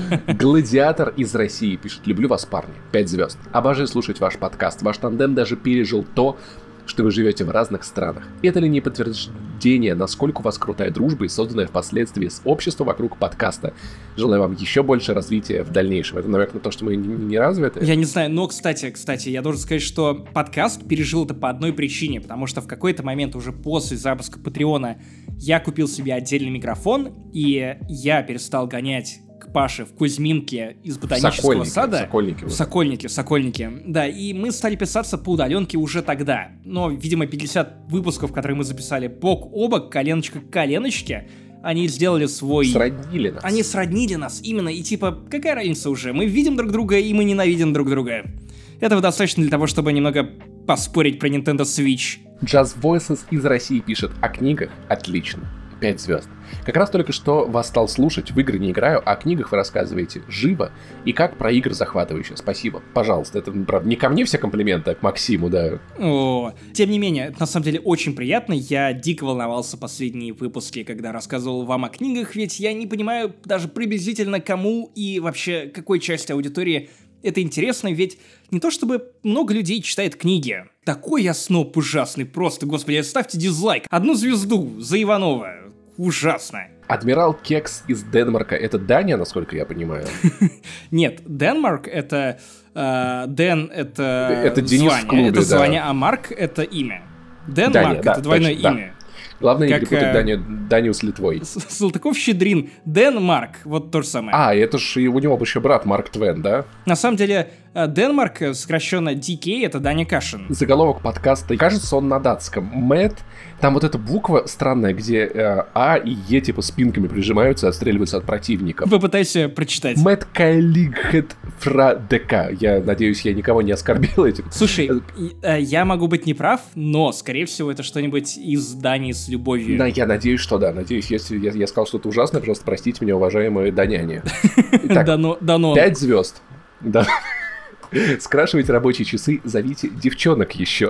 Гладиатор из России пишет: люблю вас, парни. Пять звезд. Обожаю слушать ваш подкаст. Ваш тандем даже пережил то, что вы живете в разных странах. Это ли не подтверждение, насколько у вас крутая дружба и созданная впоследствии с обществом вокруг подкаста? Желаю вам еще больше развития в дальнейшем. Это намек на то, что мы не, не развиты? Я не знаю, но, кстати, кстати, я должен сказать, что подкаст пережил это по одной причине, потому что в какой-то момент уже после запуска Патреона я купил себе отдельный микрофон, и я перестал гонять к Паше в Кузьминке из ботанического Сокольники, сада. Сокольники. В Сокольнике, в Сокольнике. Да, и мы стали писаться по удаленке уже тогда. Но, видимо, пятьдесят выпусков, которые мы записали бок о бок, коленочка к коленочке, они сделали свой... Сроднили нас. Они сроднили нас, именно. И типа, какая разница уже? Мы видим друг друга, и мы ненавидим друг друга. Этого достаточно для того, чтобы немного поспорить про Nintendo Switch. Jazz Voices из России пишет: о книгах отлично. Пять звезд. Как раз только что вас стал слушать, в игры не играю, а о книгах вы рассказываете живо и как про игры захватывающе. Спасибо. Пожалуйста, это, правда, не ко мне все комплименты, а к Максиму, да. О, тем не менее, это на самом деле очень приятно. Я дико волновался последние выпуски, когда рассказывал вам о книгах, ведь я не понимаю даже приблизительно кому и вообще какой части аудитории это интересно, ведь не то чтобы много людей читает книги. Такой я сноб ужасный, просто, господи, ставьте дизлайк. Одну звезду за Иванова. Ужасно. Адмирал Кекс из Денмарка — это Дания, насколько я понимаю? Нет, Денмарк — это... Э, Дэн — это Это Денис звание, в клубе, это да. звание, а Марк — это имя. Денмарк Дания, — это да, двойное точно, имя. да. Главное не Как, перепутать э, Данию, Данию с Литвой. Салтыков-Щедрин, Денмарк, вот то же самое. А, это ж и у него еще брат Марк Твен, да? На самом деле, Денмарк, сокращенно ди кей, это Даня Кашин. Заголовок подкаста, кажется, он на датском. Мэтт, там вот эта буква странная, где э, А и Е типа спинками прижимаются и отстреливаются от противников. Попытайся прочитать. Мэтт Кайлигхет Фрадека. Я надеюсь, я никого не оскорбил этим. Слушай, э, я могу быть неправ, но, скорее всего, это что-нибудь из Дании с любовью. Да, я надеюсь, что да. Надеюсь, если я, я сказал что-то ужасное, пожалуйста, простите меня, уважаемые даняне. Итак, Дано, дано. пять звезд. Да. Скрашивайте рабочие часы, зовите девчонок еще.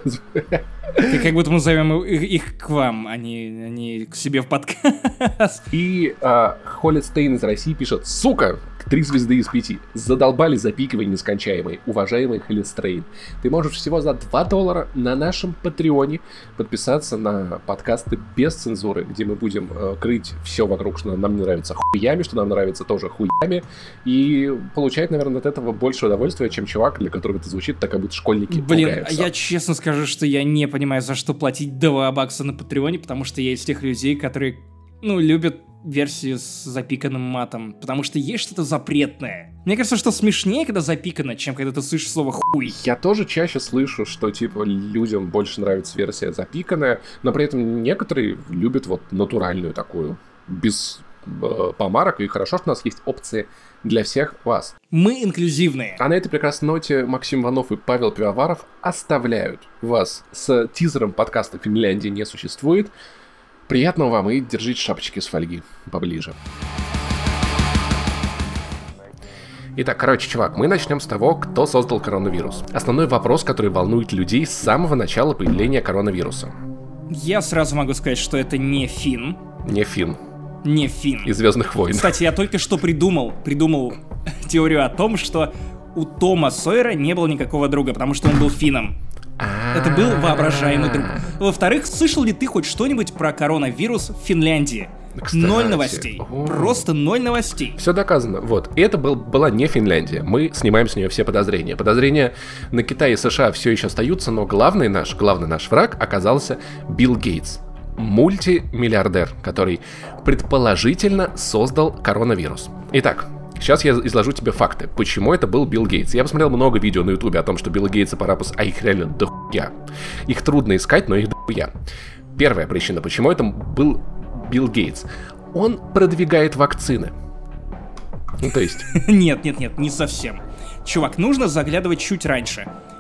Как будто мы зовем их, их к вам, а не, а не к себе в подкаст. И а, Холлистейн из России пишет: сука, три звезды из пяти. Задолбали запикивание нескончаемые. Уважаемый Холлистрейн, ты можешь всего за два доллара на нашем Патреоне подписаться на подкасты без цензуры, где мы будем э, крыть все вокруг, что нам не нравится хуями, что нам нравится тоже хуями, и получать, наверное, от этого больше удовольствия, чем чувак, для которого это звучит так, как будто школьники Блин, ругаются. я честно скажу, что я не понимаю, за что платить два бакса на Патреоне, потому что я из тех людей, которые, ну, любят версии с запиканным матом, потому что есть что-то запретное. Мне кажется, что смешнее, когда запикано, чем когда ты слышишь слово «хуй». Я тоже чаще слышу, что, типа, людям больше нравится версия запиканная, но при этом некоторые любят вот натуральную такую, без э, помарок, и хорошо, что у нас есть опции для всех вас. Мы инклюзивные. А на этой прекрасной ноте Максим Иванов и Павел Пивоваров оставляют вас с тизером подкаста «Финляндии не существует». Приятного вам и держите шапочки с фольги поближе. Итак, короче, чувак, мы начнем с того, кто создал коронавирус. Основной вопрос, который волнует людей с самого начала появления коронавируса. Я сразу могу сказать, что это не Финн. Не Финн. Не Финн. Из «Звездных войн». Кстати, я только что придумал, придумал теорию о том, что у Тома Сойера не было никакого друга, потому что он был финном. Это был воображаемый друг. Во-вторых, слышал ли ты хоть что-нибудь про коронавирус в Финляндии? Кстати. Ноль новостей. О. Просто ноль новостей. Все доказано. Вот. И это был, была не Финляндия. Мы снимаем с нее все подозрения. Подозрения на Китай и США все еще остаются, но главный наш, главный наш враг оказался Билл Гейтс. Мультимиллиардер, который предположительно создал коронавирус. Итак, сейчас я изложу тебе факты, почему это был Билл Гейтс. Я посмотрел много видео на ютубе о том, что Билла Гейтса пора пос... А их реально дохуя. Их трудно искать, но их дохуя. Первая причина, почему это был Билл Гейтс. Он продвигает вакцины. Ну, то есть... Нет, нет, нет, не совсем. Чувак, нужно заглядывать чуть раньше.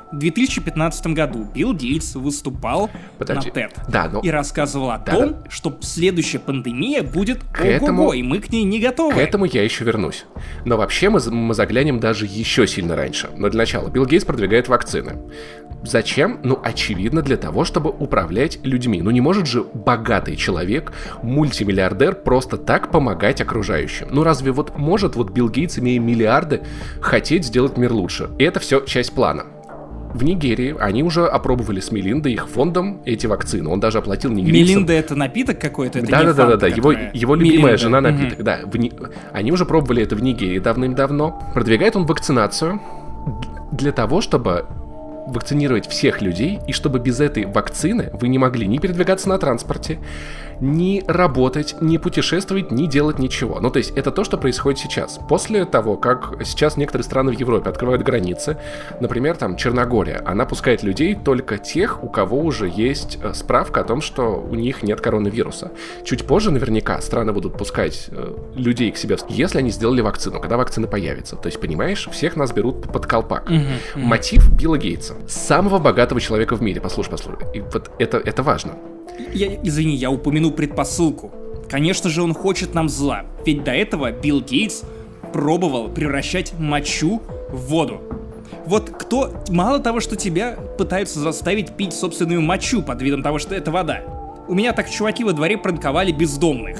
В две тысячи пятнадцатом году Билл Гейтс выступал Подожди. на TED да, но... и рассказывал о да, том, да. что следующая пандемия будет к ого-го, этому... и мы к ней не готовы. К этому я еще вернусь. Но вообще мы, мы заглянем даже еще сильно раньше. Но для начала Билл Гейтс продвигает вакцины. Зачем? Ну, очевидно, для того, чтобы управлять людьми. Ну, не может же богатый человек, мультимиллиардер, просто так помогать окружающим. Ну, разве вот может вот Билл Гейтс, имея миллиарды, хотеть сделать мир лучше? И это все часть плана. В Нигерии они уже опробовали с Мелиндой, их фондом, эти вакцины. Он даже оплатил нигерийцам. Мелинда — это напиток какой-то? Это Да-да-да, его, его любимая Мелинда. жена напиток. Угу. Да, в Ни... Они уже пробовали это в Нигерии давным-давно. Продвигает он вакцинацию для того, чтобы вакцинировать всех людей, и чтобы без этой вакцины вы не могли ни передвигаться на транспорте, ни работать, ни путешествовать, ни делать ничего. Ну, то есть, это то, что происходит сейчас. После того, как сейчас некоторые страны в Европе открывают границы, например, там, Черногория, она пускает людей только тех, у кого уже есть справка о том, что у них нет коронавируса. Чуть позже, наверняка, страны будут пускать э, людей к себе, если они сделали вакцину, когда вакцина появится. То есть, понимаешь, всех нас берут под колпак. Uh-huh, uh-huh. Мотив Билла Гейтса, самого богатого человека в мире, послушай, послушай, и вот это, это важно. Я, извини, я упомяну предпосылку. Конечно же, он хочет нам зла, ведь до этого Билл Гейтс пробовал превращать мочу в воду. Вот кто... Мало того, что тебя пытаются заставить пить собственную мочу под видом того, что это вода. У меня так чуваки во дворе пранковали бездомных.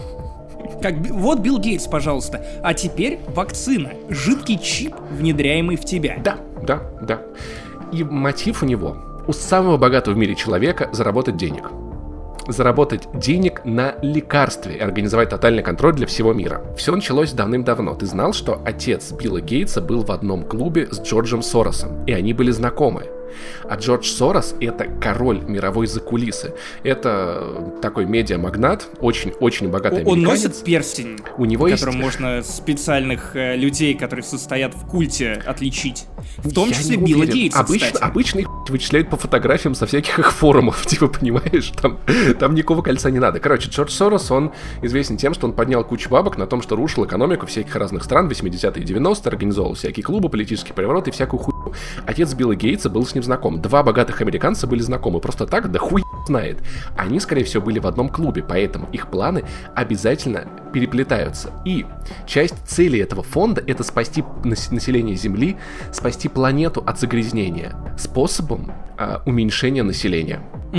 Как, вот Билл Гейтс, пожалуйста. А теперь вакцина. Жидкий чип, внедряемый в тебя. Да, да, да. И мотив у него, у самого богатого в мире человека, заработать денег. Заработать денег на лекарстве и организовать тотальный контроль для всего мира. Все началось давным-давно. Ты знал, что отец Билла Гейтса был в одном клубе с Джорджем Соросом, и они были знакомы. А Джордж Сорос — это король мировой закулисы. Это такой медиамагнат, очень-очень богатый Он американец. носит перстень, у него по есть... которому можно специальных э, людей, которые состоят в культе, отличить. В том Я числе не Билла уверен. Гейтса, Обычно, кстати. обычно их вычисляют по фотографиям со всяких их форумов, типа, понимаешь, там, там никакого кольца не надо. Короче, Джордж Сорос, он известен тем, что он поднял кучу бабок на том, что рушил экономику всяких разных стран, восьмидесятые и девяностые, организовал всякие клубы, политические перевороты и всякую хуйню. Отец Билла Гейтса был с ним знаком. Два богатых американца были знакомы. Просто так, да хуй знает. Они, скорее всего, были в одном клубе, поэтому их планы обязательно переплетаются. И часть цели этого фонда — это спасти население Земли, спасти планету от загрязнения способом э, уменьшения населения.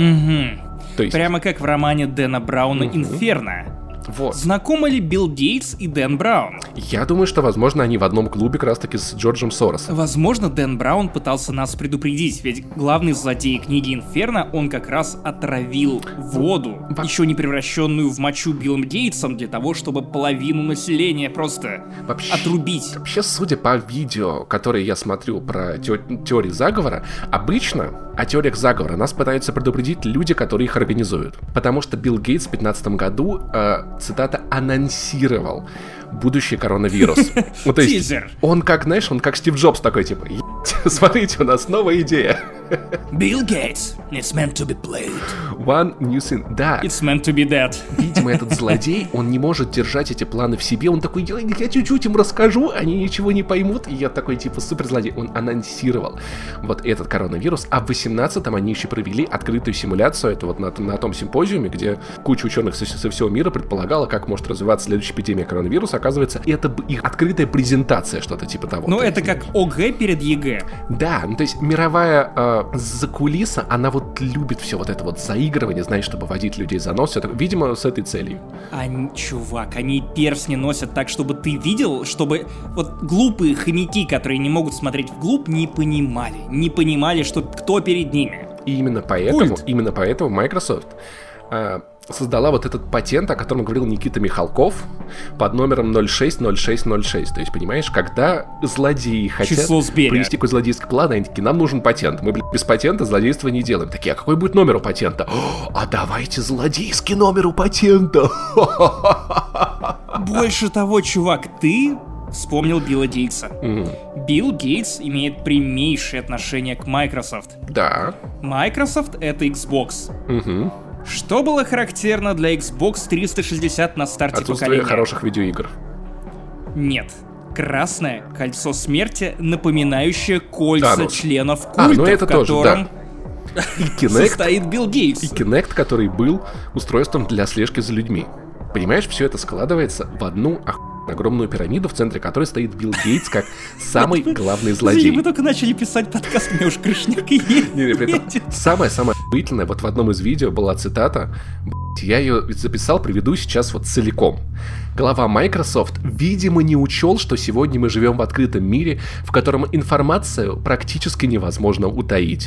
Угу. То есть... Прямо как в романе Дэна Брауна угу. «Инферно». Вот. Знакомы ли Билл Гейтс и Дэн Браун? Я думаю, что, возможно, они в одном клубе как раз-таки с Джорджем Соросом. Возможно, Дэн Браун пытался нас предупредить, ведь главный злодей книги «Инферно», он как раз отравил воду, Во... еще не превращенную в мочу Биллом Гейтсом, для того, чтобы половину населения просто вообще, отрубить. Вообще, судя по видео, которые я смотрю про те... теории заговора, обычно о теориях заговора нас пытаются предупредить люди, которые их организуют. Потому что Билл Гейтс в две тысячи пятнадцатом году, э, цитата, анонсировал будущий коронавирус. Ну, то есть, он как, знаешь, он как Стив Джобс такой, типа, смотрите, у нас новая идея. Билл Гейтс, it's meant to be played. One new thing, да. It's meant to be dead. Видимо, этот злодей, он не может держать эти планы в себе, он такой, я, я чуть-чуть им расскажу, они ничего не поймут, и я такой, типа, суперзлодей. Он анонсировал вот этот коронавирус, а в восемнадцатом они еще провели открытую симуляцию, это вот на, на том симпозиуме, где куча ученых со, со всего мира предполагала, как может развиваться следующая эпидемия коронавируса. Оказывается, это их открытая презентация, что-то типа того. Ну, это есть, как ОГЭ перед ЕГЭ. Да, ну то есть мировая э, закулиса, она вот любит все вот это вот заигрывание, знаешь, чтобы водить людей за нос, все такое, видимо, с этой целью. Они, чувак, они перстни носят так, чтобы ты видел, чтобы вот глупые хомяки, которые не могут смотреть вглубь, не понимали, не понимали, что кто перед ними. И именно поэтому, Культ. именно поэтому Microsoft э, создала вот этот патент, о котором говорил Никита Михалков, под номером ноль шесть ноль шесть ноль шесть. То есть, понимаешь, когда злодеи хотят провести какой злодейский план, они такие, нам нужен патент. Мы, блин, без патента злодейства не делаем. Такие, а какой будет номер у патента? А давайте злодейский номер у патента. Больше того, чувак, ты вспомнил Билла Гейтса. Mm. Билл Гейтс имеет прямейшее отношение к Microsoft. Да. Microsoft — это Xbox. Угу. Что было характерно для Xbox триста шестьдесят на старте Отсутствие поколения? хороших видеоигр. Нет. красное кольцо смерти, напоминающее кольца а, ну... членов культа, а, ну это в котором... тоже, да. И Kinect, состоит Билл Гейтс. И Kinect, который был устройством для слежки за людьми. Понимаешь, все это складывается в одну охуенную огромную пирамиду, в центре которой стоит Билл Гейтс как самый главный злодей. Мы только начали писать подкаст, у меня уж крышняк и едет. Самое-самое охуительное, вот в одном из видео была цитата, я ее записал, приведу сейчас вот целиком. Глава Microsoft, видимо, не учел, что сегодня мы живем в открытом мире, в котором информацию практически невозможно утаить.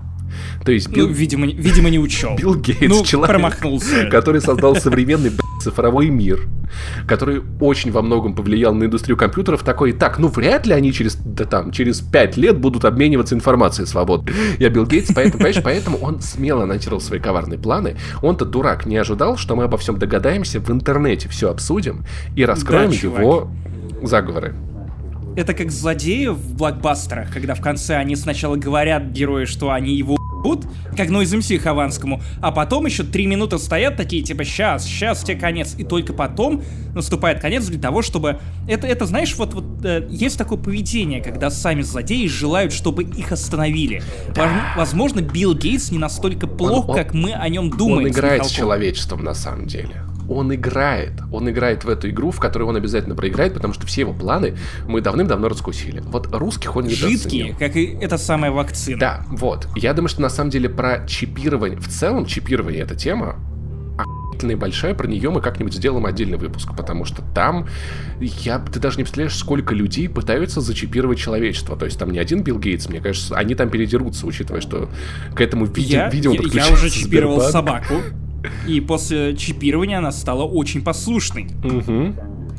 То есть Билл... Ну, видимо, видимо, не учел. Билл Гейтс, ну, человек, промахнулся. который создал современный цифровой мир, который очень во многом повлиял на индустрию компьютеров, такой, так, ну вряд ли они через, да, там, через пять лет будут обмениваться информацией свободно. Я Билл Гейтс, поэтому, понимаешь, поэтому он смело анонсировал свои коварные планы. Он-то, дурак, не ожидал, что мы обо всем догадаемся, в интернете все обсудим и раскроем да, его заговоры. Это как злодеи в блокбастерах, когда в конце они сначала говорят герою, что они его ебут, как Noise эм си Хованскому, а потом еще три минуты стоят такие, типа, щас, щас тебе конец, и только потом наступает конец для того, чтобы... Это, это знаешь, вот, вот э, есть такое поведение, когда сами злодеи желают, чтобы их остановили. Да. Возможно, Билл Гейтс не настолько плох, он, как он, мы о нем думаем. Он играет с, с человечеством, на самом деле. Он играет, он играет в эту игру, в которую он обязательно проиграет, потому что все его планы мы давным-давно раскусили. Вот русских он недооценил. Жидкие, как и эта самая вакцина. Да, вот. Я думаю, что на самом деле про чипирование, в целом чипирование эта тема охуительная и большая, про нее мы как-нибудь сделаем отдельный выпуск, потому что там, я, ты даже не представляешь, сколько людей пытаются зачипировать человечество. То есть там не один Билл Гейтс, мне кажется, они там передерутся, учитывая, что к этому виде, я, видео я, я уже чипировал Сбербанк. Собаку. И после чипирования она стала очень послушной. Угу.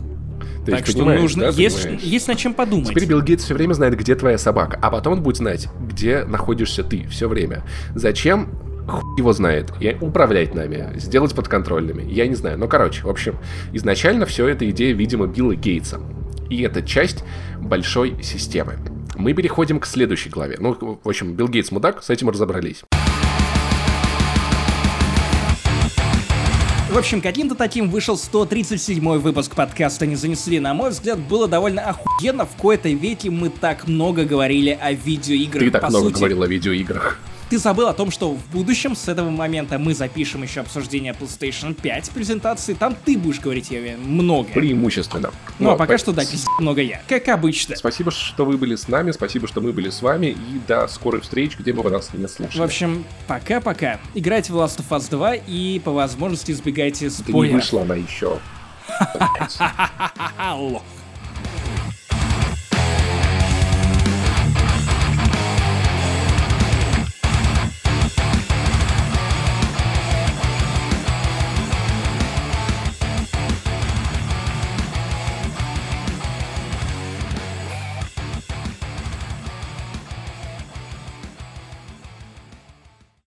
Ты так что нужно, да, есть, есть над чем подумать. Теперь Билл Гейтс все время знает, где твоя собака, а потом он будет знать, где находишься ты все время. Зачем? Хуй его знает. И управлять нами, сделать подконтрольными. Я не знаю. Ну, короче, в общем, изначально все это идея, видимо, Билла Гейтса. И это часть большой системы. Мы переходим к следующей главе. Ну, в общем, Билл Гейтс мудак, с этим разобрались. В общем, каким-то таким вышел сто тридцать седьмой выпуск подкаста «Не занесли». На мой взгляд, было довольно охуенно. В кои-то веке мы так много говорили о видеоиграх. Ты так по много сути. говорил о видеоиграх. Ты забыл о том, что в будущем с этого момента мы запишем еще обсуждение PlayStation пять презентации. Там ты будешь говорить, я уверен, много. Преимущественно. Ну, Но, а пока по... что, да, пиздец много я. Как обычно. Спасибо, что вы были с нами, спасибо, что мы были с вами. И до скорых встреч, где бы вы нас не слушали. В общем, пока-пока. Играйте в Last of Us два и по возможности избегайте спойлеров. Да не вышла она еще.